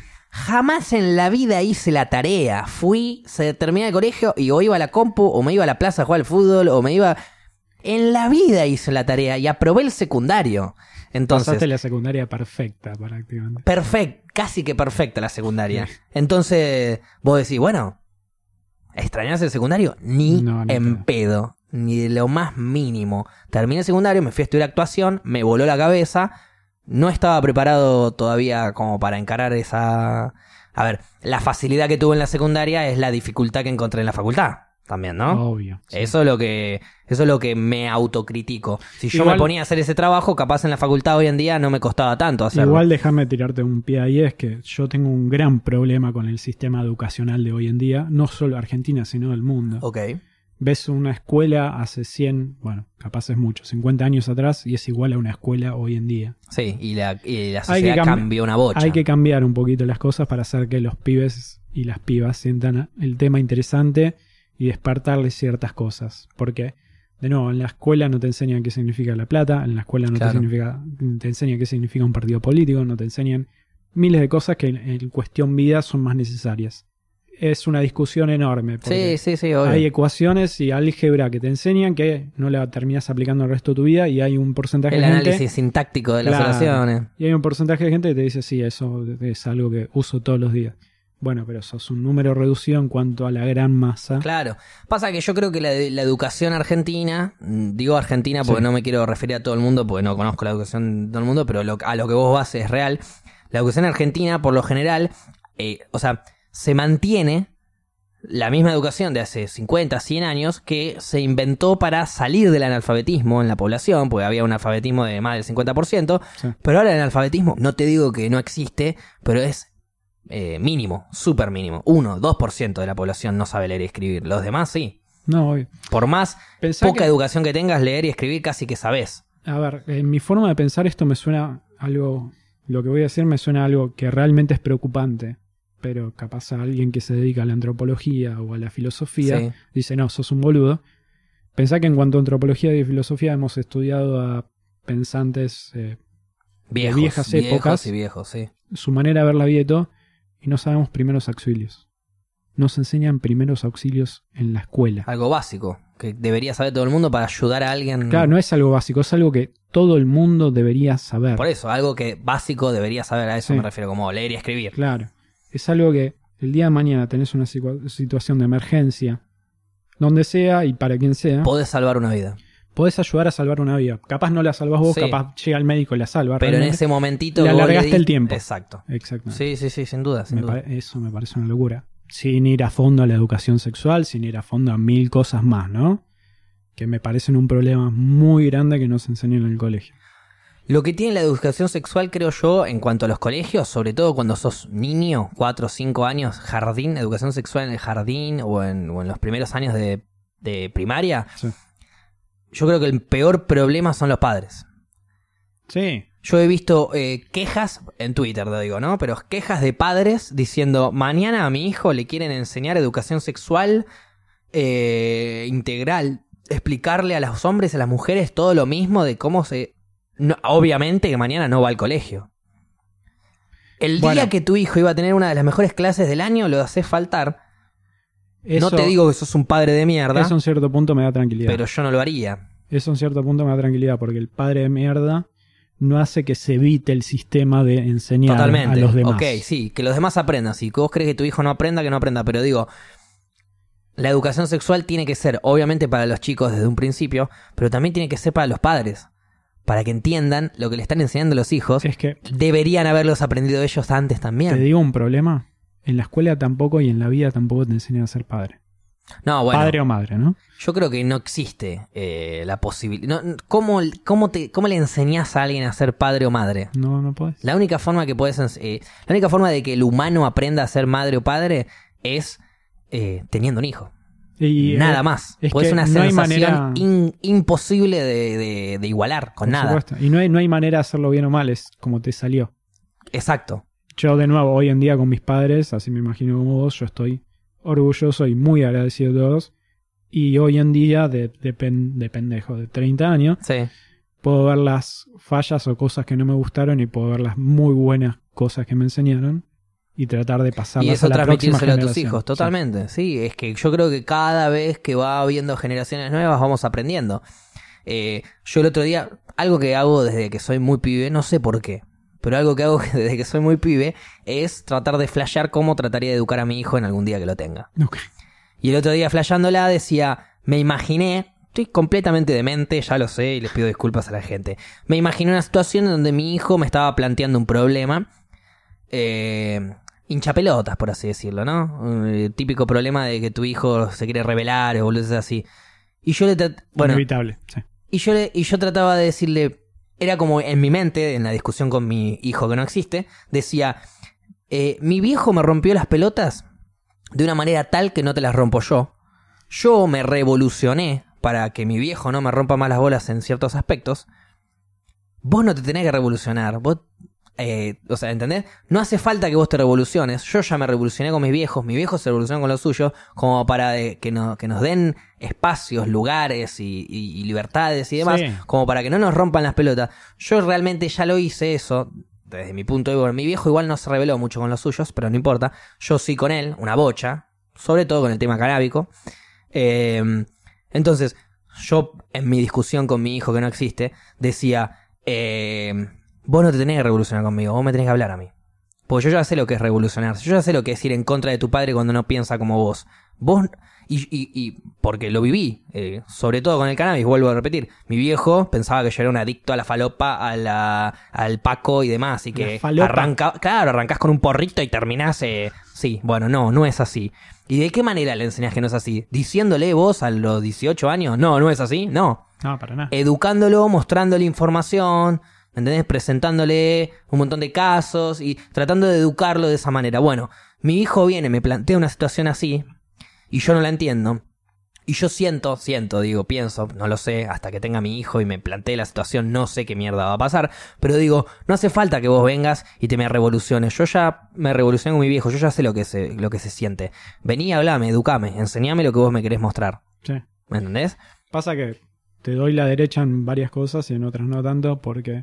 Jamás en la vida hice la tarea. Se terminé el colegio y o iba a la compu, o me iba a la plaza a jugar al fútbol, o me iba... En la vida hice la tarea y aprobé el secundario. Entonces, pasaste la secundaria perfecta, prácticamente. Casi que perfecta la secundaria. Entonces, vos decís, bueno, ¿extrañás el secundario? Ni en pedo. Ni de lo más mínimo. Terminé el secundario, me fui a estudiar actuación, me voló la cabeza. No estaba preparado todavía como para encarar esa... A ver, la facilidad que tuve en la secundaria es la dificultad que encontré en la facultad. También, ¿no? Obvio. Sí. Eso es lo que me autocritico. Si yo me ponía a hacer ese trabajo, capaz en la facultad hoy en día no me costaba tanto hacerlo. Igual déjame tirarte un pie ahí, es que yo tengo un gran problema con el sistema educacional de hoy en día, no solo Argentina, sino del mundo. Ok. Ves una escuela hace 100, bueno, capaz es mucho, 50 años atrás y es igual a una escuela hoy en día. Sí, y la sociedad cambió una bocha. Hay que cambiar un poquito las cosas para hacer que los pibes y las pibas sientan el tema interesante y despertarles ciertas cosas. Porque, de nuevo, en la escuela no te enseñan qué significa la plata, en la escuela no te enseñan qué significa un partido político, no te enseñan miles de cosas que en cuestión vida son más necesarias. Es una discusión enorme. Sí, obvio. Hay ecuaciones y álgebra que te enseñan que no la terminas aplicando el resto de tu vida y hay un porcentaje de gente... El análisis sintáctico de las oraciones. Y hay un porcentaje de gente que te dice, sí, eso es algo que uso todos los días. Bueno, pero sos un número reducido en cuanto a la gran masa. Claro. Pasa que yo creo que la educación argentina, digo Argentina porque no me quiero referir a todo el mundo porque no conozco la educación de todo el mundo, pero a lo que vos vas es real. La educación argentina, por lo general, se mantiene la misma educación de hace 50, 100 años que se inventó para salir del analfabetismo en la población, porque había un analfabetismo de más del 50%, pero ahora el analfabetismo, no te digo que no existe, pero es mínimo, súper mínimo. 1, 2% de la población no sabe leer y escribir. Los demás sí. No, obvio. Por más poca educación que tengas, leer y escribir casi que sabés. A ver, en mi forma de pensar esto me suena algo... Lo que voy a decir me suena algo que realmente es preocupante. Pero capaz a alguien que se dedica a la antropología o a la filosofía dice, no, sos un boludo. Pensá que en cuanto a antropología y filosofía hemos estudiado a pensantes de viejas épocas. Su manera de ver la vida y todo. Y no sabemos primeros auxilios. Nos enseñan primeros auxilios en la escuela. Algo básico, que debería saber todo el mundo para ayudar a alguien. Claro, no es algo básico, es algo que todo el mundo debería saber. Por eso, algo que básico debería saber, a eso me refiero, como leer y escribir. Claro, es algo que el día de mañana tenés una situación de emergencia, donde sea y para quien sea. Podés salvar una vida. Podés ayudar a salvar una vida. Capaz no la salvás vos, capaz llega el médico y la salva. Pero en ese momentito... Le alargaste el tiempo. Exacto. Exactamente. Sí, sin duda. Eso me parece una locura. Sin ir a fondo a la educación sexual, sin ir a fondo a 1000 cosas más, ¿no? Que me parecen un problema muy grande que no se enseñan en el colegio. Lo que tiene la educación sexual, creo yo, en cuanto a los colegios, sobre todo cuando sos niño, 4 o 5 años, jardín, educación sexual en el jardín o en los primeros años de primaria... Sí. Yo creo que el peor problema son los padres. Sí. Yo he visto quejas, en Twitter lo digo, ¿no? Pero quejas de padres diciendo, mañana a mi hijo le quieren enseñar educación sexual integral, explicarle a los hombres y a las mujeres todo lo mismo de cómo se... No, obviamente que mañana no va al colegio. El día que tu hijo iba a tener una de las mejores clases del año, lo haces faltar... Eso, no te digo que sos un padre de mierda. Eso en cierto punto me da tranquilidad. Pero yo no lo haría. Eso en cierto punto me da tranquilidad, porque el padre de mierda no hace que se evite el sistema de enseñar a los demás. Ok, sí, que los demás aprendan. Si vos crees que tu hijo no aprenda, que no aprenda. Pero digo, la educación sexual tiene que ser, obviamente, para los chicos desde un principio, pero también tiene que ser para los padres. para que entiendan lo que le están enseñando los hijos. Es que deberían haberlos aprendido ellos antes también. Te digo un problema. En la escuela tampoco y en la vida tampoco te enseñan a ser padre. No, bueno. Padre o madre, ¿no? Yo creo que no existe la posibilidad. No, ¿cómo le enseñás a alguien a ser padre o madre? No puedes. La única forma que puedes, la única forma de que el humano aprenda a ser madre o padre es teniendo un hijo. Y, nada más. Es pues que es una no sensación imposible de igualar con por nada. Supuesto. Y no hay manera de hacerlo bien o mal, es como te salió. Exacto. Yo, de nuevo, hoy en día con mis padres, así me imagino como vos, yo estoy orgulloso y muy agradecido de todos. Y hoy en día, de pendejo de 30 años, sí, puedo ver las fallas o cosas que no me gustaron y puedo ver las muy buenas cosas que me enseñaron y tratar de pasarlas y eso a la próxima transmitírselo a tus generación. hijos, totalmente. Sí, es que yo creo que cada vez que va habiendo generaciones nuevas vamos aprendiendo. Yo el otro día, algo que hago desde que soy muy pibe, no sé por qué, pero algo que hago desde que soy muy pibe es tratar de flashear cómo trataría de educar a mi hijo en algún día que lo tenga. Okay. Y el otro día flasheándola decía, me imaginé, estoy completamente demente, ya lo sé y les pido disculpas a la gente, me imaginé una situación en donde mi hijo me estaba planteando un problema, hinchapelotas por así decirlo, ¿no? Típico problema de que tu hijo se quiere rebelar o boludeces así. Y yo inevitable, sí. Y yo trataba de decirle, era como en mi mente, en la discusión con mi hijo que no existe, decía, mi viejo me rompió las pelotas de una manera tal que no te las rompo yo. Yo me revolucioné para que mi viejo no me rompa más las bolas en ciertos aspectos. Vos no te tenés que revolucionar. Vos, o sea, ¿entendés? No hace falta que vos te revoluciones. Yo ya me revolucioné con mis viejos se revolucionaron con los suyos, como para que nos den espacios, lugares y libertades y demás, sí, como para que no nos rompan las pelotas. Yo realmente ya lo hice eso. Desde mi punto de vista, mi viejo igual no se rebeló mucho con los suyos, pero no importa. Yo sí con él, una bocha, sobre todo con el tema canábico. Entonces, yo en mi discusión con mi hijo que no existe, decía, vos no te tenés que revolucionar conmigo, vos me tenés que hablar a mí. Porque yo ya sé lo que es revolucionarse, yo ya sé lo que es ir en contra de tu padre cuando no piensa como vos. Y porque lo viví, sobre todo con el cannabis, vuelvo a repetir. Mi viejo pensaba que yo era un adicto a la falopa, al paco y demás, y que arrancás con un porrito y terminás... sí, bueno, no es así. ¿Y de qué manera le enseñás que no es así? ¿Diciéndole vos a los 18 años? No es así, no. No, para nada. Educándolo, mostrándole información, ¿me entendés? Presentándole un montón de casos y tratando de educarlo de esa manera. Bueno, mi hijo viene, me plantea una situación así y yo no la entiendo. Y yo pienso, no lo sé, hasta que tenga mi hijo y me plantee la situación, no sé qué mierda va a pasar. Pero digo, no hace falta que vos vengas y te me revoluciones. Yo ya me revolucioné con mi viejo, yo ya sé lo que se siente. Vení, hablame, educame, enseñame lo que vos me querés mostrar. Sí. ¿Me entendés? Pasa que te doy la derecha en varias cosas y en otras no tanto, porque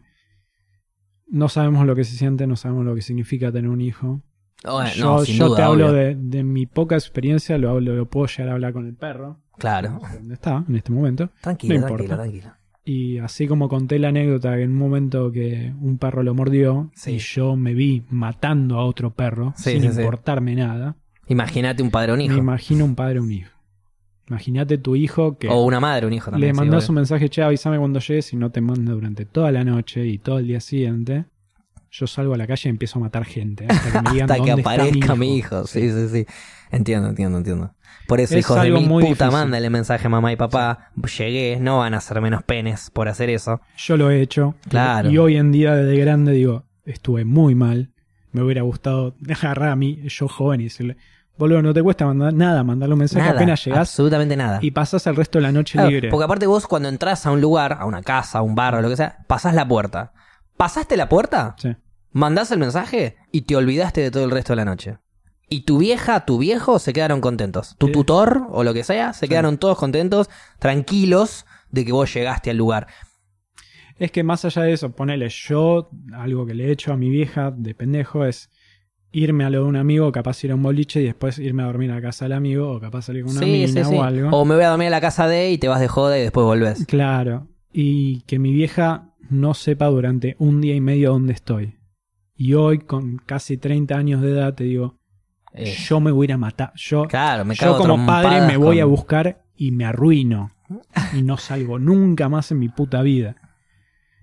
no sabemos lo que se siente, no sabemos lo que significa tener un hijo. Yo te hablo de mi poca experiencia, lo puedo llegar a hablar con el perro. Claro. No sé dónde está en este momento. Tranquilo. Y así como conté la anécdota que en un momento que un perro lo mordió, sí, y yo me vi matando a otro perro, sin importarme nada. Imagínate un padre o un hijo. Me imagino un padre o un hijo. Imagínate tu hijo que... O una madre o un hijo también. Le mandás un mensaje, che, avísame cuando llegues, y no te manda durante toda la noche y todo el día siguiente. Yo salgo a la calle y empiezo a matar gente. Hasta que me digan hasta que dónde aparezca está mi hijo. Sí. Entiendo. Por eso, es hijos de mi puta, difícil. Mándale mensaje a mamá y papá. Sí. Llegué, no van a ser menos penes por hacer eso. Yo lo he hecho. Claro. Y hoy en día, desde grande, digo, estuve muy mal. Me hubiera gustado agarrar a mí, yo joven, y decirle, boludo, no te cuesta mandarle un mensaje, apenas llegás. Absolutamente nada. Y pasás el resto de la noche libre. Porque aparte vos, cuando entras a un lugar, a una casa, a un bar o lo que sea, pasás la puerta. ¿Pasaste la puerta? Sí. Mandás el mensaje y te olvidaste de todo el resto de la noche. Y tu vieja, tu viejo se quedaron contentos. Tu tutor o lo que sea, se quedaron todos contentos, tranquilos de que vos llegaste al lugar. Es que más allá de eso, ponele, yo, algo que le he hecho a mi vieja de pendejo es irme a lo de un amigo, capaz ir a un boliche y después irme a dormir a la casa del amigo, o capaz salir con una mina o algo. O me voy a dormir a la casa de y te vas de joda y después volvés. Claro. Y que mi vieja no sepa durante un día y medio dónde estoy. Y hoy, con casi 30 años de edad, te digo, yo me voy a ir a matar. Yo como padre me voy a buscar y me arruino. Y no salgo nunca más en mi puta vida.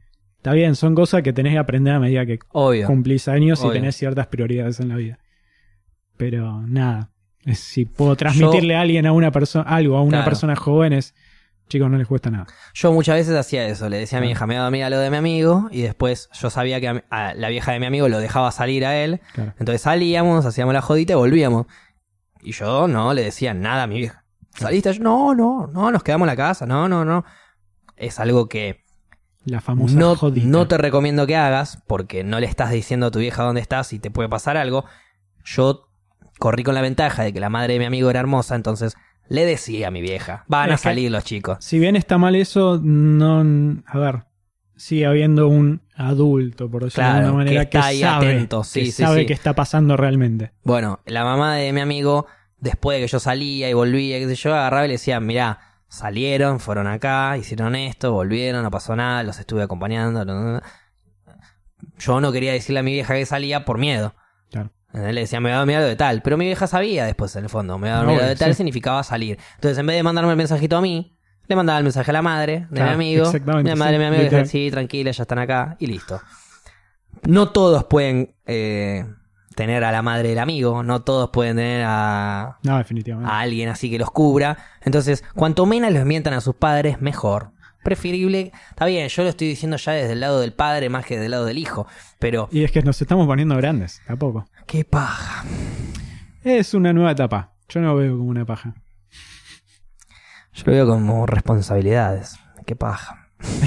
Está bien, son cosas que tenés que aprender a medida que cumplís años y tenés ciertas prioridades en la vida. Pero nada, si puedo transmitirle a alguien a una persona algo a una persona joven, chicos, no les cuesta nada. Yo muchas veces hacía eso, le decía a mi hija, me voy a dormir a lo de mi amigo, y después yo sabía que a la vieja de mi amigo lo dejaba salir a él, entonces salíamos, hacíamos la jodita y volvíamos. Y yo no le decía nada a mi vieja. ¿Saliste? No, nos quedamos en la casa, no. Es algo que la famosa jodita. No te recomiendo que hagas, porque no le estás diciendo a tu vieja dónde estás y te puede pasar algo. Yo corrí con la ventaja de que la madre de mi amigo era hermosa, entonces le decía a mi vieja, van a salir los chicos. Si bien está mal eso, a ver, sigue habiendo un adulto, por decirlo de alguna manera, que sabe, atento. Sabe qué está pasando realmente. Bueno, la mamá de mi amigo, después de que yo salía y volvía, qué sé yo, agarraba y le decía, mirá, salieron, fueron acá, hicieron esto, volvieron, no pasó nada, los estuve acompañando. Yo no quería decirle a mi vieja que salía por miedo. Claro. Le decía, me voy a dormir a lo de tal. Pero mi vieja sabía después, en el fondo. Me voy a dormir a lo de tal significaba salir. Entonces, en vez de mandarme el mensajito a mí, le mandaba el mensaje a la madre de mi amigo. Exactamente. La madre de mi amigo decía, sí, tranquila, ya están acá. Y listo. No todos pueden tener a la madre del amigo. No todos pueden tener definitivamente. a alguien así que los cubra. Entonces, cuanto menos les mientan a sus padres, mejor. Preferible, está bien, yo lo estoy diciendo ya desde el lado del padre más que del lado del hijo, pero... Y es que nos estamos poniendo grandes, tampoco. ¡Qué paja! Es una nueva etapa, yo no lo veo como una paja. Yo lo veo como responsabilidades, ¡qué paja!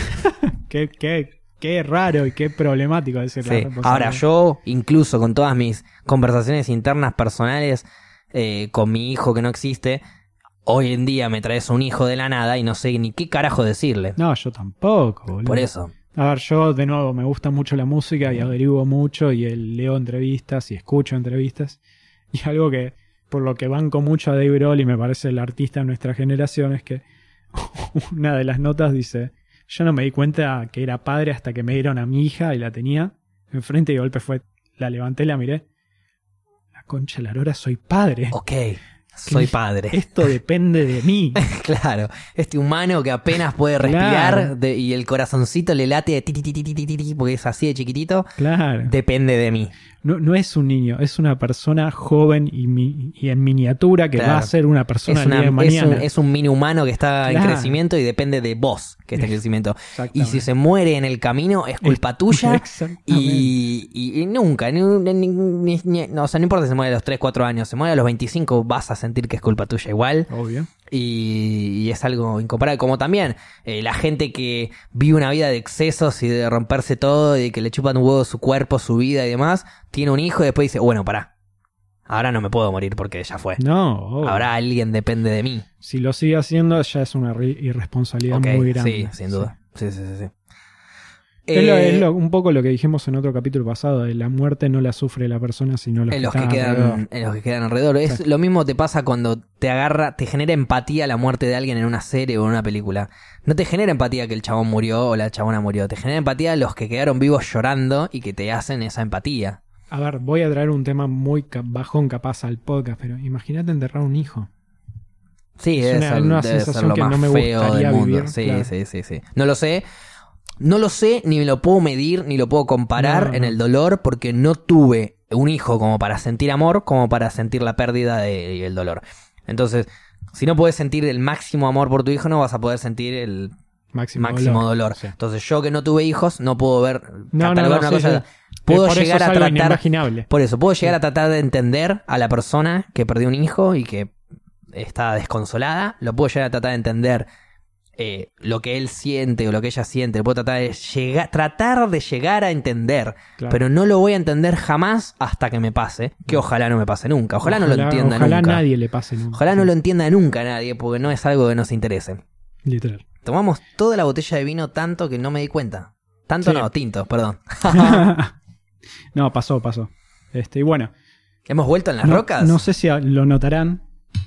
Qué raro y qué problemático decir la responsabilidad. Ahora, yo, incluso con todas mis conversaciones internas personales con mi hijo que no existe... Hoy en día me traes un hijo de la nada y no sé ni qué carajo decirle. No, yo tampoco, boludo. Por eso. A ver, yo de nuevo me gusta mucho la música y averiguo mucho y leo entrevistas y escucho entrevistas. Y algo que, por lo que banco mucho a Dave Grohl y me parece el artista de nuestra generación, es que una de las notas dice, yo no me di cuenta que era padre hasta que me dieron a mi hija y la tenía enfrente y de golpe la levanté y la miré. La concha de la lora, soy padre. Ok. Soy padre. Esto depende de mí. Claro. Este humano que apenas puede respirar y el corazoncito le late ti, porque es así de chiquitito. Claro. Depende de mí. No es un niño, es una persona joven y en miniatura que va a ser una persona el día de mañana. Es un mini humano que está en crecimiento y depende de vos que esté en crecimiento. Y si se muere en el camino es culpa tuya. Y nunca, o sea, no importa si se muere a los 3, 4 años, se muere a los 25, vas a sentir que es culpa tuya igual. Obvio. Y es algo incomparable. Como también la gente que vive una vida de excesos y de romperse todo y que le chupan un huevo su cuerpo, su vida y demás, tiene un hijo y después dice, bueno, pará, ahora no me puedo morir porque ya fue. No, ahora alguien depende de mí. Si lo sigue haciendo ya es una irresponsabilidad muy grande. Sí, sin duda. Sí. Es un poco lo que dijimos en otro capítulo pasado, de la muerte no la sufre la persona, sino los que quedan alrededor. Es lo mismo te pasa cuando te genera empatía la muerte de alguien en una serie o en una película. No te genera empatía que el chabón murió o la chabona murió, te genera empatía los que quedaron vivos llorando y que te hacen esa empatía. A ver, voy a traer un tema muy bajón capaz al podcast, pero imagínate enterrar un hijo. Sí, es una sensación que no me gustaría vivir. Sí. No lo sé, ni me lo puedo medir, ni lo puedo comparar en el dolor, porque no tuve un hijo como para sentir amor, como para sentir la pérdida y el dolor. Entonces, si no puedes sentir el máximo amor por tu hijo, no vas a poder sentir el máximo dolor. Sí. Entonces, yo que no tuve hijos, no puedo ver, catalogar una cosa. Puedo llegar a tratar, por eso, puedo llegar a tratar de entender a la persona que perdió un hijo y que está desconsolada. Lo puedo llegar a tratar de entender lo que él siente o lo que ella siente. Lo puedo tratar de llegar a entender, pero no lo voy a entender jamás hasta que me pase, que ojalá no me pase nunca. Ojalá no lo entienda nunca. Ojalá nadie le pase nunca. Ojalá no lo entienda nunca a nadie, porque no es algo que nos interese. Literal. Tomamos toda la botella de vino tanto que no me di cuenta. Tanto no, tinto, perdón. No, pasó. Y bueno. ¿Hemos vuelto en las rocas? No sé si lo notarán.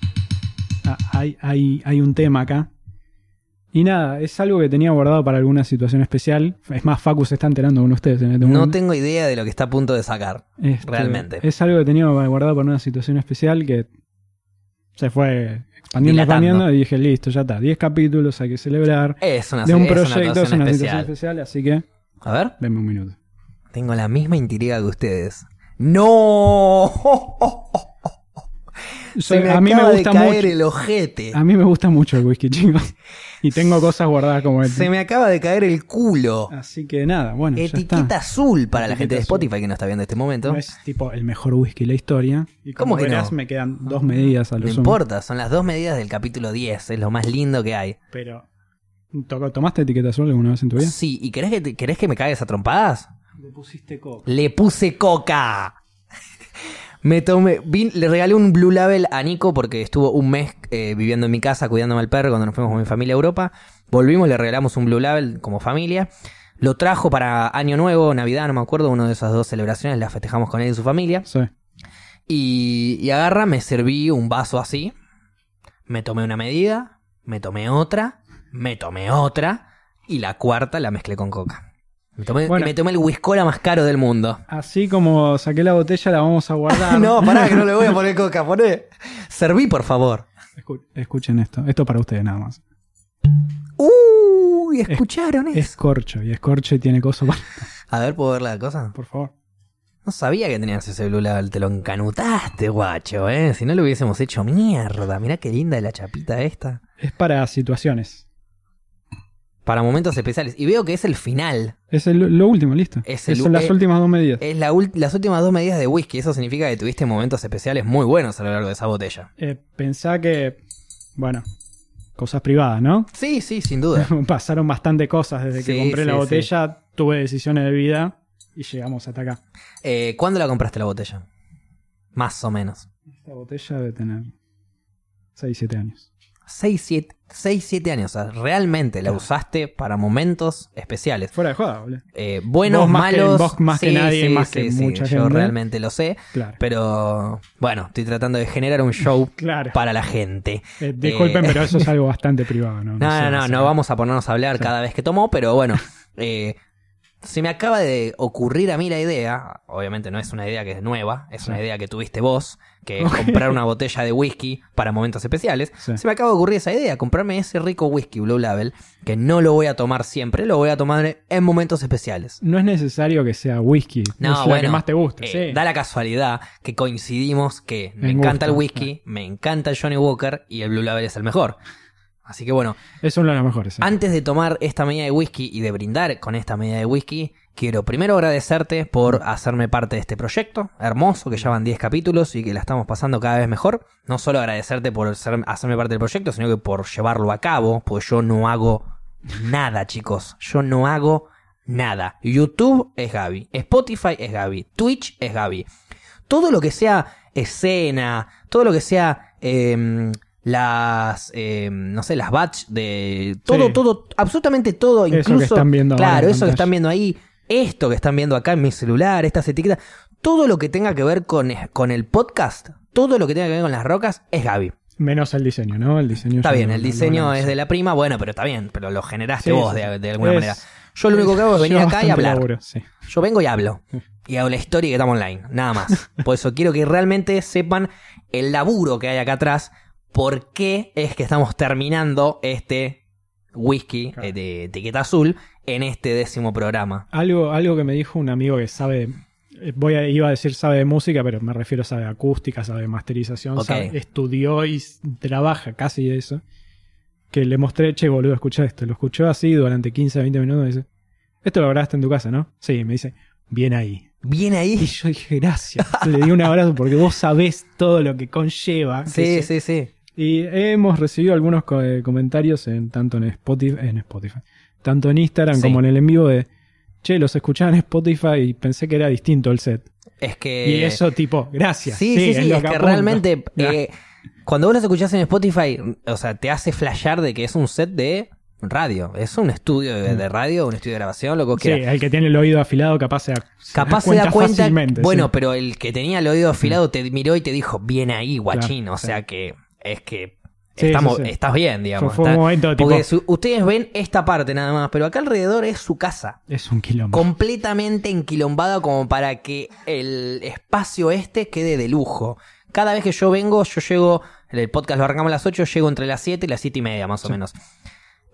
Hay un tema acá. Y nada, es algo que tenía guardado para alguna situación especial. Es más, Facu se está enterando con ustedes en este momento. No tengo idea de lo que está a punto de sacar. Realmente. Es algo que tenía guardado para una situación especial que se fue expandiendo y dije, listo, ya está. 10 capítulos, hay que celebrar. Es una de un proyecto, es una situación especial. Así que A ver. Deme un minuto. Tengo la misma intriga que ustedes. ¡No! Se me acaba de caer el ojete. A mí me gusta mucho el whisky, chicos. Y tengo cosas guardadas como este. Se me acaba de caer el culo. Así que nada, bueno, etiqueta azul para la gente de Spotify que no está viendo este momento. No es tipo el mejor whisky de la historia. Y como ¿Cómo que verás, no? me quedan 2 medidas a lo No sumo. importa, son las 2 medidas del capítulo 10. Es lo más lindo que hay. Pero, ¿tomaste etiqueta azul alguna vez en tu vida? Sí, ¿y querés que me cagues a trompadas? Le pusiste coca. Le puse coca. Le regalé un Blue Label a Nico porque estuvo un mes viviendo en mi casa cuidándome al perro cuando nos fuimos con mi familia a Europa. Volvimos, le regalamos un Blue Label como familia. Lo trajo para Año Nuevo, Navidad, no me acuerdo, una de esas 2 celebraciones, las festejamos con él y su familia. Sí. Y agarra, me serví un vaso así, me tomé una medida, me tomé otra, y la cuarta la mezclé con coca. Me tomé el whiskola más caro del mundo. Así como saqué la botella, la vamos a guardar. No, pará, que no le voy a poner coca, poné. Serví, por favor. Escuchen esto. Esto para ustedes nada más. Uy, ¿escucharon eso? Es corcho, y es corcho y tiene cosas para... A ver, ¿puedo ver la cosa? Por favor. No sabía que tenías ese Blue Label, te lo encanutaste, guacho, Si no lo hubiésemos hecho mierda. Mirá qué linda la chapita esta. Es para situaciones. Para momentos especiales. Y veo que es el final. Es lo último, listo. Son las últimas 2 medidas. Es las últimas 2 medidas de whisky. Eso significa que tuviste momentos especiales muy buenos a lo largo de esa botella. Pensá que, bueno, cosas privadas, ¿no? Sí, sin duda. Pasaron bastante cosas desde que compré la botella. Tuve decisiones de vida y llegamos hasta acá. ¿Cuándo la compraste la botella? Más o menos. Esta botella debe tener 6-7 años. 6-7 años. O sea, realmente la usaste para momentos especiales. Fuera de joda, boludo. Buenos, vos malos. Vos más que nadie, más que mucha gente. Yo realmente lo sé. Claro. Pero bueno, estoy tratando de generar un show para la gente. Disculpen, pero eso es algo bastante privado, ¿no? No vamos a ponernos a hablar cada vez que tomó, pero bueno. Se me acaba de ocurrir a mí la idea, obviamente no es una idea que es nueva, es una idea que tuviste vos, que es comprar una botella de whisky para momentos especiales. Sí. Se me acaba de ocurrir esa idea, comprarme ese rico whisky Blue Label, que no lo voy a tomar siempre, lo voy a tomar en momentos especiales. No es necesario que sea whisky, no, es la que más te guste. Sí. Da la casualidad que coincidimos que me encanta el whisky, me encanta el Johnny Walker y el Blue Label es el mejor. Así que bueno, es uno de los mejores. Sí. Antes de tomar esta medida de whisky y de brindar con esta medida de whisky, quiero primero agradecerte por hacerme parte de este proyecto hermoso, que ya van 10 capítulos y que la estamos pasando cada vez mejor. No solo agradecerte por hacerme parte del proyecto, sino que por llevarlo a cabo, porque yo no hago nada, chicos. Yo no hago nada. YouTube es Gaby, Spotify es Gaby, Twitch es Gaby. Todo lo que sea escena, todo lo que sea... las batch de todo, absolutamente todo, eso incluso que están viendo claro, eso que están viendo ahí, esto que están viendo acá en mi celular, estas etiquetas, todo lo que tenga que ver con el podcast, todo lo que tenga que ver con las rocas es Gaby. Menos el diseño, ¿no? El diseño está bien, el diseño es de la prima, bueno, pero está bien, pero lo generaste vos de alguna manera. Yo lo único que hago es venir acá y hablar. Laburo, sí. Yo vengo y hablo. Y hago la historia que estamos online, nada más. Por eso quiero que realmente sepan el laburo que hay acá atrás. ¿Por qué es que estamos terminando este whisky de etiqueta azul en este 10º programa? Algo que me dijo un amigo que sabe, iba a decir sabe de música, pero me refiero a sabe de acústica, sabe de masterización, estudió y trabaja casi de eso. Que le mostré, che, boludo, escucha esto. Lo escuchó así durante 15, 20 minutos y dice, esto lo grabaste en tu casa, ¿no? Sí, me dice, bien ahí. Bien ahí. Y yo dije, gracias. Le di un abrazo porque vos sabés todo lo que conlleva. Sí. Y hemos recibido algunos comentarios tanto en Spotify, tanto en Instagram como en el en vivo de, che, los escuchaba en Spotify y pensé que era distinto el set. Es que... Y eso tipo, gracias. Sí, es que realmente cuando vos los escuchás en Spotify, o sea, te hace flashear de que es un set de radio. Es un estudio de radio, un estudio de grabación, lo que vos quieras. Sí, el que tiene el oído afilado capaz se da cuenta fácilmente. Bueno, sí. Pero el que tenía el oído afilado te miró y te dijo, bien ahí, guachín. Claro, o sea que... Es que estás bien, digamos. Fue un momento tipo... Porque ustedes ven esta parte nada más, pero acá alrededor es su casa. Es un quilombo. Completamente enquilombada como para que el espacio quede de lujo. Cada vez que yo vengo, yo llego, el podcast lo arrancamos a las 8, llego entre las 7 y las 7:30 más o menos.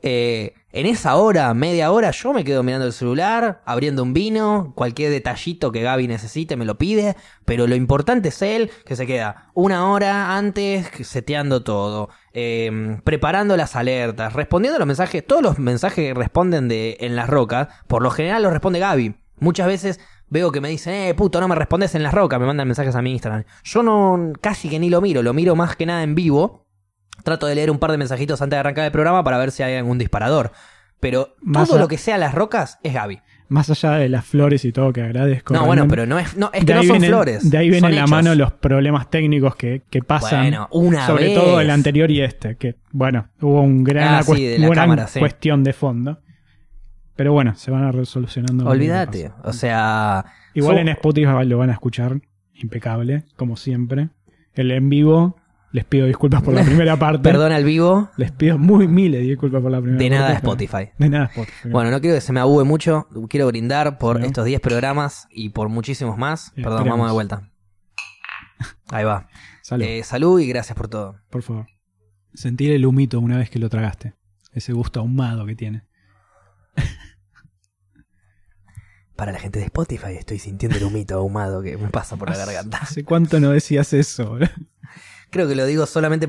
En esa hora, media hora, yo me quedo mirando el celular, abriendo un vino, cualquier detallito que Gaby necesite me lo pide, pero lo importante es él, que se queda una hora antes seteando todo, preparando las alertas, respondiendo los mensajes. Todos los mensajes que responden en Las Rocas, por lo general los responde Gaby. Muchas veces veo que me dicen, puto, no me respondes en Las Rocas, me mandan mensajes a mi Instagram. Yo no, casi que ni lo miro más que nada en vivo. Trato de leer un par de mensajitos antes de arrancar el programa para ver si hay algún disparador. Pero todo lo que sea Las Rocas es Gaby. Más allá de las flores y todo que agradezco. No, bueno, pero no es que no son flores. De ahí vienen la mano los problemas técnicos que pasan. Bueno, sobre todo el anterior y este. Que, bueno, hubo una cuestión de fondo. Pero bueno, se van a resolucionando. Olvídate. O sea. Igual en Spotify lo van a escuchar impecable, como siempre. El en vivo. Les pido disculpas por la primera parte. Perdona al vivo. Les pido miles de disculpas por la primera parte. De nada Spotify. De nada Spotify. Bueno, no quiero que se me abúe mucho. Quiero brindar por estos 10 programas y por muchísimos más. Perdón, esperemos. vamos de vuelta. Ahí va. Salud. Salud y gracias por todo. Por favor. Sentir el humito una vez que lo tragaste. Ese gusto ahumado que tiene. Para la gente de Spotify estoy sintiendo el humito ahumado que me pasa por la garganta. ¿Hace cuánto no decías eso? Creo que lo digo solamente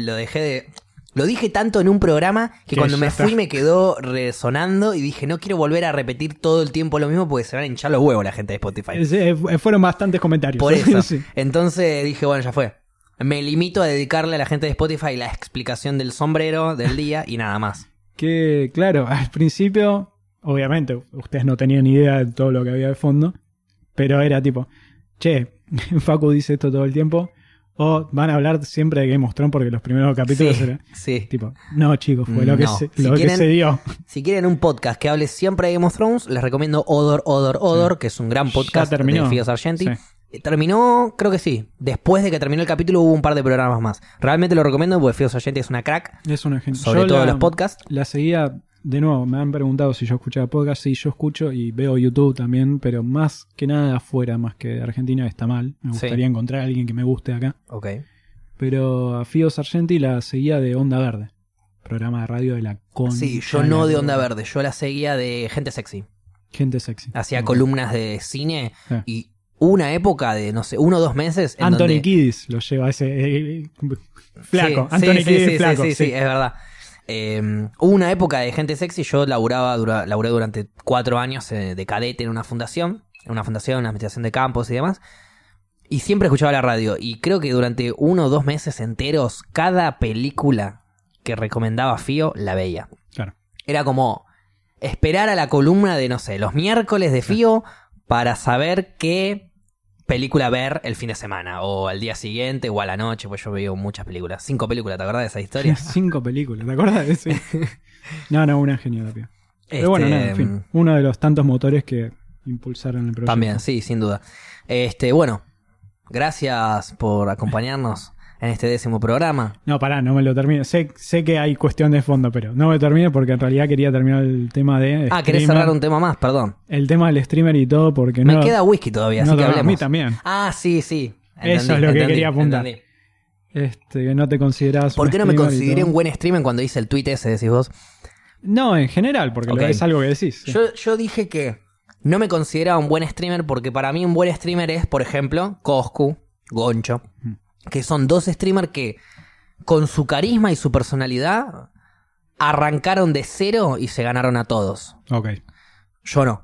lo dije tanto en un programa que cuando me fui me quedó resonando y dije, no quiero volver a repetir todo el tiempo lo mismo porque se van a hinchar los huevos la gente de Spotify. Fueron bastantes comentarios. Por eso. Sí. Entonces dije, bueno, ya fue. Me limito a dedicarle a la gente de Spotify la explicación del sombrero del día y nada más. Que, claro, al principio, obviamente, ustedes no tenían ni idea de todo lo que había de fondo, pero era tipo, che, Facu dice esto todo el tiempo. O van a hablar siempre de Game of Thrones porque los primeros capítulos eran tipo, no chicos, fue lo que se dio. Si quieren un podcast que hable siempre de Game of Thrones, les recomiendo Odor, que es un gran podcast de Fío Sargenti. Sí. Terminó, creo que sí. Después de que terminó el capítulo hubo un par de programas más. Realmente lo recomiendo porque Fío Sargenti es una crack. Es una gente. Sobre todo los podcasts. La seguía. De nuevo, me han preguntado si yo escuchaba podcast. Sí, yo escucho y veo YouTube también, pero más que nada de afuera, más que de Argentina, está mal. Me gustaría encontrar a alguien que me guste acá. Ok. Pero a Fío Sargenti la seguía de Onda Verde, programa de radio de la concha. Sí, yo no de Onda Verde, yo la seguía de Gente Sexy. Gente Sexy. Hacía columnas de cine y una época de, no sé, 1 o 2 meses. Anthony Kiedis lo lleva ese flaco. Anthony Kiedis flaco. Sí, es verdad. Hubo una época de Gente Sexy. Yo laburé durante 4 años de cadete en una fundación, una administración de campos y demás, y siempre escuchaba la radio, y creo que durante 1 o 2 meses enteros cada película que recomendaba Fío la veía. Claro. Era como esperar a la columna de, no sé, los miércoles de Fío para saber qué película ver el fin de semana, o al día siguiente, o a la noche, pues yo veo muchas películas. 5 películas, ¿te acordás de esa historia? 5 películas, ¿te acordás de eso? No, una genial, Pío. Pero bueno, nada, en fin. Uno de los tantos motores que impulsaron el proyecto. También, sí, sin duda. Bueno, gracias por acompañarnos en este 10º programa. No, pará, no me lo termino. Sé que hay cuestión de fondo, pero no me termino porque en realidad quería terminar el tema de streamer. ¿Querés cerrar un tema más? Perdón. El tema del streamer y todo porque me queda whisky todavía, así que hablemos. A mí también. Sí. Eso es lo que quería apuntar. Que no te considerabas ¿Por qué no me consideré un buen streamer cuando hice el tweet ese, decís vos? No, en general, porque es algo que decís. Sí. Yo dije que no me consideraba un buen streamer porque para mí un buen streamer es, por ejemplo, Coscu, Goncho, que son 2 streamers que con su carisma y su personalidad arrancaron de cero y se ganaron a todos. Ok. Yo no.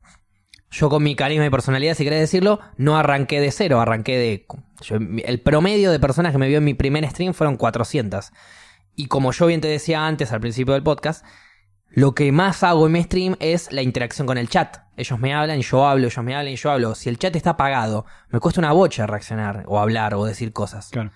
Yo con mi carisma y personalidad, si querés decirlo, no arranqué de cero, arranqué de... el promedio de personas que me vio en mi primer stream fueron 400. Y como yo bien te decía antes, al principio del podcast, lo que más hago en mi stream es la interacción con el chat. Ellos me hablan y yo hablo, ellos me hablan y yo hablo. Si el chat está apagado, me cuesta una bocha reaccionar o hablar o decir cosas. Claro.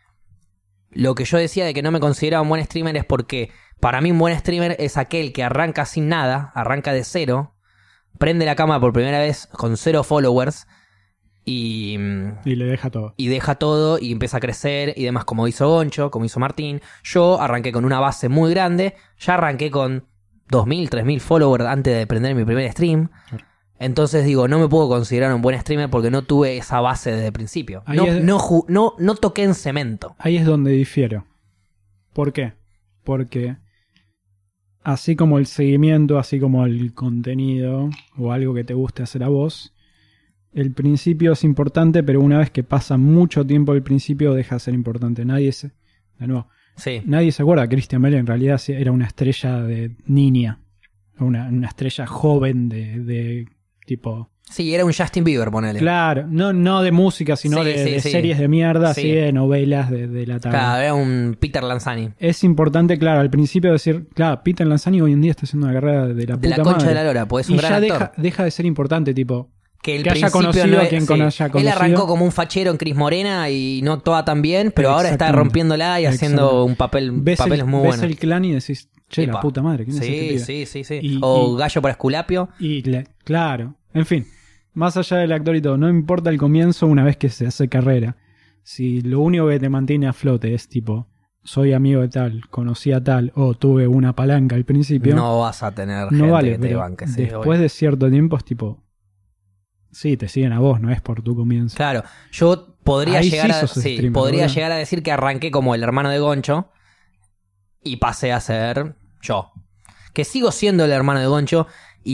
Lo que yo decía de que no me consideraba un buen streamer es porque para mí un buen streamer es aquel que arranca sin nada, arranca de cero, prende la cámara por primera vez con 0 followers y le deja todo. Y deja todo y empieza a crecer y demás, como hizo Goncho, como hizo Martín. Yo arranqué con una base muy grande, ya arranqué con 2.000, 3.000 followers antes de prender mi primer stream. Claro. Entonces digo, no me puedo considerar un buen streamer porque no tuve esa base desde el principio. No toqué en cemento. Ahí es donde difiero. ¿Por qué? Porque así como el seguimiento, así como el contenido o algo que te guste hacer a vos, el principio es importante, pero una vez que pasa mucho tiempo el principio deja de ser importante. Nadie se acuerda que Christian Bale en realidad era una estrella de niña, una estrella joven de tipo... Sí, era un Justin Bieber, ponele. Claro, no de música, sino de series de mierda, así de novelas de la tarde. Claro, era un Peter Lanzani. Es importante, claro, al principio decir, claro, Peter Lanzani hoy en día está haciendo una carrera de la puta madre. De la concha de la lora, pues es un gran actor. Deja de ser importante, tipo... Que haya conocido a quien haya conocido. Él arrancó como un fachero en Cris Morena y no actuaba tan bien, pero ahora está rompiéndola y haciendo un papeles muy buenos. Ves el Clan y decís, che, la puta madre, ¿quién es este pibe? Sí. O Gallo para Esculapio. Claro, en fin. Más allá del actor y todo, no importa el comienzo una vez que se hace carrera. Si lo único que te mantiene a flote es tipo, soy amigo de tal, conocí a tal, o tuve una palanca al principio. No vas a tener no gente vale, que te banque. Sí, después de cierto tiempo es tipo, sí, te siguen a vos, no es por tu comienzo. Claro, yo podría llegar llegar a decir que arranqué como el hermano de Goncho y pasé a ser yo. Que sigo siendo el hermano de Goncho.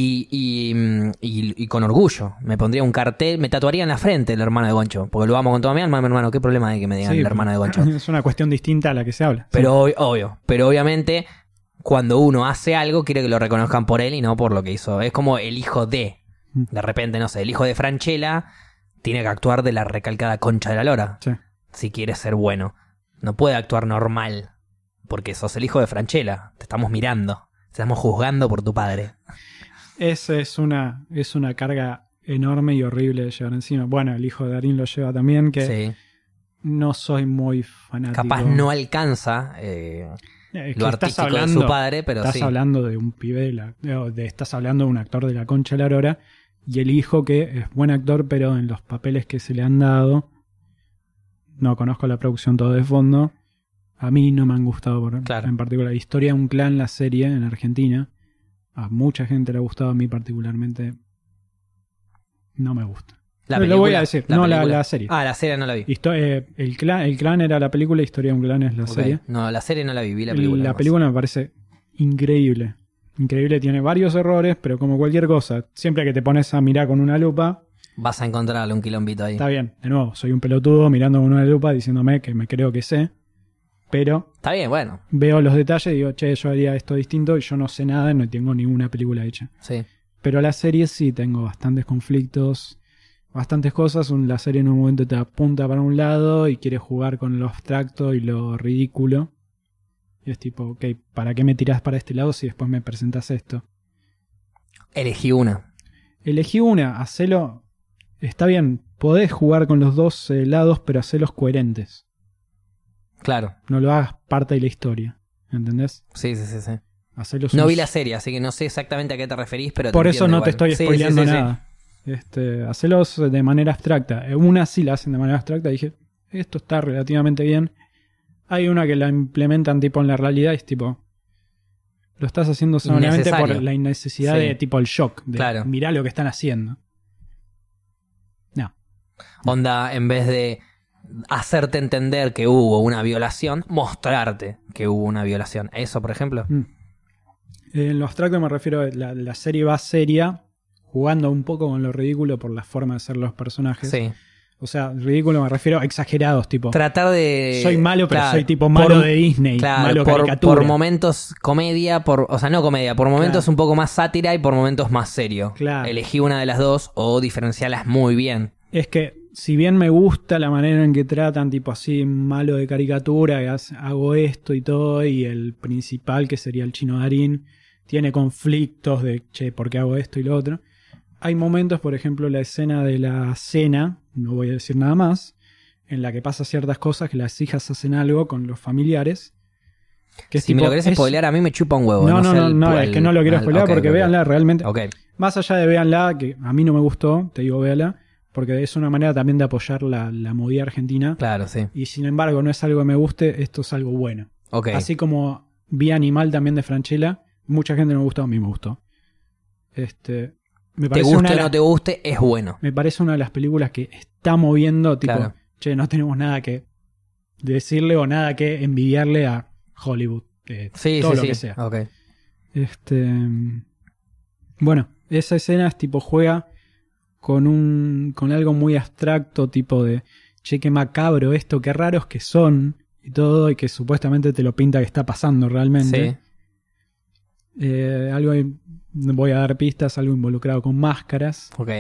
Y con orgullo. Me pondría un cartel, me tatuaría en la frente el hermano de Goncho. Porque lo amo con toda mi alma, mi hermano. ¿Qué problema hay que me digan el hermano de Goncho? Es una cuestión distinta a la que se habla. Pero obvio. Pero obviamente, cuando uno hace algo, quiere que lo reconozcan por él y no por lo que hizo. Es como el hijo de. De repente, no sé, el hijo de Francella tiene que actuar de la recalcada concha de la lora. Sí. Si quiere ser bueno. No puede actuar normal. Porque sos el hijo de Francella. Te estamos mirando. Te estamos juzgando por tu padre. Esa es una carga enorme y horrible de llevar encima. Bueno, el hijo de Darín lo lleva también, que no soy muy fanático. Capaz no alcanza lo artístico de su padre, pero estás hablando de un pibe, estás hablando de un actor de la concha de la lora, y el hijo que es buen actor, pero en los papeles que se le han dado, no conozco la producción todo de fondo, a mí no me han gustado en particular. Historia de un clan, la serie en Argentina, a mucha gente le ha gustado, a mí particularmente no me gusta. Lo voy a decir, la serie. Ah, la serie no la vi. El clan era la película, Historia de un clan es la serie. No, la serie no la vi la película. La película me parece increíble. Increíble, tiene varios errores, pero como cualquier cosa, siempre que te pones a mirar con una lupa, vas a encontrarle un quilombito ahí. Está bien, de nuevo, soy un pelotudo mirando con una lupa diciéndome que me creo que sé. Pero está bien, bueno. Veo los detalles y digo, che, yo haría esto distinto y yo no sé nada, no tengo ninguna película hecha. Sí. Pero la serie sí, tengo bastantes conflictos, bastantes cosas. La serie en un momento te apunta para un lado y quiere jugar con lo abstracto y lo ridículo. Y es tipo, ok, ¿para qué me tirás para este lado si después me presentas esto? Elegí una, hacelo. Está bien, podés jugar con los dos lados, pero hacelos coherentes. Claro. No lo hagas parte de la historia. ¿Entendés? Sí. No vi la serie, así que no sé exactamente a qué te referís, pero por eso no te estoy spoileando nada. Hacelos de manera abstracta. Una sí la hacen de manera abstracta. Dije, esto está relativamente bien. Hay una que la implementan tipo en la realidad y es tipo, lo estás haciendo solamente por la innecesidad de tipo el shock. De mirá lo que están haciendo. No. Onda, en vez de hacerte entender que hubo una violación, mostrarte que hubo una violación. ¿Eso, por ejemplo? En lo abstracto me refiero a la serie va seria, jugando un poco con lo ridículo por la forma de ser los personajes. Sí. O sea, ridículo me refiero a exagerados, tipo. Tratar de. Soy malo, pero soy tipo malo de Disney. Malo caricatura. Por momentos comedia, por momentos un poco más sátira y por momentos más serio. Claro. Elegí una de las dos o diferenciarlas muy bien. Es que, si bien me gusta la manera en que tratan, tipo así, malo de caricatura, hago esto y todo, y el principal, que sería el Chino Darín, tiene conflictos de, che, ¿por qué hago esto y lo otro? Hay momentos, por ejemplo, la escena de la cena, no voy a decir nada más, en la que pasa ciertas cosas, que las hijas hacen algo con los familiares. Que si me lo querés spoilear, a mí me chupa un huevo. No, es que no lo quiero spoilear porque véanla realmente. Okay. Más allá de véanla, que a mí no me gustó, te digo véanla, porque es una manera también de apoyar la movida argentina. Claro, sí. Y sin embargo, no es algo que me guste, esto es algo bueno. Okay. Así como vi Animal también de Francella, mucha gente no me gustó, a mí me gustó. Me te guste o no te guste, es bueno. Me parece una de las películas que está moviendo, tipo, che, no tenemos nada que decirle o nada que envidiarle a Hollywood. Todo lo que sea. Okay. Bueno, esa escena es tipo juega con algo muy abstracto, tipo de che, qué macabro esto, qué raros que son y todo, y que supuestamente te lo pinta que está pasando realmente. Sí. Algo, voy a dar pistas, algo involucrado con máscaras. Ok.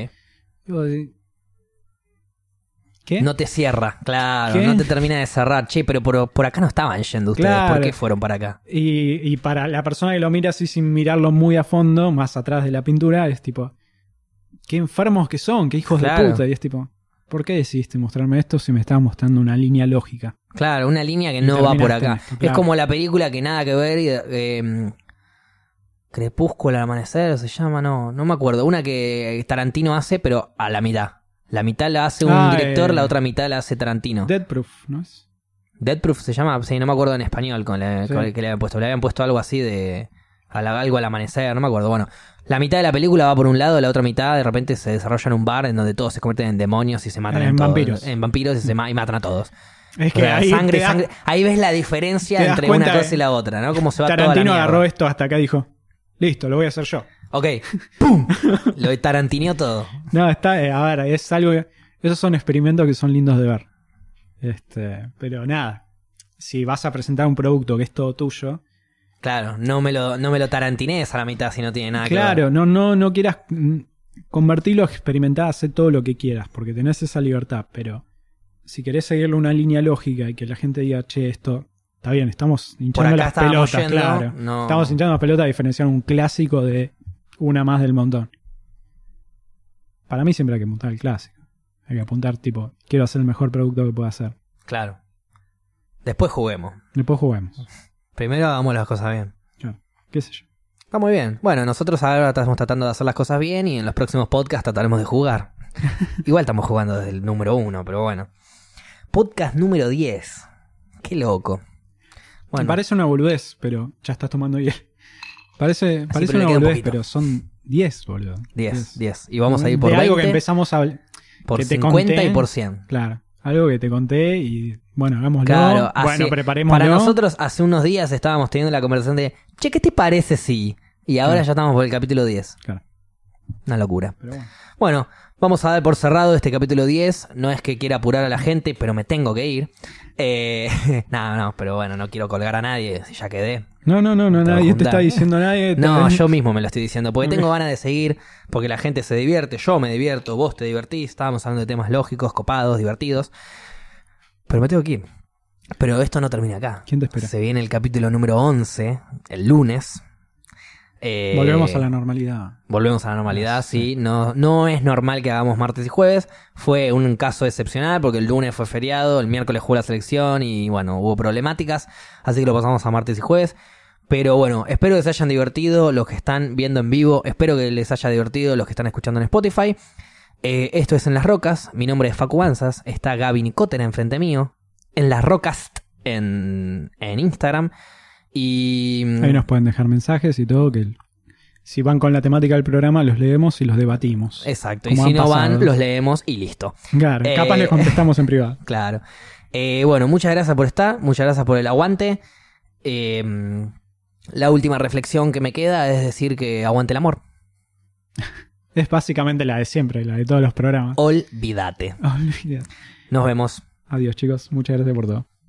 ¿Qué? No te cierra, claro, ¿Qué? No te termina de cerrar. Che, pero por acá no estaban yendo ustedes, claro. ¿Por qué fueron para acá? Y para la persona que lo mira así sin mirarlo muy a fondo, más atrás de la pintura, es tipo, qué enfermos que son, qué hijos de puta. Y es tipo, ¿por qué decidiste mostrarme esto si me estabas mostrando una línea lógica? Claro, una línea que no va por acá. Esto, claro. Es como la película que nada que ver, Crepúsculo al amanecer se llama, no me acuerdo. Una que Tarantino hace, pero a la mitad. La mitad la hace un director, la otra mitad la hace Tarantino. Death Proof, ¿no es? Death Proof se llama, sí, no me acuerdo en español con el que le habían puesto. Le habían puesto algo así de algo al amanecer, no me acuerdo. Bueno, la mitad de la película va por un lado, la otra mitad de repente se desarrolla en un bar en donde todos se convierten en demonios y se matan en vampiros. En vampiros y matan a todos. Es que ahí sangre. Ahí ves la diferencia entre una cosa y la otra, ¿no? Cómo se va toda la mierda. Tarantino agarró esto hasta acá y dijo, listo, lo voy a hacer yo. Ok, ¡pum! Lo tarantineó todo. No, a ver, es algo que... Esos son experimentos que son lindos de ver. Pero nada, si vas a presentar un producto que es todo tuyo... Claro, no me lo tarantinees a la mitad si no tiene nada que ver. Claro, no quieras convertirlo a experimentar, hacer todo lo que quieras, porque tenés esa libertad, pero si querés seguirle una línea lógica y que la gente diga, che, esto está bien, estamos hinchando las pelotas, claro. No. Estamos hinchando las pelotas a diferenciar un clásico de una más del montón. Para mí siempre hay que montar el clásico. Hay que apuntar, tipo, quiero hacer el mejor producto que pueda hacer. Claro. Después juguemos. Primero hagamos las cosas bien. ¿Qué sé yo? Está muy bien. Bueno, nosotros ahora estamos tratando de hacer las cosas bien y en los próximos podcasts trataremos de jugar. Igual estamos jugando desde el número 1, pero bueno. Podcast número 10. Qué loco. Bueno. Parece una boludez, pero ya estás tomando bien. Parece una boludez, pero son 10, boludo. 10. Y vamos a ir por de 20. Algo que empezamos a... Por 50 y por 100. Claro. Algo que te conté y bueno, hagámoslo. Claro, preparémoslo. Para nosotros hace unos días estábamos teniendo la conversación de che, ¿qué te parece si? Y ahora ya estamos por el capítulo 10. Claro. Una locura. Pero bueno, vamos a dar por cerrado este capítulo 10. No es que quiera apurar a la gente, pero me tengo que ir. No, pero bueno, no quiero colgar a nadie, si ya quedé. No, nadie te está diciendo nadie. No, yo mismo me lo estoy diciendo, porque tengo ganas de seguir, porque la gente se divierte, yo me divierto, vos te divertís, estábamos hablando de temas lógicos, copados, divertidos. Pero me tengo que ir. Pero esto no termina acá. ¿Quién te espera? Se viene el capítulo número 11, el lunes. Volvemos a la normalidad. Volvemos a la normalidad, sí. No es normal que hagamos martes y jueves. Fue un caso excepcional porque el lunes fue feriado, el miércoles jugó la selección y bueno, hubo problemáticas. Así que lo pasamos a martes y jueves. Pero bueno, espero que se hayan divertido los que están viendo en vivo. Espero que les haya divertido los que están escuchando en Spotify. Esto es En Las Rocas. Mi nombre es Facu Banzas. Está Gaby Nicotera enfrente mío. En Las Rocas en Instagram. Y ahí nos pueden dejar mensajes y todo, que si van con la temática del programa los leemos y los debatimos. Exacto, y si no van, los leemos y listo. Claro, capaz les contestamos en privado. Claro. Bueno, muchas gracias por estar, muchas gracias por el aguante. La última reflexión que me queda es decir que aguante el amor. Es básicamente la de siempre, la de todos los programas. Olvídate. Olvídate. Nos vemos. Adiós, chicos, muchas gracias por todo.